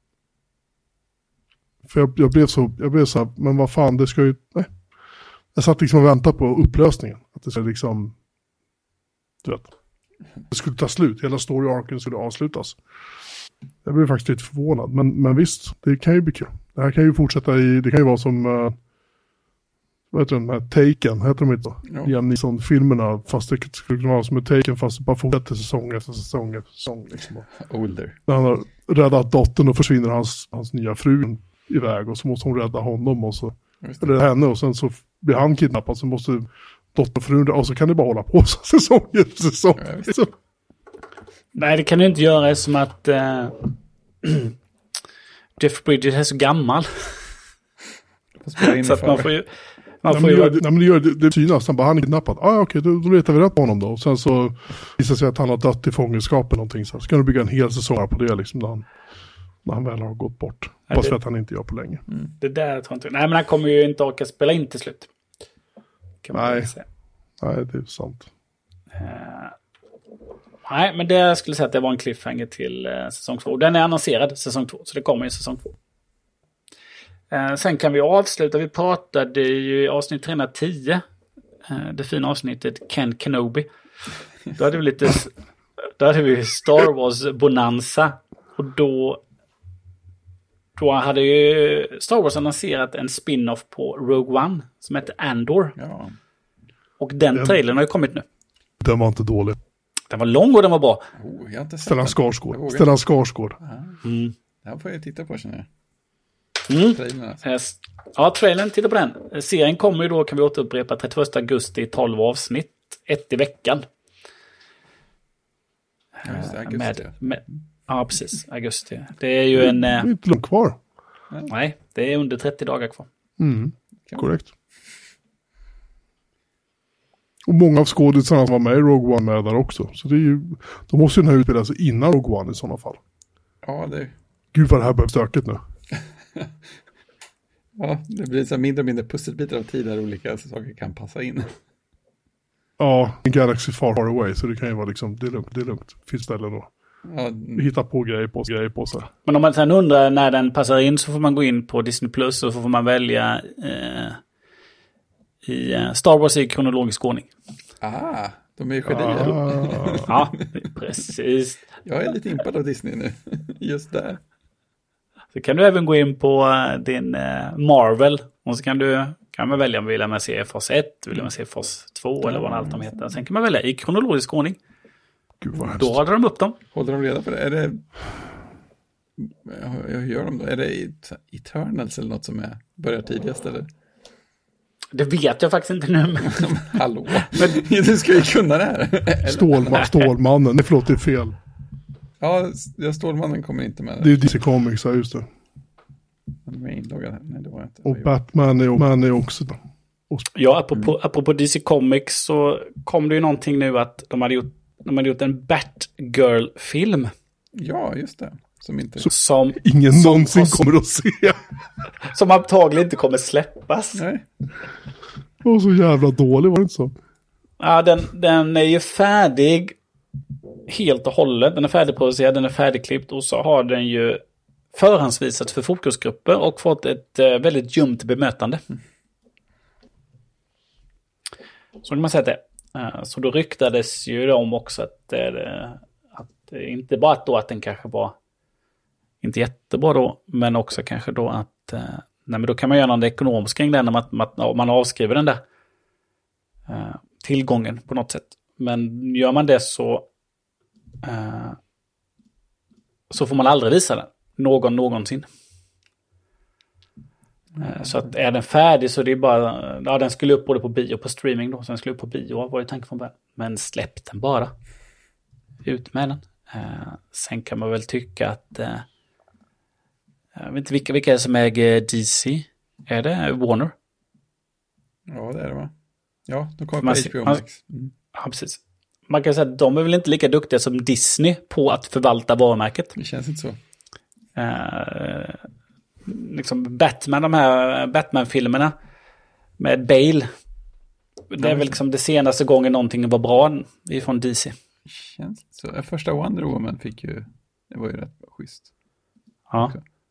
För jag blev så här, men vad fan, det ska ju, nej. Jag satt liksom och väntade på upplösningen. Att det skulle liksom, du vet, det skulle ta slut. Hela story-arken skulle avslutas. Jag blev faktiskt lite förvånad. Men visst, det kan ju bli kul. Det här kan ju fortsätta det kan ju vara som, vad heter den här, Taken, heter de inte då? Ja. Liam Neeson-filmerna, fast det skulle kunna vara som en Taken, fast det bara fortsätter säsong efter säsong efter säsong. Liksom. Older. När han har räddat dottern och försvinner hans nya fru iväg, och så måste hon rädda honom, och så rädda henne, och sen så blir han kidnappad, så måste dottern och frun, och så kan det bara hålla på säsong efter säsong. Ja, Nej, det kan du inte göra, som att Jeff Bridges är så gammal. Så att man får ju... Det synas, han bara, han är kidnappad. Okej, då letar vi rätt på honom då. Och sen så visar sig att han har dött i fångenskap eller någonting. Så kan du bygga en hel säsong på det liksom, när han väl har gått bort. Fast att han inte gör på länge. Det där tror jag inte. Nej, men han kommer ju inte orka spela in till slut. Kan man Nej. säga. Nej, det är sant. Nej, men det skulle säga att det var en cliffhanger till säsong 2. Den är annonserad säsong 2, så det kommer i säsong 2. Sen kan vi avsluta. Vi pratade ju i avsnitt 310, det fina avsnittet Ken Kenobi. Då hade vi Star Wars Bonanza. Och då hade ju Star Wars annonserat en spin-off på Rogue One som heter Andor. Ja. Och den trailern har ju kommit nu. Den var inte dålig. Den var lång och den var bra. Jag har inte sett Stellan den. Skarsgård. Det här får jag titta på, känner jag. Trailern, alltså. Ja, trailern, titta på den. Serien kommer ju då, kan vi återupprepa, 31 augusti i 12 avsnitt. 1 i veckan. Ja, just det, augusti. Ja, precis. Augusti. Det är ju en... Det är inte långt kvar. Nej, det är under 30 dagar kvar. Korrekt. Och många av skådisarna som var med i Rogue One med där också. Så det är ju, de måste ju den här utbilda sig innan Rogue One i sådana fall. Ja, det... Gud vad det här börjar stökigt nu. Ja, det blir så mindre och mindre pusselbitar av tid där olika saker kan passa in. Ja, en Galaxy far away, så det kan ju vara liksom, det är lugnt. Finns ställen då. Ja, Hitta på grejer på sig. Men om man sen undrar när den passar in, så får man gå in på Disney Plus och så får man välja i Star Wars i kronologisk ordning. de är ju genier. Ja, precis. Jag är lite impad av Disney nu. Just där. Så kan du även gå in på din Marvel. Och så kan man välja om vill man se Fas 1, vill man se Fas 2 eller vad allt de heter. Sen kan man välja i kronologisk ordning. Gud vad hemskt. Då håller de upp dem. Håller de reda på det? Är det... Hur gör de då? Är det Eternals eller något som börjar tidigast eller? Det vet jag faktiskt inte nu. Hallå, men du ska ju kunna det här. Stålmannen, förlåt, det är fel. Ja, Stålmannen kommer inte med. Det är ju DC Comics, ja, just det. Nej, det var inte. Och Batman är också då. Ja, apropå DC Comics så kom det ju någonting nu att de hade gjort en Batgirl-film. Ja, just det. Som ingen någonsin kommer att se. Som antagligen inte kommer släppas. Nej. Det var så jävla dålig, var det inte så? Ja, den är ju färdig helt och hållet. Den är färdigproducerad, den är färdigklippt och så har den ju förhandsvisats för fokusgrupper och fått ett väldigt ljumt bemötande. Så kan man säga det. Så då ryktades ju om också att inte bara att den kanske var inte jättebra då, men också kanske då att men då kan man göra något ekonomiskt kring den om man avskriver den där tillgången på något sätt. Men gör man det så får man aldrig visa den någonsin. Så att är den färdig så det är bara, ja, den skulle upp både på bio och på streaming då, så den skulle upp på bio, var det tanken från början. Men släpp den bara. Ut med den. Sen kan man väl tycka att jag vet inte vilka är det som äger DC? Är det Warner? Ja, det är det, va? Ja, de kommer på HBO Max. Ja, precis. Man kan säga att de är väl inte lika duktiga som Disney på att förvalta varumärket. Det känns inte så. Liksom Batman, de här Batman-filmerna med Bale. Det är väl liksom det senaste gången någonting var bra ifrån DC. Känns så. Första Wonder Woman det var ju rätt schysst. Ja.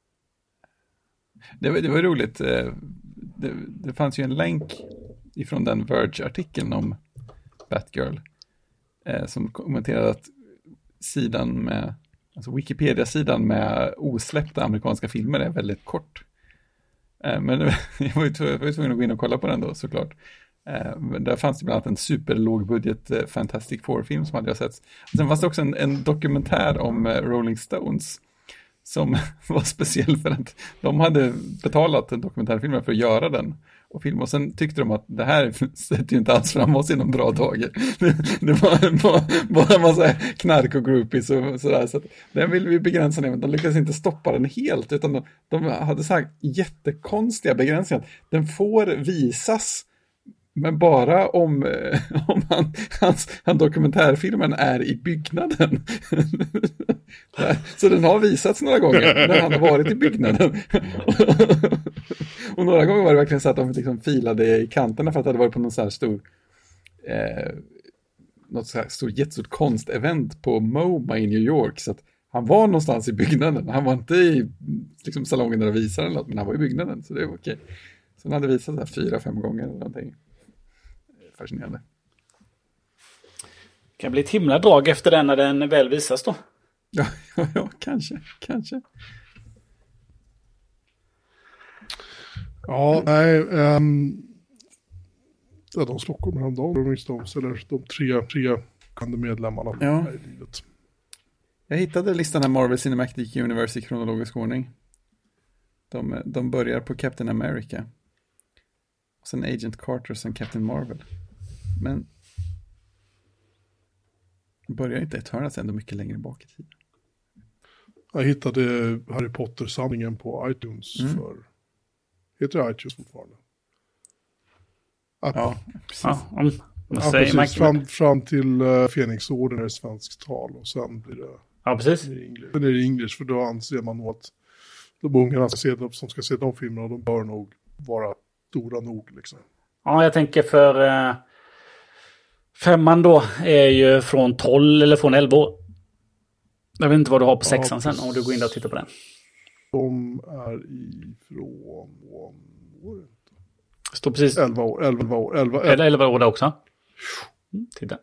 Det var roligt. Det fanns ju en länk ifrån den Verge-artikeln om Batgirl som kommenterade att sidan med, alltså Wikipedia-sidan med osläppta amerikanska filmer är väldigt kort. Men jag var ju tvungen att gå in och kolla på den då, såklart. Där fanns det bland annat en superlågbudget Fantastic Four-film som hade jag sett. Och sen fanns det också en dokumentär om Rolling Stones som var speciell för att de hade betalat en dokumentärfilm för att göra den och film. Och sen tyckte de att det här sätter ju inte alls fram oss i någon bra dagar. Det var bara en massa knark och groupies och sådär. Så att den ville vi begränsa ner, men de lyckades inte stoppa den helt, utan de hade sagt jättekonstiga begränsningar. Den får visas, men bara om han dokumentärfilmen är i byggnaden. Så den har visats några gånger när han har varit i byggnaden. Och några gånger var det verkligen så att de liksom filade i kanterna för att det hade varit på någon så här stor något så här jättestort konstevent på MoMA i New York, så att han var någonstans i byggnaden. Han var inte i liksom salongen där de visade eller något, men han var i byggnaden, så det var okej. Så han hade visat det 4-5 gånger eller någonting. Fascinerande. Det kan bli ett himla drag efter den när den väl visas då. Ja, kanske. Ja, nej. De slockar med de Rolling Stones, eller de tre kända medlemmarna i livet. Jag hittade listan här, Marvel Cinematic Universe i kronologisk ordning. De börjar på Captain America. Och sen Agent Carter och sen Captain Marvel. Men börjar inte Eternals ändå mycket längre bak i tiden? Jag hittade Harry Potter-samlingen på iTunes för... Heter det iTunes fortfarande? Ja, precis. Fram till Fenixorden är det svenskt tal och sen blir det... Ja, precis. Sen är det English, för då anser man nog att de ungarna som ska se de filmerna, de bör nog vara stora nog liksom. Ja, jag tänker för 5:an då är ju från 12 eller från 11 år. Jag vet inte vad du har på 6:an sen om du går in där och tittar på den. De är ifrån... Det står precis 11 år. 11 år där också. Titta.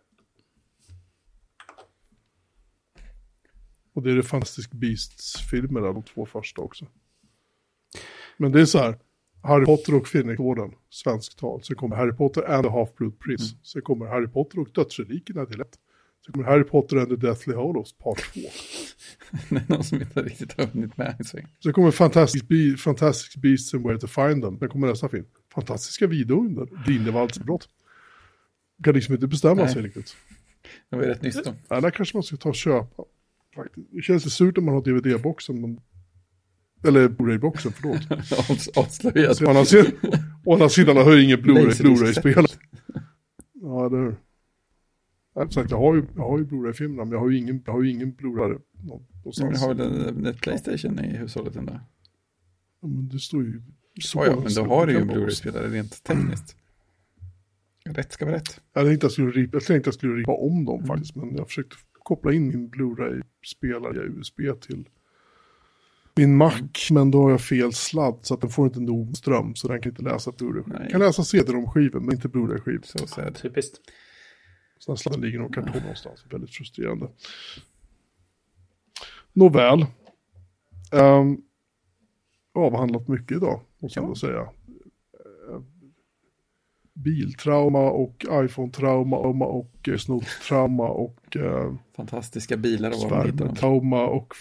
Och det är det Fantastic Beasts-filmer där, de 2 första också. Men det är så här, Harry Potter och Fenixorden, svenskt tal. Sen kommer Harry Potter and the Half-Blood Prince. Sen kommer Harry Potter och Dödsrelikerna till 1. Sen kommer Harry Potter and the Deathly Hallows, part 2. Det är någon som inte riktigt har hunnit med i sväng. Sen kommer Fantastic Beasts and Where to Find Them. Sen kommer nästa film. Fantastiska vidunder, Grindelwalds brott. Kan liksom inte bestämma sig riktigt. Det var rätt nyss då. Ja, där kanske man ska ta och köpa. Faktiskt. Det känns det surt om man har DVD-boxen. Eller Blu-ray-boxen, förlåt. Avslöjat. Å andra sidan har jag ingen Blu-ray-spelare. Ja, det är... Jag har ju Blu-ray-filmerna, men jag har ju ingen Blu-ray någonstans. Men har du ett PlayStation i hushållet ändå? Ja, men det står ju... Ja, men då har du ju en Blu-ray-spelare rent tekniskt. Rätt ska vara rätt. Jag tänkte jag skulle ripa om dem faktiskt, men jag försökte koppla in min Blu-ray-spelare via USB till min Mac, men då har jag fel sladd så att den får inte nog ström, så den kan inte läsa Blu-ray. Kan läsa CD-ROM-skiven, men inte Blu-ray-skiv. Så typiskt. Så den sladden ligger nog kartong någonstans. Väldigt frustrerande. Nåväl. Avhandlat mycket idag, måste jag säga. Biltrauma och iPhone-trauma och snott-trauma och... fantastiska bilar och vad man hittar dem. Trauma och...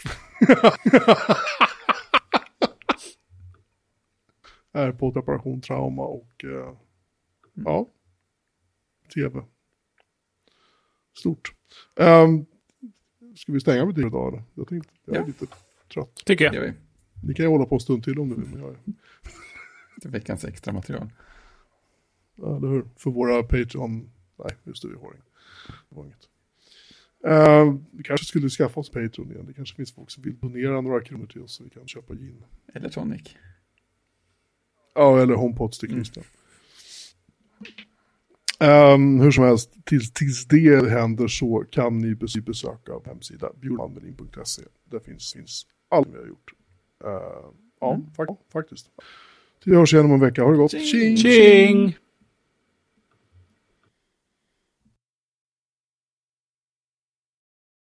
Airport-reparation-trauma och... Ja. TV. Stort. Ska vi stänga med det idag? Eller? Jag tänkte, jag är lite trött. Tycker jag. Ni kan ju hålla på en stund till om du vill. Men Det är veckans extra material. Eller hur? För våra Patreon... Nej, just det, vi har inget. Vi kanske skulle skaffa oss Patreon igen. Det kanske finns folk som vill donera några kronor till oss så vi kan köpa gin. Eller tonic. Ja, eller HomePods till Christian. Hur som helst, tills det händer så kan ni besöka hemsida bjurnanmelin.se. Där finns allt vi har gjort. Faktiskt. Vi hörs igen om en vecka. Ha det gott. Tjing!